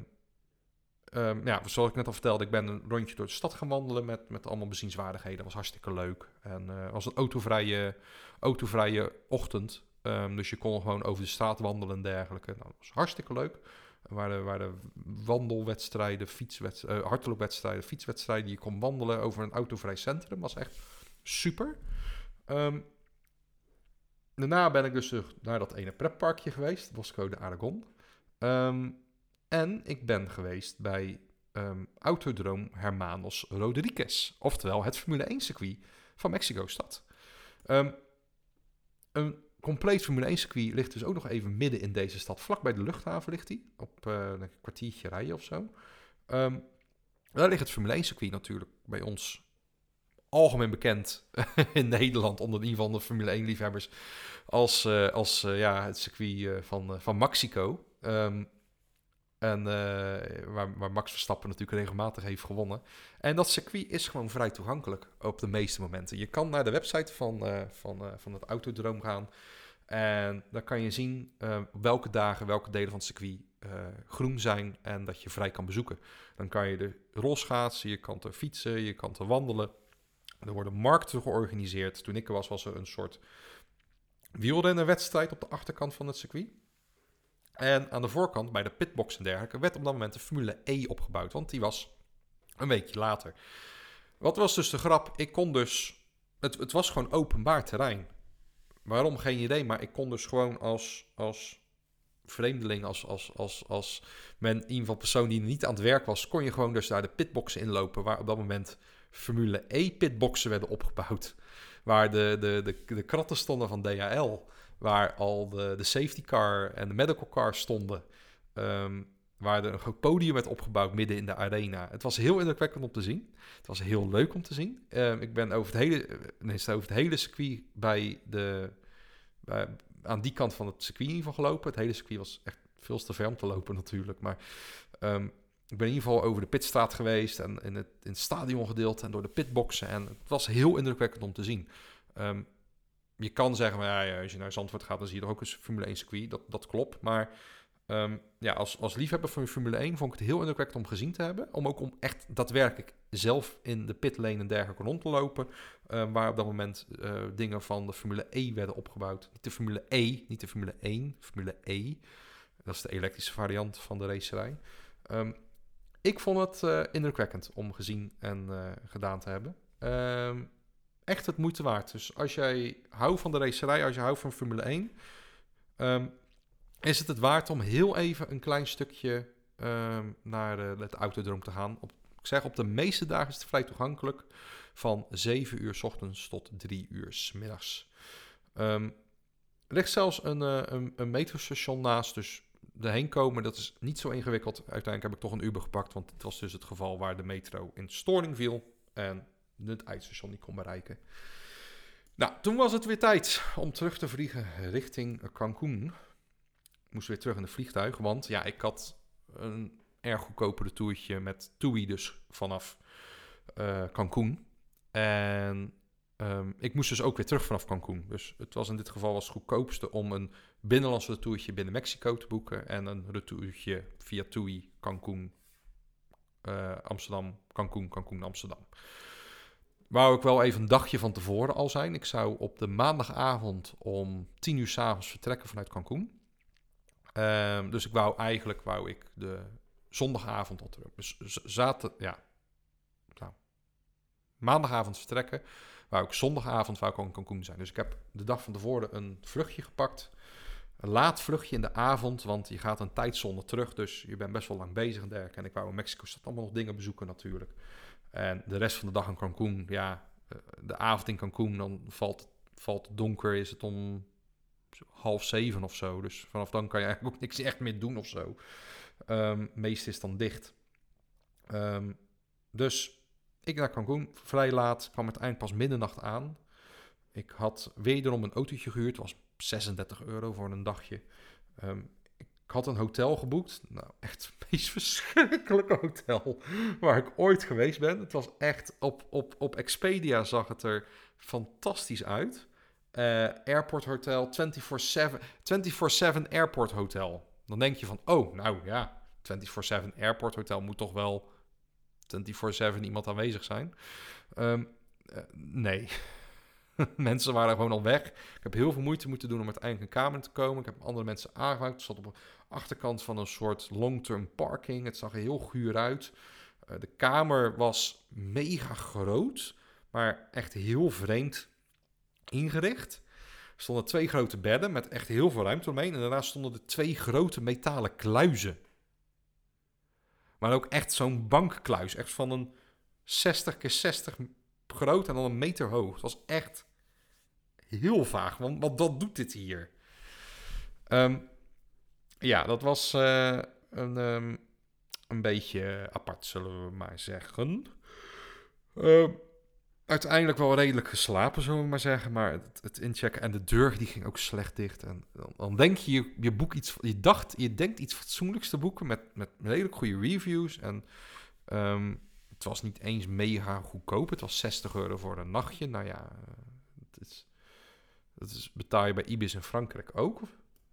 zoals ik net al vertelde, ik ben een rondje door de stad gaan wandelen met allemaal bezienswaardigheden. Dat was hartstikke leuk. En het was een autovrije ochtend. Dus je kon gewoon over de straat wandelen en dergelijke. Nou, dat was hartstikke leuk. Er waren wandelwedstrijden, hardloopwedstrijden, fietswedstrijden. Je kon wandelen over een autovrij centrum. Dat was echt super. Daarna ben ik dus naar dat ene pretparkje geweest, Bosco de Aragon. En ik ben geweest bij Autodroom Hermanos Rodriguez. Oftewel het Formule 1 circuit van Mexico-stad. Een compleet Formule 1 circuit ligt dus ook nog even midden in deze stad. Vlak bij de luchthaven ligt hij. Op een kwartiertje rijden of zo. Daar ligt het Formule 1 circuit natuurlijk bij ons algemeen bekend in Nederland. Onder in ieder geval de Formule 1 liefhebbers. Als het circuit van Mexico. En waar Max Verstappen natuurlijk regelmatig heeft gewonnen. En dat circuit is gewoon vrij toegankelijk op de meeste momenten. Je kan naar de website van het Autodroom gaan. En dan kan je zien welke dagen, welke delen van het circuit groen zijn. En dat je vrij kan bezoeken. Dan kan je er rolschaatsen, je kan er fietsen, je kan er wandelen. Er worden markten georganiseerd. Toen ik er was er een soort wielrennerwedstrijd op de achterkant van het circuit. En aan de voorkant, bij de pitbox en dergelijke, werd op dat moment de Formule E opgebouwd. Want die was een weekje later. Wat was dus de grap? Ik kon dus... Het was gewoon openbaar terrein. Waarom? Geen idee. Maar ik kon dus gewoon als vreemdeling, als men in ieder geval persoon die niet aan het werk was, kon je gewoon dus daar de pitboxen inlopen, waar op dat moment Formule E pitboxen werden opgebouwd. Waar de kratten stonden van DHL. Waar al de safety car en de medical car stonden. Waar er een groot podium werd opgebouwd midden in de arena. Het was heel indrukwekkend om te zien. Het was heel leuk om te zien. Ik ben over het hele circuit aan die kant van het circuit in ieder geval gelopen. Het hele circuit was echt veel te ver om te lopen natuurlijk. Maar ik ben in ieder geval over de pitstraat geweest en in het stadiongedeelte en door de pitboxen. En het was heel indrukwekkend om te zien. Je kan zeggen, maar ja, als je naar Zandvoort gaat, dan zie je er ook een Formule 1 circuit. Dat klopt. Maar als liefhebber van Formule 1 vond ik het heel indrukwekkend om gezien te hebben. Om echt daadwerkelijk zelf in de pitlane en dergelijke rond te lopen. Waar op dat moment dingen van de Formule E werden opgebouwd. Niet de Formule E, niet de Formule 1, Formule E. Dat is de elektrische variant van de racerij. Ik vond het indrukwekkend om gezien en gedaan te hebben. Echt het moeite waard. Dus als jij houdt van de racerij, als je houdt van Formule 1... is het waard om heel even een klein stukje naar het Autodroom te gaan. Ik zeg, op de meeste dagen is het vrij toegankelijk. Van 7 uur 's ochtends tot 3 uur 's middags. Er ligt zelfs een metrostation naast. Dus erheen komen, dat is niet zo ingewikkeld. Uiteindelijk heb ik toch een Uber gepakt. Want het was dus het geval waar de metro in storing viel. En het eindstation niet kon bereiken. Nou, toen was het weer tijd om terug te vliegen richting Cancún. Ik moest weer terug in het vliegtuig, want ja, ik had een erg goedkope retourtje met TUI dus vanaf Cancún. En ik moest dus ook weer terug vanaf Cancún. Dus het was in dit geval het goedkoopste om een binnenlands retourtje binnen Mexico te boeken en een retourtje via TUI Cancún, Amsterdam, Cancún, Amsterdam. Wou ik wel even een dagje van tevoren al zijn. Ik zou op de maandagavond om 10 uur 's avonds vertrekken vanuit Cancún. Dus wou ik de zondagavond al terug. Dus maandagavond vertrekken. Wou ik zondagavond in Cancún zijn. Dus ik heb de dag van tevoren een vluchtje gepakt. een laat vluchtje in de avond, want je gaat een tijdzone terug, dus je bent best wel lang bezig en dergelijke. En ik wou in Mexico-stad allemaal nog dingen bezoeken natuurlijk. En de rest van de dag in Cancún, de avond in Cancún, dan valt het donker, is het om 6:30 of zo. Dus vanaf dan kan je eigenlijk ook niks echt meer doen of zo. Meest is dan dicht. Dus ik naar Cancún, vrij laat, kwam uiteindelijk pas middernacht aan. Ik had wederom een autootje gehuurd, het was €36 voor een dagje. Ik had een hotel geboekt, nou echt het meest verschrikkelijke hotel waar ik ooit geweest ben. Het was echt, op Expedia zag het er fantastisch uit. Airport Hotel, 24/7 Airport Hotel. Dan denk je van, 24/7 Airport Hotel moet toch wel 24/7 iemand aanwezig zijn. Nee. Mensen waren gewoon al weg. Ik heb heel veel moeite moeten doen om uiteindelijk een kamer te komen. Ik heb andere mensen aangemaakt. Het zat op de achterkant van een soort long-term parking. Het zag er heel guur uit. De kamer was mega groot, maar echt heel vreemd ingericht. Er stonden 2 grote bedden met echt heel veel ruimte omheen. En daarnaast stonden er 2 grote metalen kluizen. Maar ook echt zo'n bankkluis. Echt van een 60x60 groot en dan een meter hoog. Het was echt heel vaag. Want wat doet dit hier? Dat was een beetje apart, zullen we maar zeggen. Uiteindelijk wel redelijk geslapen, zullen we maar zeggen. Maar het inchecken en de deur die ging ook slecht dicht. En dan denk je boekt iets. Je denkt iets fatsoenlijks te boeken met redelijk goede reviews. En het was niet eens mega goedkoop. Het was €60 voor een nachtje. Nou ja, dat betaal je bij Ibis in Frankrijk ook.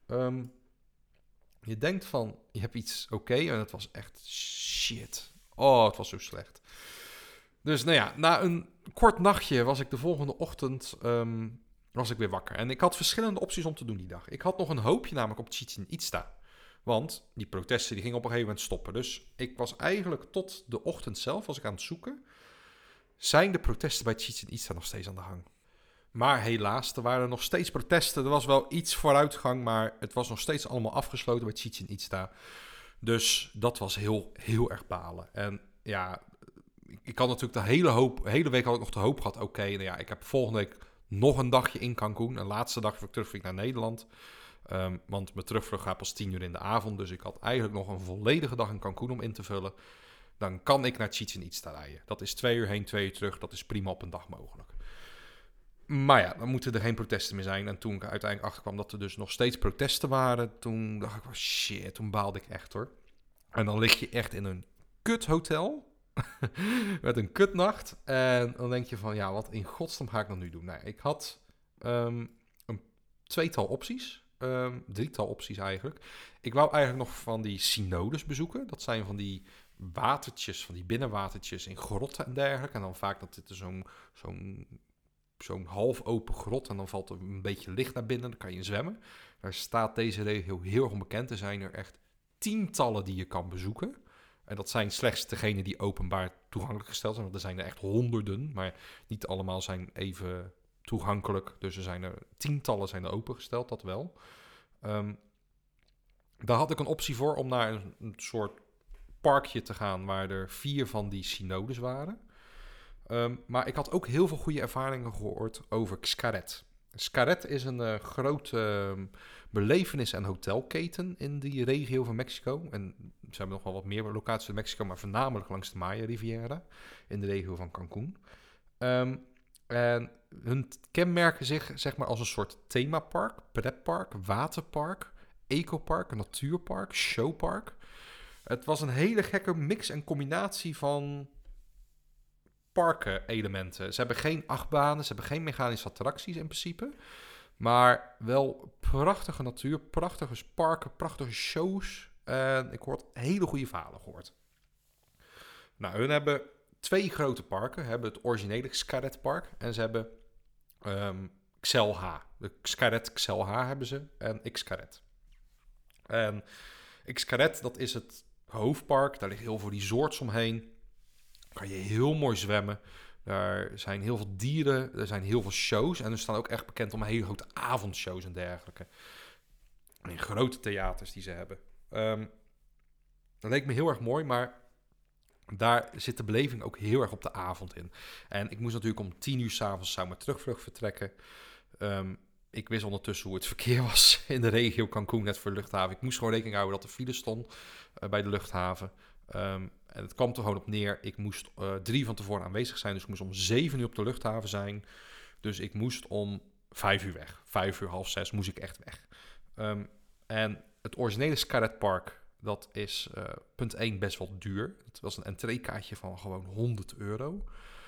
Je denkt van, je hebt iets oké. En het was echt shit. Oh, het was zo slecht. Dus nou ja, na een kort nachtje was ik de volgende ochtend was ik weer wakker. En ik had verschillende opties om te doen die dag. Ik had nog een hoopje namelijk op Chichén Itzá. Want die protesten die gingen op een gegeven moment stoppen. Dus ik was eigenlijk tot de ochtend zelf was ik aan het zoeken. Zijn de protesten bij Chichén Itzá nog steeds aan de gang? Maar helaas, er waren nog steeds protesten. Er was wel iets vooruitgang, maar het was nog steeds allemaal afgesloten bij Chichén Itzá. Dus dat was heel, heel erg balen. En ja, ik had natuurlijk de hele week had ik nog de hoop gehad. Oké, ik heb volgende week nog een dagje in Cancún. Een laatste dag voor ik terugvlieg naar Nederland. Want mijn terugvlucht gaat pas 10 uur in de avond. Dus ik had eigenlijk nog een volledige dag in Cancún om in te vullen. Dan kan ik naar Chichén Itzá rijden. Dat is 2 uur heen, 2 uur terug. Dat is prima op een dag mogelijk. Maar ja, dan moeten er geen protesten meer zijn. En toen ik uiteindelijk achterkwam dat er dus nog steeds protesten waren, toen dacht ik, oh shit, toen baalde ik echt hoor. En dan lig je echt in een kuthotel met een kutnacht. En dan denk je van, ja, wat in godsnaam ga ik dan nu doen? Nou, ik had een 2-tal opties. 3-tal opties eigenlijk. Ik wou eigenlijk nog van die synodes bezoeken. Dat zijn van die watertjes, van die binnenwatertjes in grotten en dergelijke. En dan vaak dat dit er zo'n half open grot en dan valt er een beetje licht naar binnen. Dan kan je zwemmen. Daar staat deze regio heel erg onbekend. Er zijn er echt tientallen die je kan bezoeken. En dat zijn slechts degenen die openbaar toegankelijk gesteld zijn. Want er zijn er echt honderden, maar niet allemaal zijn even toegankelijk. Dus er zijn er tientallen zijn er opengesteld, dat wel. Daar had ik een optie voor om naar een soort parkje te gaan waar er 4 van die synodes waren. Maar ik had ook heel veel goede ervaringen gehoord over Xcaret. Xcaret is een grote belevenis- en hotelketen in die regio van Mexico. En ze hebben nog wel wat meer locaties in Mexico, maar voornamelijk langs de Maya-riviera in de regio van Cancún. En hun kenmerken zich zeg maar als een soort themapark, pretpark, waterpark, ecopark, natuurpark, showpark. Het was een hele gekke mix en combinatie van parken-elementen. Ze hebben geen achtbanen, ze hebben geen mechanische attracties in principe. Maar wel prachtige natuur, prachtige parken, prachtige shows. En ik hoor hele goede verhalen gehoord. Nou, hun hebben 2 grote parken. Ze hebben het originele Xcaret Park en ze hebben Xel-H. De Xcaret Xel-H hebben ze en Xcaret. En Xcaret, dat is het hoofdpark. Daar liggen heel veel resorts omheen. Kan je heel mooi zwemmen. Er zijn heel veel dieren, er zijn heel veel shows. En er staan ook echt bekend om hele grote avondshows en dergelijke. In grote theaters die ze hebben. Dat leek me heel erg mooi, maar daar zit de beleving ook heel erg op de avond in. En ik moest natuurlijk om 10:00 s'avonds zou mijn terugvlucht vertrekken. Ik wist ondertussen hoe het verkeer was in de regio Cancún, net voor de luchthaven. Ik moest gewoon rekening houden dat er file stond bij de luchthaven. En het kwam er gewoon op neer. Ik moest 3 van tevoren aanwezig zijn. Dus ik moest om 7:00 op de luchthaven zijn. Dus ik moest om 5:00 weg. 5:00, 5:30 moest ik echt weg. En het originele Xcaret Park, dat is punt 1 best wel duur. Het was een entreekaartje van gewoon €100.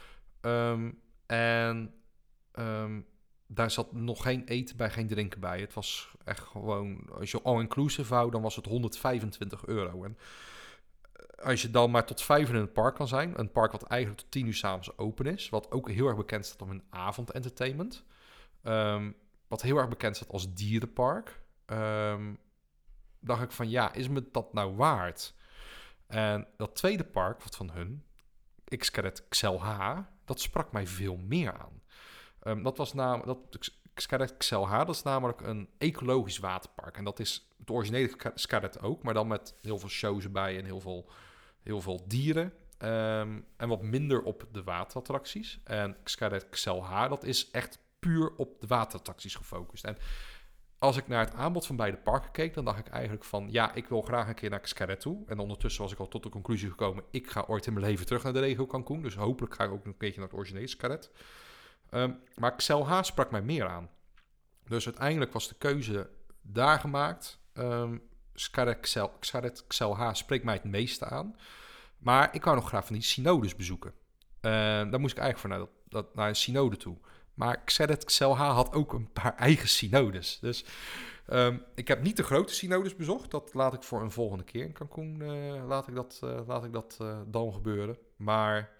Daar zat nog geen eten bij, geen drinken bij. Het was echt gewoon, als je all-inclusive wou, dan was het €125. En als je dan maar tot 5:00 in het park kan zijn, een park wat eigenlijk tot 10:00 s'avonds open is, wat ook heel erg bekend staat om een avondentertainment, wat heel erg bekend staat als dierenpark, dacht ik van ja, is me dat nou waard? En dat tweede park, wat van hun, Xcaret XLH, dat sprak mij veel meer aan. Dat was Xcaret XLH, dat is namelijk een ecologisch waterpark. En dat is het originele Xcaret ook, maar dan met heel veel shows erbij en heel veel dieren. En wat minder op de waterattracties. En Xcaret XLH, dat is echt puur op de waterattracties gefocust. En als ik naar het aanbod van beide parken keek, dan dacht ik eigenlijk van, ja, ik wil graag een keer naar Xcaret toe. En ondertussen was ik al tot de conclusie gekomen, ik ga ooit in mijn leven terug naar de regio Cancún. Dus hopelijk ga ik ook een keertje naar het originele Xcaret. Maar XLH sprak mij meer aan. Dus uiteindelijk was de keuze daar gemaakt. Xcaret XLH spreekt mij het meeste aan. Maar ik wou nog graag van die synodes bezoeken. Daar moest ik eigenlijk voor naar een synode toe. Maar Xcaret XLH had ook een paar eigen synodes. Dus ik heb niet de grote synodes bezocht. Dat laat ik voor een volgende keer in Cancún. Laat ik dat dan gebeuren. Maar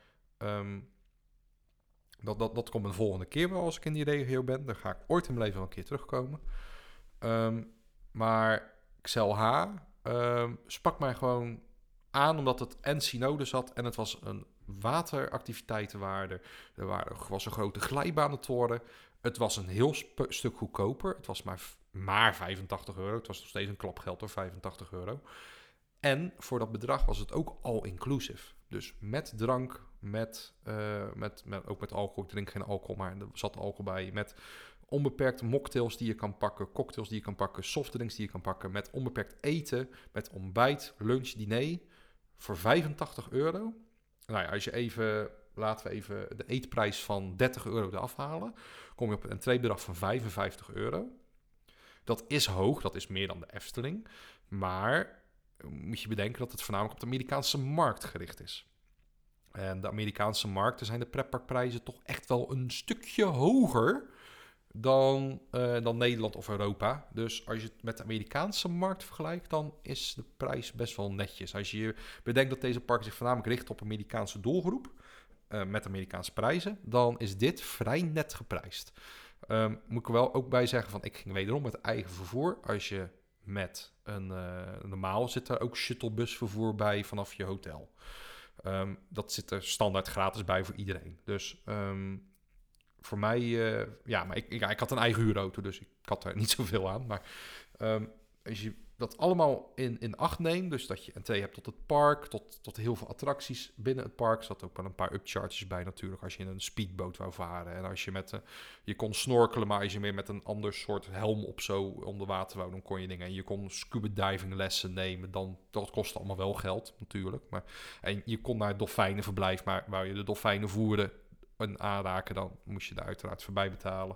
dat komt een volgende keer wel als ik in die regio ben. Dan ga ik ooit in mijn leven wel een keer terugkomen. Maar XLH sprak mij gewoon aan omdat het en synodes had en het was een wateractiviteiten waren. Was een grote glijbanentoren. Het was een heel stuk goedkoper. Het was maar €85. Het was nog steeds een klapgeld door €85. En voor dat bedrag was het ook all-inclusive. Dus met drank, ook met alcohol. Ik drink geen alcohol, maar er zat alcohol bij. Met onbeperkt mocktails die je kan pakken, cocktails die je kan pakken, softdrinks die je kan pakken. Met onbeperkt eten, met ontbijt, lunch, diner. Voor €85. Nou ja, laten we even de eetprijs van €30 eraf halen. Kom je op een entreebedrag van €55. Dat is hoog, dat is meer dan de Efteling. Maar moet je bedenken dat het voornamelijk op de Amerikaanse markt gericht is. En de Amerikaanse markten zijn de pretparkprijzen toch echt wel een stukje hoger dan Nederland of Europa. Dus als je het met de Amerikaanse markt vergelijkt, dan is de prijs best wel netjes. Als je bedenkt dat deze parken zich voornamelijk richten op Amerikaanse doelgroep, met Amerikaanse prijzen, dan is dit vrij net geprijsd. Moet ik er wel ook bij zeggen van, ik ging wederom met eigen vervoer. Als je met normaal zit er ook shuttlebusvervoer bij vanaf je hotel. Dat zit er standaard gratis bij voor iedereen. Dus voor mij, maar ik had een eigen huurauto, dus ik had er niet zoveel aan. Maar als je dat allemaal in acht neemt, dus dat je entree hebt tot het park, tot heel veel attracties binnen het park, zat ook wel een paar upcharges bij natuurlijk, als je in een speedboot wou varen. En als je je kon snorkelen, maar als je meer met een ander soort helm op zo onder water wou, dan kon je dingen. En je kon scuba diving lessen nemen, dat kostte allemaal wel geld natuurlijk. En je kon naar het dolfijnenverblijf, maar wou je de dolfijnen voeren en aanraken, dan moest je daar uiteraard voorbij betalen.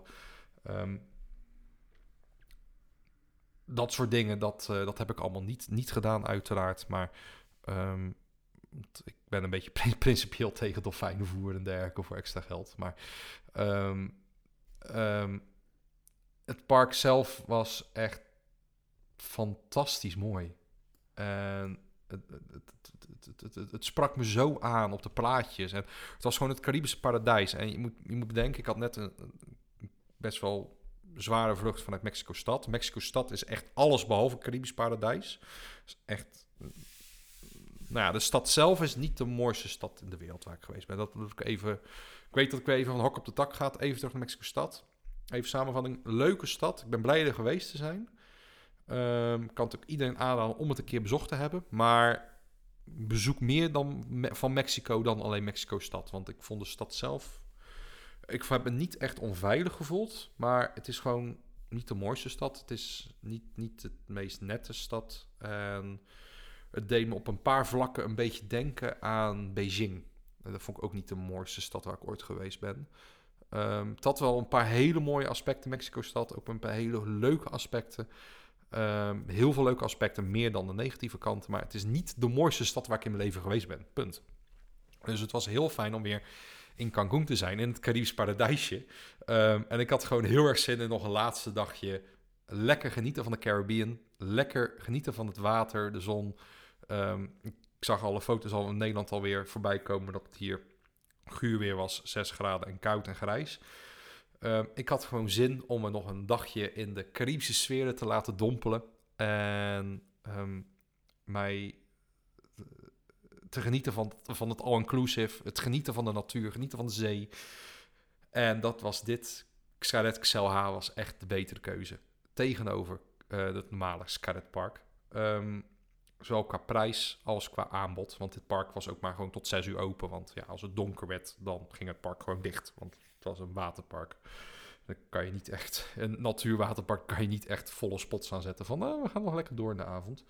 Dat soort dingen, dat heb ik allemaal niet gedaan uiteraard. Maar ik ben een beetje principieel tegen dolfijnenvoer en dergelijke voor extra geld. Maar het park zelf was echt fantastisch mooi. En het sprak me zo aan op de plaatjes. En het was gewoon het Caribische paradijs. En je moet bedenken, ik had net een best wel zware vlucht vanuit Mexico-stad. Mexico-stad is echt alles behalve Caribisch paradijs. Is echt, nou ja, de stad zelf is niet de mooiste stad in de wereld waar ik geweest ben. Ik weet dat ik weer even van hok op de tak ga. Even terug naar Mexico-stad. Even samenvatting. Leuke stad. Ik ben blij er geweest te zijn. Kan het ook iedereen aanraden om het een keer bezocht te hebben. Maar bezoek meer van Mexico dan alleen Mexico-stad. Want ik vond de stad zelf... Ik heb me niet echt onveilig gevoeld. Maar het is gewoon niet de mooiste stad. Het is niet de meest nette stad. En het deed me op een paar vlakken een beetje denken aan Beijing. Dat vond ik ook niet de mooiste stad waar ik ooit geweest ben. Het had wel een paar hele mooie aspecten, Mexico-stad. Ook een paar hele leuke aspecten. Heel veel leuke aspecten, meer dan de negatieve kanten. Maar het is niet de mooiste stad waar ik in mijn leven geweest ben. Punt. Dus het was heel fijn om weer in Cancún te zijn, in het Caribisch paradijsje. En ik had gewoon heel erg zin in nog een laatste dagje. Lekker genieten van de Caribbean. Lekker genieten van het water, de zon. Ik zag alle foto's al in Nederland alweer voorbij komen dat het hier guur weer was, 6 graden en koud en grijs. Ik had gewoon zin om me nog een dagje in de Caribische sferen te laten dompelen. En mij te genieten van het all-inclusive. Het genieten van de natuur, genieten van de zee. En dat was dit. Xcaret XLH was echt de betere keuze. Tegenover het normale Xcaret Park. Zowel qua prijs als qua aanbod. Want dit park was ook maar gewoon tot 6 uur open. Want ja, als het donker werd, dan ging het park gewoon dicht. Want het was een waterpark. Dan kan je niet echt... Een natuurwaterpark kan je niet echt volle spots aanzetten. Van, we gaan nog lekker door in de avond.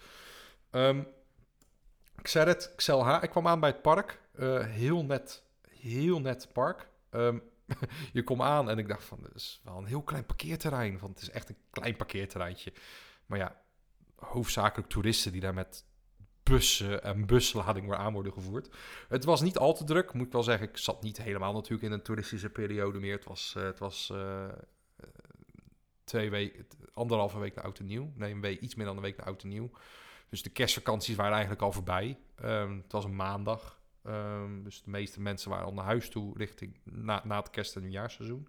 Xcaret XLH. Ik kwam aan bij het park. Heel net park. Je komt aan en ik dacht van... Dit is wel een heel klein parkeerterrein. Want het is echt een klein parkeerterreintje. Maar ja, hoofdzakelijk toeristen die daar met bussen en buslading weer aan worden gevoerd. Het was niet al te druk, moet ik wel zeggen. Ik zat niet helemaal natuurlijk in een toeristische periode meer. Het was 1,5 week na oud en nieuw. Nee, iets meer dan een week na oud en nieuw. Dus de kerstvakanties waren eigenlijk al voorbij. Het was een maandag. Dus de meeste mensen waren al naar huis toe richting na het kerst- en nieuwjaarsseizoen.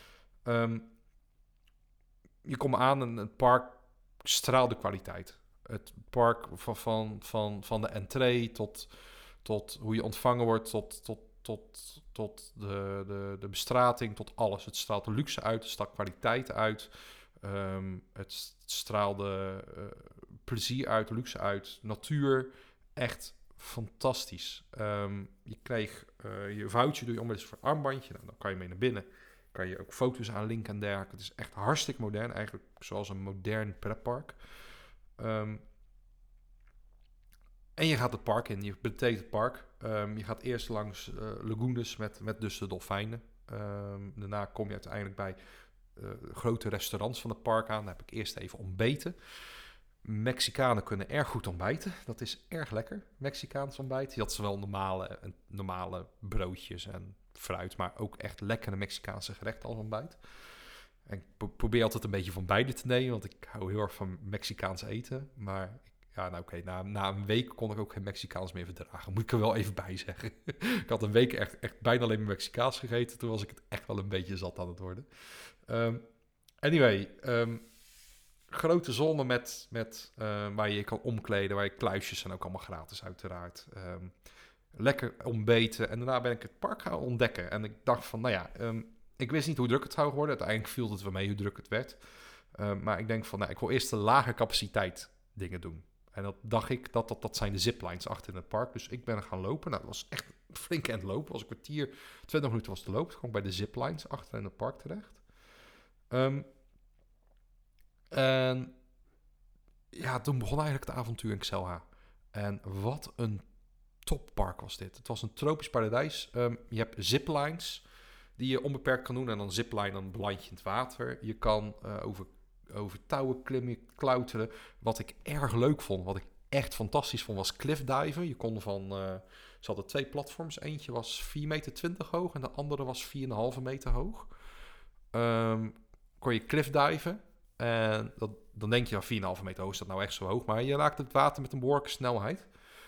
Je komt aan en het park straalde kwaliteit. Het park van de entree tot hoe je ontvangen wordt, tot de bestrating, tot alles. Het straalt de luxe uit, het straalt kwaliteit uit. Het straalde plezier uit, luxe uit, natuur. Echt fantastisch. Je kreeg je vouwtje, doe je om met een armbandje. Nou, dan kan je mee naar binnen. Kan je ook foto's aan linken en dergelijke. Het is echt hartstikke modern. Eigenlijk zoals een modern pretpark. En je gaat het park in. Je betreedt het park. Je gaat eerst langs lagunes met dus de dolfijnen. Daarna kom je uiteindelijk bij grote restaurants van het park aan. Daar heb ik eerst even ontbeten. Mexicanen kunnen erg goed ontbijten. Dat is erg lekker, Mexicaans ontbijt. Je had zowel normale broodjes en fruit, maar ook echt lekkere Mexicaanse gerechten als ontbijt. En ik probeer altijd een beetje van beide te nemen, want ik hou heel erg van Mexicaans eten. Maar na een week kon ik ook geen Mexicaans meer verdragen. Moet ik er wel even bij zeggen. Ik had een week echt bijna alleen maar Mexicaans gegeten. Toen was ik het echt wel een beetje zat aan het worden. Grote zone met waar je je kan omkleden, waar je kluisjes zijn ook allemaal gratis uiteraard. Lekker ontbeten en daarna ben ik het park gaan ontdekken. En ik dacht van, ik wist niet hoe druk het zou worden. Uiteindelijk viel het wel mee hoe druk het werd. Maar ik denk van, ik wil eerst de lage capaciteit dingen doen. En dat dacht ik, dat zijn de ziplines achter in het park. Dus ik ben gaan lopen. Nou, dat was echt flink aan het lopen. Was een kwartier, 20 minuten was te lopen. Toen kwam ik bij de ziplines achter in het park terecht. En ja, toen begon eigenlijk het avontuur in Xelha. En wat een toppark was dit. Het was een tropisch paradijs. Je hebt ziplines die je onbeperkt kan doen. En dan zipline, dan beland je in het water. Je kan over touwen klimmen, klauteren. Wat ik erg leuk vond, wat ik echt fantastisch vond, was cliffdiven. Je kon ze hadden 2 platforms. Eentje was 4,20 meter hoog en de andere was 4,5 meter hoog. Kon je cliffdiven. En dan denk je, 4,5 meter hoog is dat nou echt zo hoog. Maar je raakt het water met een behoorlijke snelheid.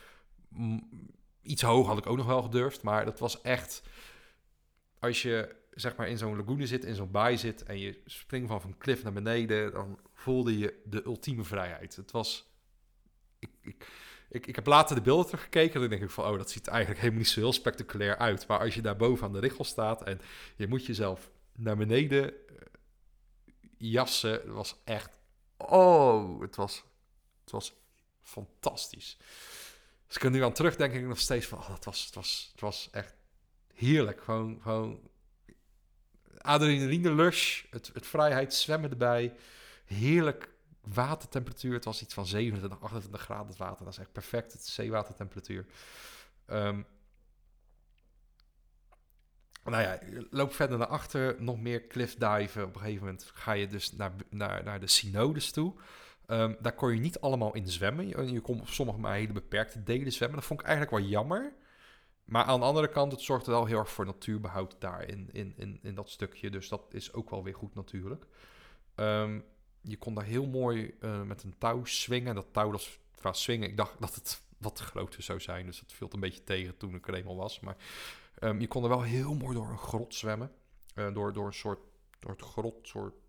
Iets hoog had ik ook nog wel gedurfd. Maar dat was echt... Als je zeg maar in zo'n lagune zit, in zo'n baai zit... en je springt van een klif naar beneden... dan voelde je de ultieme vrijheid. Het was... Ik heb later de beelden teruggekeken... en dan denk ik van... dat ziet eigenlijk helemaal niet zo heel spectaculair uit. Maar als je daar boven aan de richel staat... en je moet jezelf naar beneden... jassen, was echt Oh, het was fantastisch. Als ik er nu aan terug denk ik nog steeds van... het was echt heerlijk. Gewoon adrenaline lush. Het vrijheid zwemmen erbij. Heerlijk watertemperatuur. Het was iets van 27, 28 graden het water. Dat is echt perfect. Het zeewatertemperatuur. Nou ja, je loopt verder naar achter, nog meer cliffdiven. Op een gegeven moment ga je dus naar de synodes toe. Daar kon je niet allemaal in zwemmen. Je kon op sommige maar hele beperkte delen zwemmen. Dat vond ik eigenlijk wel jammer. Maar aan de andere kant, het zorgde wel heel erg voor natuurbehoud daar in dat stukje. Dus dat is ook wel weer goed natuurlijk. Je kon daar heel mooi met een touw swingen. Dat touw, dat qua swingen, ik dacht dat het wat groter zou zijn. Dus dat viel een beetje tegen toen ik er eenmaal was. Maar je kon er wel heel mooi door een grot zwemmen. Door het grot,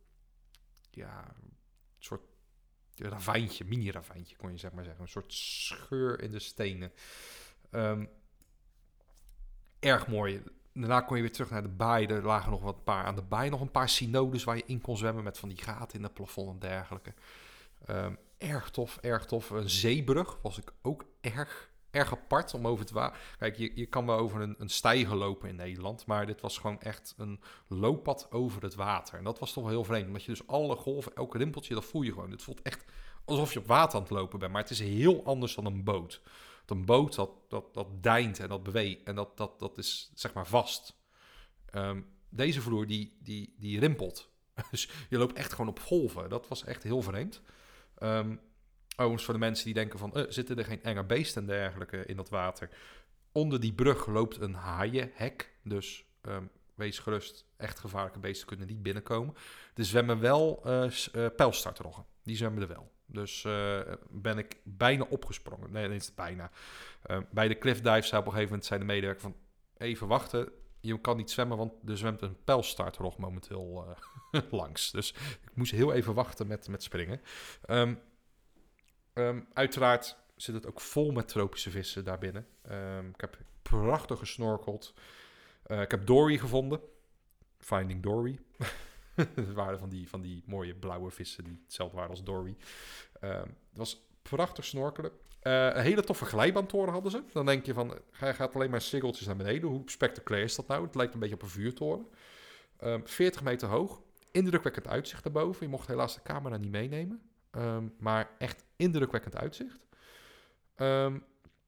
soort ravijntje, mini-ravijntje kon je zeg maar zeggen. Een soort scheur in de stenen. Erg mooi. Daarna kon je weer terug naar de baai. Er lagen nog wat paar aan de baai. Nog een paar synodes waar je in kon zwemmen met van die gaten in het plafond en dergelijke. Erg tof, erg tof. Een zeebrug was ik ook erg apart om over het water... Kijk, je kan wel over een steiger lopen in Nederland, maar dit was gewoon echt een looppad over het water. En dat was toch wel heel vreemd, omdat je dus alle golven, elk rimpeltje, dat voel je gewoon. Het voelt echt alsof je op water aan het lopen bent, maar het is heel anders dan een boot. Want een boot, dat deint en dat beweegt en dat is zeg maar vast. Deze vloer, die rimpelt. Dus je loopt echt gewoon op golven. Dat was echt heel vreemd. Overigens voor de mensen die denken van... zitten er geen enge beesten en dergelijke in dat water? Onder die brug loopt een haaienhek. Dus wees gerust, echt gevaarlijke beesten kunnen niet binnenkomen. Er zwemmen wel pijlstartroggen. Die zwemmen er wel. Dus ben ik bijna opgesprongen. Nee, dat is bijna. Bij de cliffdive zei op een gegeven moment zijn de medewerker van... Even wachten, je kan niet zwemmen, want er zwemt een pijlstartrog momenteel langs. Dus ik moest heel even wachten met springen. Uiteraard zit het ook vol met tropische vissen daarbinnen. Ik heb prachtig gesnorkeld. Ik heb Dory gevonden. Finding Dory. Het waren van die mooie blauwe vissen die hetzelfde waren als Dory. Het was prachtig snorkelen. Een hele toffe glijbaantoren hadden ze. Dan denk je van, hij gaat alleen maar siggeltjes naar beneden. Hoe spectaculair is dat nou? Het lijkt een beetje op een vuurtoren. 40 meter hoog. Indrukwekkend uitzicht daarboven. Je mocht helaas de camera niet meenemen. Maar echt indrukwekkend uitzicht. En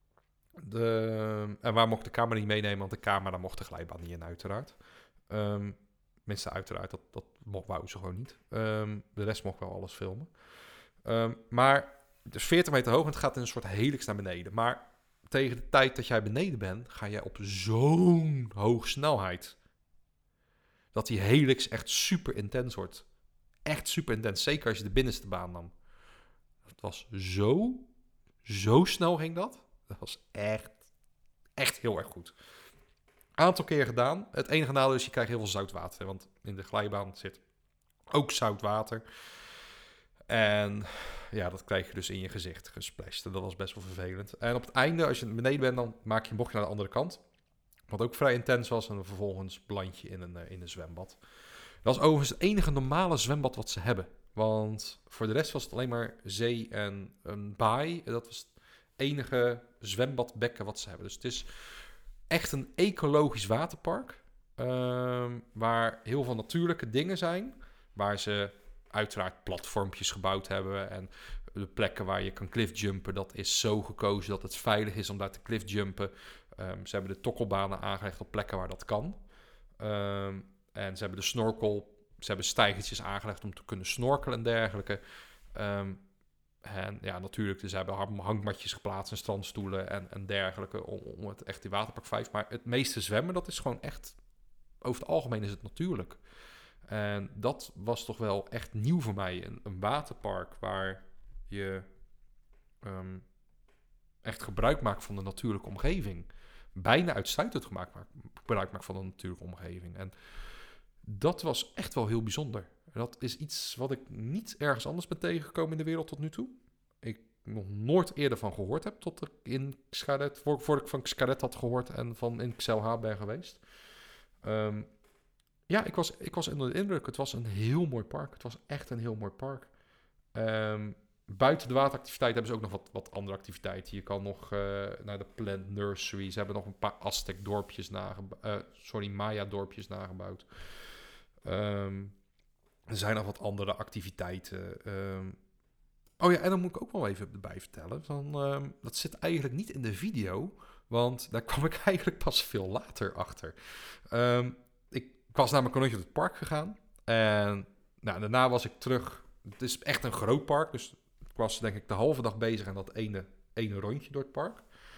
waar mocht de camera niet meenemen? Want de camera mocht de glijbaan niet in, uiteraard. Mensen uiteraard, dat wou ze gewoon niet. De rest mocht wel alles filmen. Maar het is 40 meter hoog en het gaat in een soort helix naar beneden. Maar tegen de tijd dat jij beneden bent, ga jij op zo'n hoge snelheid. Dat die helix echt super intens wordt. Echt super intens. Zeker als je de binnenste baan nam. Het was zo snel ging dat. Dat was echt heel erg goed. Aantal keer gedaan. Het enige nadeel is, je krijgt heel veel zout water. Want in de glijbaan zit ook zout water. En ja, dat krijg je dus in je gezicht gesplashed. Dat was best wel vervelend. En op het einde, als je beneden bent, dan maak je een bochtje naar de andere kant. Wat ook vrij intens was. En vervolgens beland je in een zwembad. Dat was overigens het enige normale zwembad wat ze hebben. Want voor de rest was het alleen maar zee en een baai. Dat was het enige zwembadbekken wat ze hebben. Dus het is echt een ecologisch waterpark. Waar heel veel natuurlijke dingen zijn. Waar ze uiteraard platformpjes gebouwd hebben. En de plekken waar je kan cliffjumpen, dat is zo gekozen dat het veilig is om daar te cliffjumpen. Ze hebben de tokkelbanen aangelegd op plekken waar dat kan. En ze hebben de snorkel... Ze hebben steigertjes aangelegd om te kunnen snorkelen en dergelijke. En ja, natuurlijk, ze hebben hangmatjes geplaatst en strandstoelen en dergelijke om het echt die waterpark 5. Maar het meeste zwemmen, dat is gewoon echt... Over het algemeen is het natuurlijk. En dat was toch wel echt nieuw voor mij. Een waterpark waar je echt gebruik maakt van de natuurlijke omgeving. Bijna uitsluitend gebruik maakt van de natuurlijke omgeving. En dat was echt wel heel bijzonder. Dat is iets wat ik niet ergens anders ben tegengekomen in de wereld tot nu toe. Ik nog nooit eerder van gehoord heb tot ik in Xcaret, voordat ik van Xcaret had gehoord en van in Xelha ben geweest. Ja, ik was onder de indruk. Het was een heel mooi park. Het was echt een heel mooi park. Buiten de wateractiviteit hebben ze ook nog wat andere activiteiten. Je kan nog naar de Plant Nursery. Ze hebben nog een paar Aztec dorpjes Maya dorpjes nagebouwd. Er zijn nog wat andere activiteiten. Oh ja, en dan moet ik ook wel even erbij vertellen. Dat zit eigenlijk niet in de video. Want daar kwam ik eigenlijk pas veel later achter. Ik was namelijk nog naar het park gegaan. En daarna was ik terug. Het is echt een groot park. Dus ik was denk ik de halve dag bezig aan dat ene rondje door het park.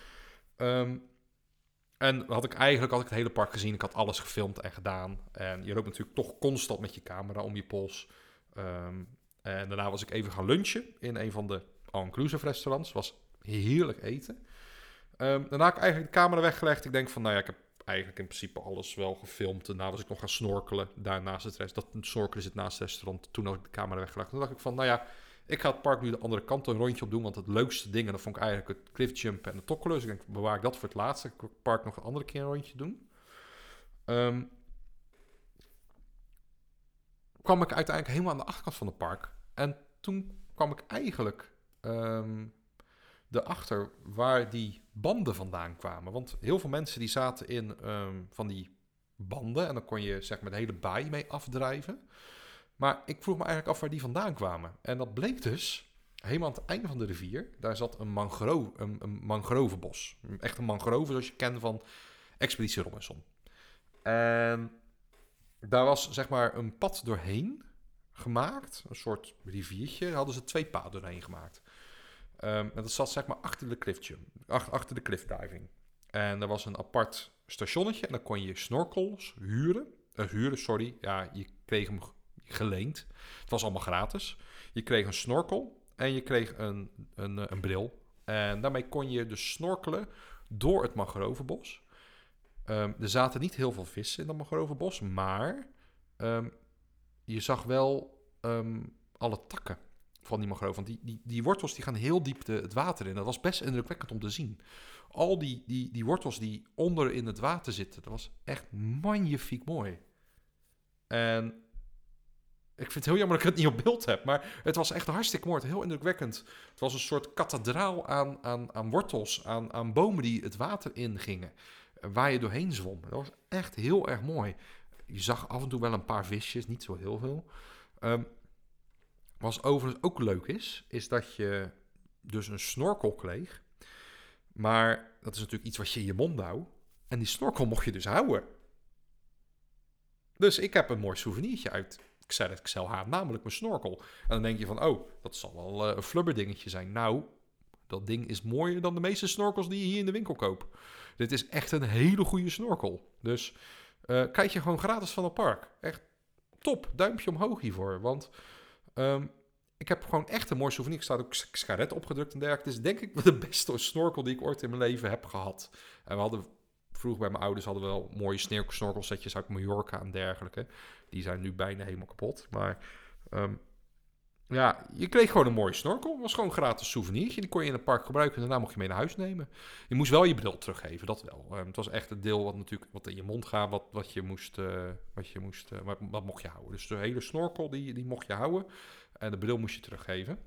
En had ik het hele park gezien. Ik had alles gefilmd en gedaan. En je loopt natuurlijk toch constant met je camera om je pols. En daarna was ik even gaan lunchen in een van de all-inclusive restaurants. Was heerlijk eten. Daarna heb ik eigenlijk de camera weggelegd. Ik denk van, ik heb eigenlijk in principe alles wel gefilmd. Daarna was ik nog gaan snorkelen. Daar naast het restaurant. Dat snorkelen zit naast het restaurant. Toen had ik de camera weggelegd. Toen dacht ik van, ik ga het park nu de andere kant een rondje op doen. Want het leukste ding, en dat vond ik eigenlijk het cliffjump en de tokkelen. Dus ik denk, bewaar ik dat voor het laatste. Ik wil het park nog een andere keer een rondje doen. Kwam ik uiteindelijk helemaal aan de achterkant van het park. En toen kwam ik eigenlijk erachter waar die banden vandaan kwamen. Want heel veel mensen die zaten in van die banden. En dan kon je zeg maar de hele baai mee afdrijven. Maar ik vroeg me eigenlijk af waar die vandaan kwamen. En dat bleek dus, helemaal aan het einde van de rivier, daar zat een mangrovenbos. Echt een mangrove zoals je kent van Expeditie Robinson. En daar was zeg maar een pad doorheen gemaakt. Een soort riviertje. Daar hadden ze 2 paden doorheen gemaakt. En dat zat zeg maar achter de cliffjump. Achter de cliffdiving. En er was een apart stationnetje. En dan kon je snorkels huren. Ja, je kreeg hem geleend. Het was allemaal gratis. Je kreeg een snorkel. En je kreeg een bril. En daarmee kon je dus snorkelen door het mangrovenbos. Er zaten niet heel veel vissen in dat mangrovenbos. Maar je zag wel alle takken van die mangrove. Want die wortels die gaan heel diep het water in. Dat was best indrukwekkend om te zien. Al die wortels die onder in het water zitten. Dat was echt magnifiek mooi. En ik vind het heel jammer dat ik het niet op beeld heb. Maar het was echt hartstikke mooi. Heel indrukwekkend. Het was een soort kathedraal aan wortels. Aan bomen die het water ingingen. Waar je doorheen zwom. Dat was echt heel erg mooi. Je zag af en toe wel een paar visjes. Niet zo heel veel. Wat overigens ook leuk is dat je dus een snorkel kreeg. Maar dat is natuurlijk iets wat je in je mond houdt. En die snorkel mocht je dus houden. Dus ik heb een mooi souvenirtje uit XLH, namelijk mijn snorkel. En dan denk je van, dat zal wel een flubberdingetje zijn. Nou, dat ding is mooier dan de meeste snorkels die je hier in de winkel koopt. Dit is echt een hele goede snorkel. Dus kijk je gewoon gratis van het park. Echt top, duimpje omhoog hiervoor. Want ik heb gewoon echt een mooi souvenir. Ik sta ook scharet opgedrukt en dergelijke. Het is denk ik de beste snorkel die ik ooit in mijn leven heb gehad. En we hadden vroeger bij mijn ouders hadden we wel mooie snorkelsetjes uit Mallorca en dergelijke. Die zijn nu bijna helemaal kapot. Maar je kreeg gewoon een mooie snorkel. Het was gewoon een gratis souvenirtje. Die kon je in het park gebruiken en daarna mocht je mee naar huis nemen. Je moest wel je bril teruggeven, dat wel. Het was echt het deel wat in je mond gaat, wat mocht je houden. Dus de hele snorkel, die mocht je houden. En de bril moest je teruggeven.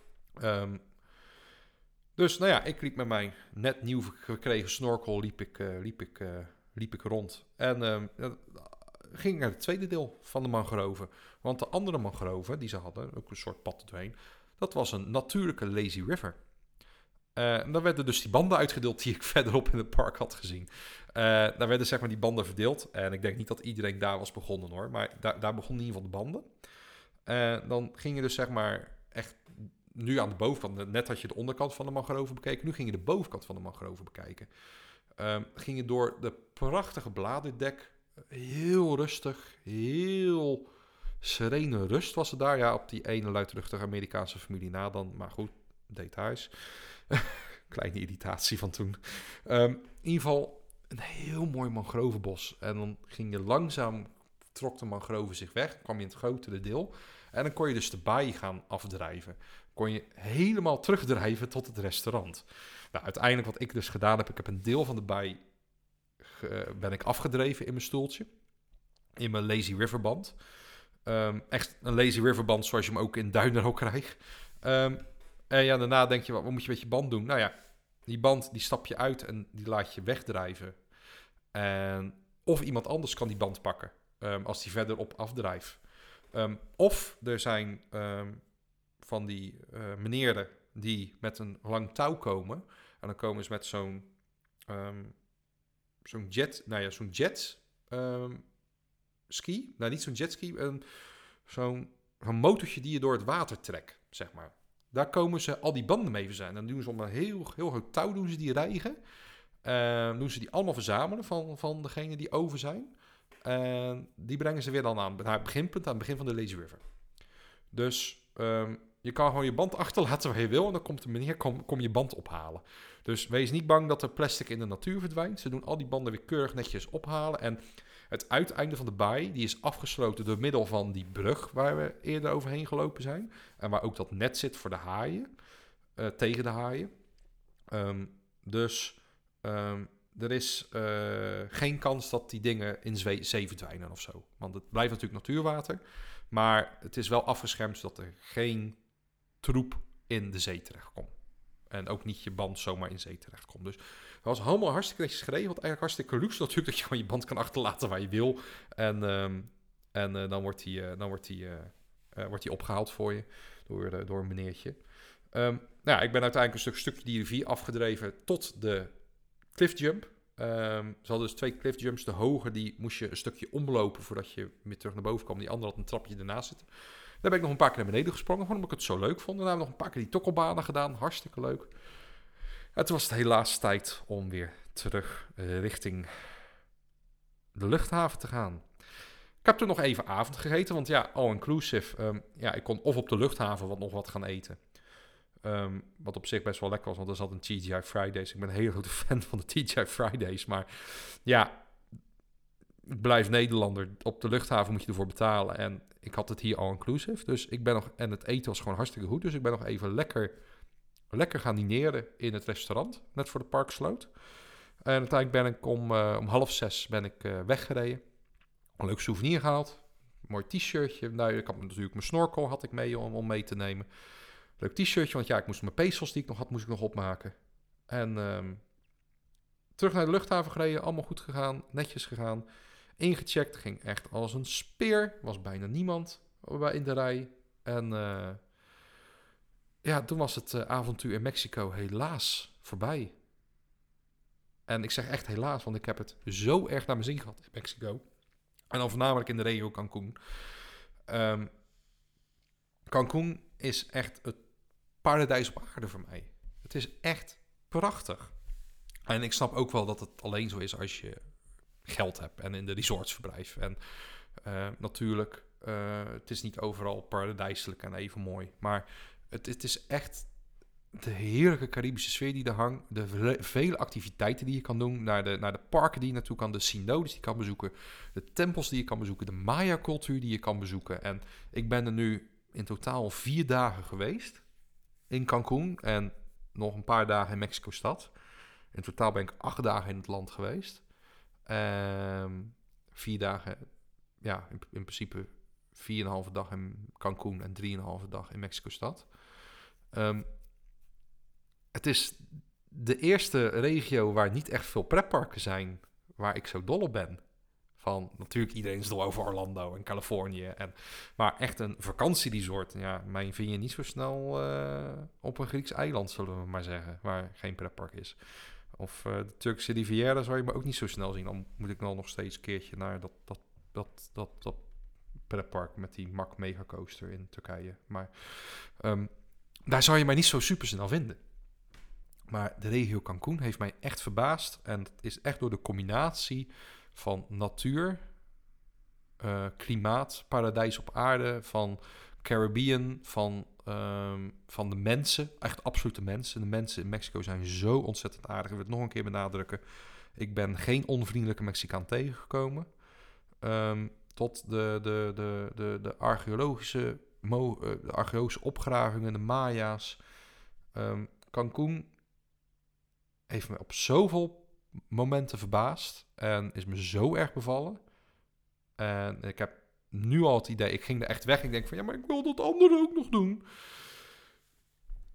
Dus ik liep met mijn net nieuw gekregen snorkel liep ik rond. En ging naar het tweede deel van de mangroven. Want de andere mangroven die ze hadden, ook een soort pad doorheen, dat was een natuurlijke lazy river. En daar werden dus die banden uitgedeeld die ik verderop in het park had gezien. Daar werden zeg maar die banden verdeeld. En ik denk niet dat iedereen daar was begonnen hoor. Maar daar begon in ieder geval de banden. Dan ging je dus zeg maar echt nu aan de bovenkant. Net had je de onderkant van de mangroven bekeken. Nu ging je de bovenkant van de mangroven bekijken. Ging je door de prachtige bladerdek. Heel rustig. Heel serene rust was er daar. Ja, op die ene luidruchtige Amerikaanse familie na dan. Maar goed, details. Kleine irritatie van toen. In ieder geval een heel mooi mangrovenbos. En dan ging je langzaam, trok de mangrove zich weg. Kwam je in het grotere deel. En dan kon je dus de baai gaan afdrijven. Kon je helemaal terugdrijven tot het restaurant. Nou, uiteindelijk wat ik dus gedaan heb, ik heb een deel van de baai ben ik afgedreven in mijn stoeltje. In mijn lazy riverband. Echt een lazy riverband zoals je hem ook in Duinen ook krijgt. En ja, daarna denk je, wat moet je met je band doen? Nou ja, die band die stap je uit en die laat je wegdrijven. Of iemand anders kan die band pakken als die verderop afdrijft. Of er zijn van die meneren die met een lang touw komen. En dan komen ze met zo'n jet ski. Nou, niet zo'n jetski. Zo'n motortje die je door het water trekt, zeg maar. Daar komen ze al die banden mee verzijn. Dan doen ze om een heel groot touw doen ze die rijgen. Doen ze die allemaal verzamelen van degene die over zijn. Die brengen ze weer dan aan het beginpunt, aan het begin van de Lazy River. Dus je kan gewoon je band achterlaten waar je wil. En dan komt de meneer kom je band ophalen. Dus wees niet bang dat er plastic in de natuur verdwijnt. Ze doen al die banden weer keurig netjes ophalen. En het uiteinde van de baai, die is afgesloten door middel van die brug waar we eerder overheen gelopen zijn. En waar ook dat net zit voor de haaien. Tegen de haaien. Er is geen kans dat die dingen in zee verdwijnen of zo. Want het blijft natuurlijk natuurwater. Maar het is wel afgeschermd zodat er geen troep in de zee terechtkomt. En ook niet je band zomaar in zee terechtkomt. Dus het was allemaal hartstikke netjes geregeld. Eigenlijk hartstikke luxe natuurlijk dat je gewoon je band kan achterlaten waar je wil. En dan wordt die opgehaald voor je door een meneertje. Ik ben uiteindelijk een stukje die rivier afgedreven tot de cliffjump. Ze hadden dus 2 cliffjumps. De hoge die moest je een stukje omlopen voordat je weer terug naar boven kwam. Die andere had een trapje ernaast zitten. Daar ben ik nog een paar keer naar beneden gesprongen, gewoon omdat ik het zo leuk vond. Daarna hebben we nog een paar keer die tokkelbanen gedaan. Hartstikke leuk. En toen was het helaas tijd om weer terug richting de luchthaven te gaan. Ik heb toen nog even avond gegeten, want ja, all-inclusive. Ik kon of op de luchthaven wat gaan eten. Wat op zich best wel lekker was, want er zat een TGI Fridays. Ik ben een hele grote fan van de TGI Fridays. Maar ja, ik blijf Nederlander. Op de luchthaven moet je ervoor betalen. En ik had het hier all-inclusive. Dus ik ben nog... En het eten was gewoon hartstikke goed. Dus ik ben nog even lekker gaan dineren in het restaurant. Net voor de park sloot. En uiteindelijk ben ik om 5:30 ben ik weggereden. Een leuk souvenir gehaald. Een mooi t-shirtje. Nou, ik had natuurlijk mijn snorkel had ik mee om mee te nemen. Leuk t-shirtje, want ja, ik moest mijn pezels die ik nog had, moest ik nog opmaken. En terug naar de luchthaven gereden, allemaal goed gegaan, netjes gegaan. Ingecheckt, ging echt als een speer. Was bijna niemand in de rij. En toen was het avontuur in Mexico helaas voorbij. En ik zeg echt helaas, want ik heb het zo erg naar mijn zin gehad in Mexico. En dan voornamelijk in de regio Cancún. Cancún is echt het paradijs op aarde voor mij. Het is echt prachtig. En ik snap ook wel dat het alleen zo is als je geld hebt en in de resorts verblijft. En natuurlijk, het is niet overal paradijselijk en even mooi. Maar het is echt de heerlijke Caribische sfeer die er hangt. De vele activiteiten die je kan doen. Naar de parken die je naartoe kan. De cenotes die je kan bezoeken. De tempels die je kan bezoeken. De Maya-cultuur die je kan bezoeken. En ik ben er nu in totaal 4 dagen geweest. In Cancún. En nog een paar dagen in Mexico-stad. In totaal ben ik 8 dagen in het land geweest. 4 dagen, ja, in principe 4,5 dag in Cancún en 3,5 dag in Mexico-stad. Het is de eerste regio waar niet echt veel pretparken zijn, waar ik zo dol op ben. Van, natuurlijk, iedereen is dol over Orlando en Californië. Maar echt een vakantieresort, ja, mij vind je niet zo snel op een Grieks eiland, zullen we maar zeggen, waar geen pretpark is. Of de Turkse Riviera zou je me ook niet zo snel zien. Dan moet ik wel nog steeds een keertje naar dat pretpark met die Mack Megacoaster in Turkije. Maar daar zou je mij niet zo super snel vinden. Maar de regio Cancún heeft mij echt verbaasd. En het is echt door de combinatie van natuur, klimaat, paradijs op aarde, van Caribbean, van de mensen, echt absolute mensen. De mensen in Mexico zijn zo ontzettend aardig. Ik wil het nog een keer benadrukken. Ik ben geen onvriendelijke Mexicaan tegengekomen. Tot de archeologische opgravingen, de Maya's. Cancún heeft me op zoveel momenten verbaasd en is me zo erg bevallen. En ik heb nu al het idee, ik ging er echt weg. Ik denk van, ja, maar ik wil dat andere ook nog doen.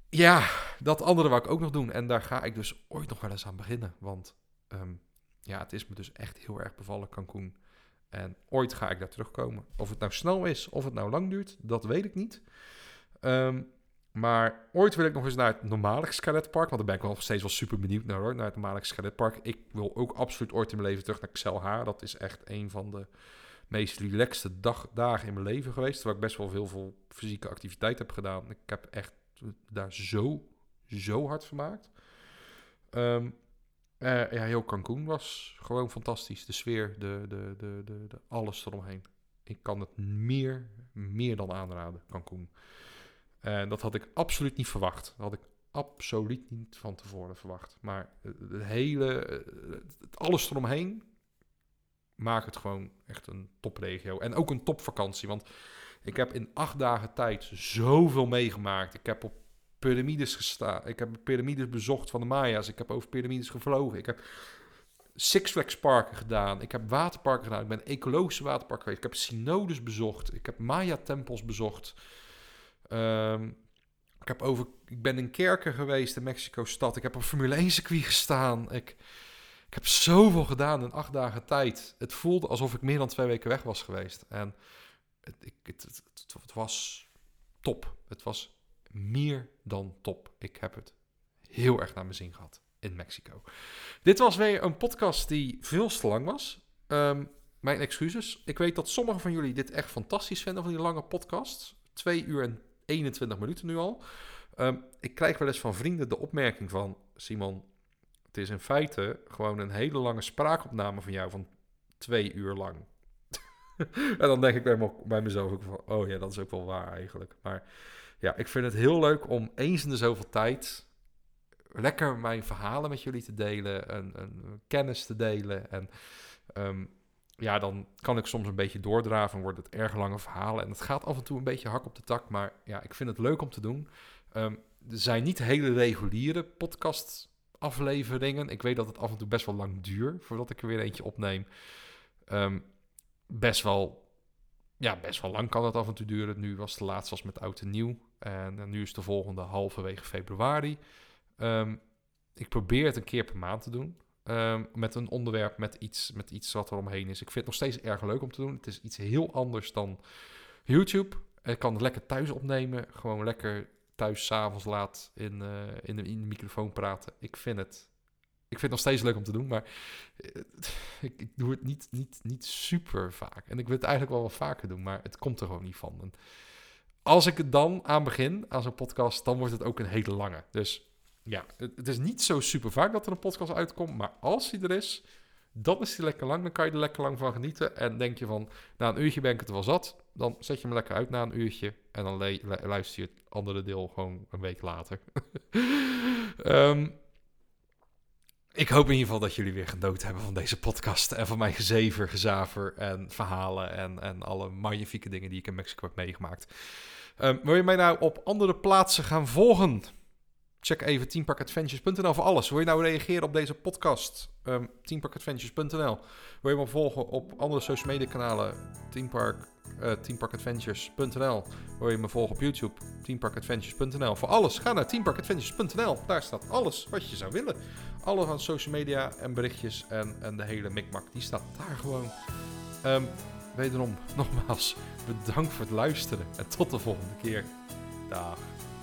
Ja, dat andere wou ik ook nog doen. En daar ga ik dus ooit nog wel eens aan beginnen. Want het is me dus echt heel erg bevallen, Cancún. En ooit ga ik daar terugkomen. Of het nou snel is, of het nou lang duurt, dat weet ik niet. Maar ooit wil ik nog eens naar het normale Skeletpark. Want daar ben ik wel steeds wel super benieuwd naar hoor. Naar het normale Skeletpark. Ik wil ook absoluut ooit in mijn leven terug naar Xel-H. Dat is echt een van de meest relaxte dagen in mijn leven geweest. Terwijl ik best wel veel fysieke activiteit heb gedaan. Ik heb echt daar zo hard vermaakt. Heel Cancún was gewoon fantastisch. De sfeer, de alles eromheen. Ik kan het meer dan aanraden, Cancún. En dat had ik absoluut niet verwacht. Dat had ik absoluut niet van tevoren verwacht. Maar alles eromheen maakt het gewoon echt een topregio. En ook een topvakantie. Want ik heb in 8 dagen tijd zoveel meegemaakt. Ik heb op piramides gestaan. Ik heb piramides bezocht van de Maya's. Ik heb over piramides gevlogen. Ik heb Six Flags parken gedaan. Ik heb waterparken gedaan. Ik ben ecologische waterparken geweest. Ik heb synodes bezocht. Ik heb Maya-tempels bezocht. Ik ben in kerken geweest in Mexico-stad. Ik heb op Formule 1 circuit gestaan. Ik heb zoveel gedaan in 8 dagen tijd. Het voelde alsof ik meer dan 2 weken weg was geweest. En het was top. Het was meer dan top. Ik heb het heel erg naar mijn zin gehad in Mexico. Dit was weer een podcast die veel te lang was. Mijn excuses. Ik weet dat sommigen van jullie dit echt fantastisch vinden van die lange podcasts. 2 uur en 21 minuten nu al. Ik krijg wel eens van vrienden de opmerking van... Simon, het is in feite gewoon een hele lange spraakopname van jou van 2 uur lang. En dan denk ik bij mezelf ook van... Oh ja, dat is ook wel waar eigenlijk. Maar ja, ik vind het heel leuk om eens in de zoveel tijd... lekker mijn verhalen met jullie te delen. En kennis te delen. En dan kan ik soms een beetje doordraven en wordt het erg lange verhalen. En het gaat af en toe een beetje hak op de tak. Maar ja, ik vind het leuk om te doen. Er zijn niet hele reguliere podcastafleveringen. Ik weet dat het af en toe best wel lang duurt voordat ik er weer eentje opneem. Best wel lang kan dat af en toe duren. Nu was de laatste met oud en nieuw. En nu is de volgende halverwege februari. Ik probeer het een keer per maand te doen. Met een onderwerp, met iets wat er omheen is. Ik vind het nog steeds erg leuk om te doen. Het is iets heel anders dan YouTube. Ik kan het lekker thuis opnemen. Gewoon lekker thuis 's avonds laat in de microfoon praten. Ik vind het nog steeds leuk om te doen, maar ik doe het niet super vaak. En ik wil het eigenlijk wel wat vaker doen, maar het komt er gewoon niet van. En als ik het dan aan begin, aan zo'n podcast, dan wordt het ook een hele lange. Dus ja, het is niet zo super vaak dat er een podcast uitkomt, maar als die er is, dan is die lekker lang. Dan kan je er lekker lang van genieten. En denk je van, na een uurtje ben ik het wel zat. Dan zet je hem lekker uit na een uurtje. En dan luister je het andere deel gewoon een week later. Ik hoop in ieder geval dat jullie weer genoten hebben van deze podcast. En van mijn gezaver en verhalen en alle magnifieke dingen die ik in Mexico heb meegemaakt. Wil je mij nou op andere plaatsen gaan volgen? Check even teamparkadventures.nl voor alles. Wil je nou reageren op deze podcast? Teamparkadventures.nl. Wil je me volgen op andere social media kanalen? Teamparkadventures.nl. Wil je me volgen op YouTube? Teamparkadventures.nl. Voor alles, ga naar teamparkadventures.nl. Daar staat alles wat je zou willen. Alles aan social media en berichtjes en de hele mikmak, die staat daar gewoon. Wederom, nogmaals, bedankt voor het luisteren. En tot de volgende keer. Dag.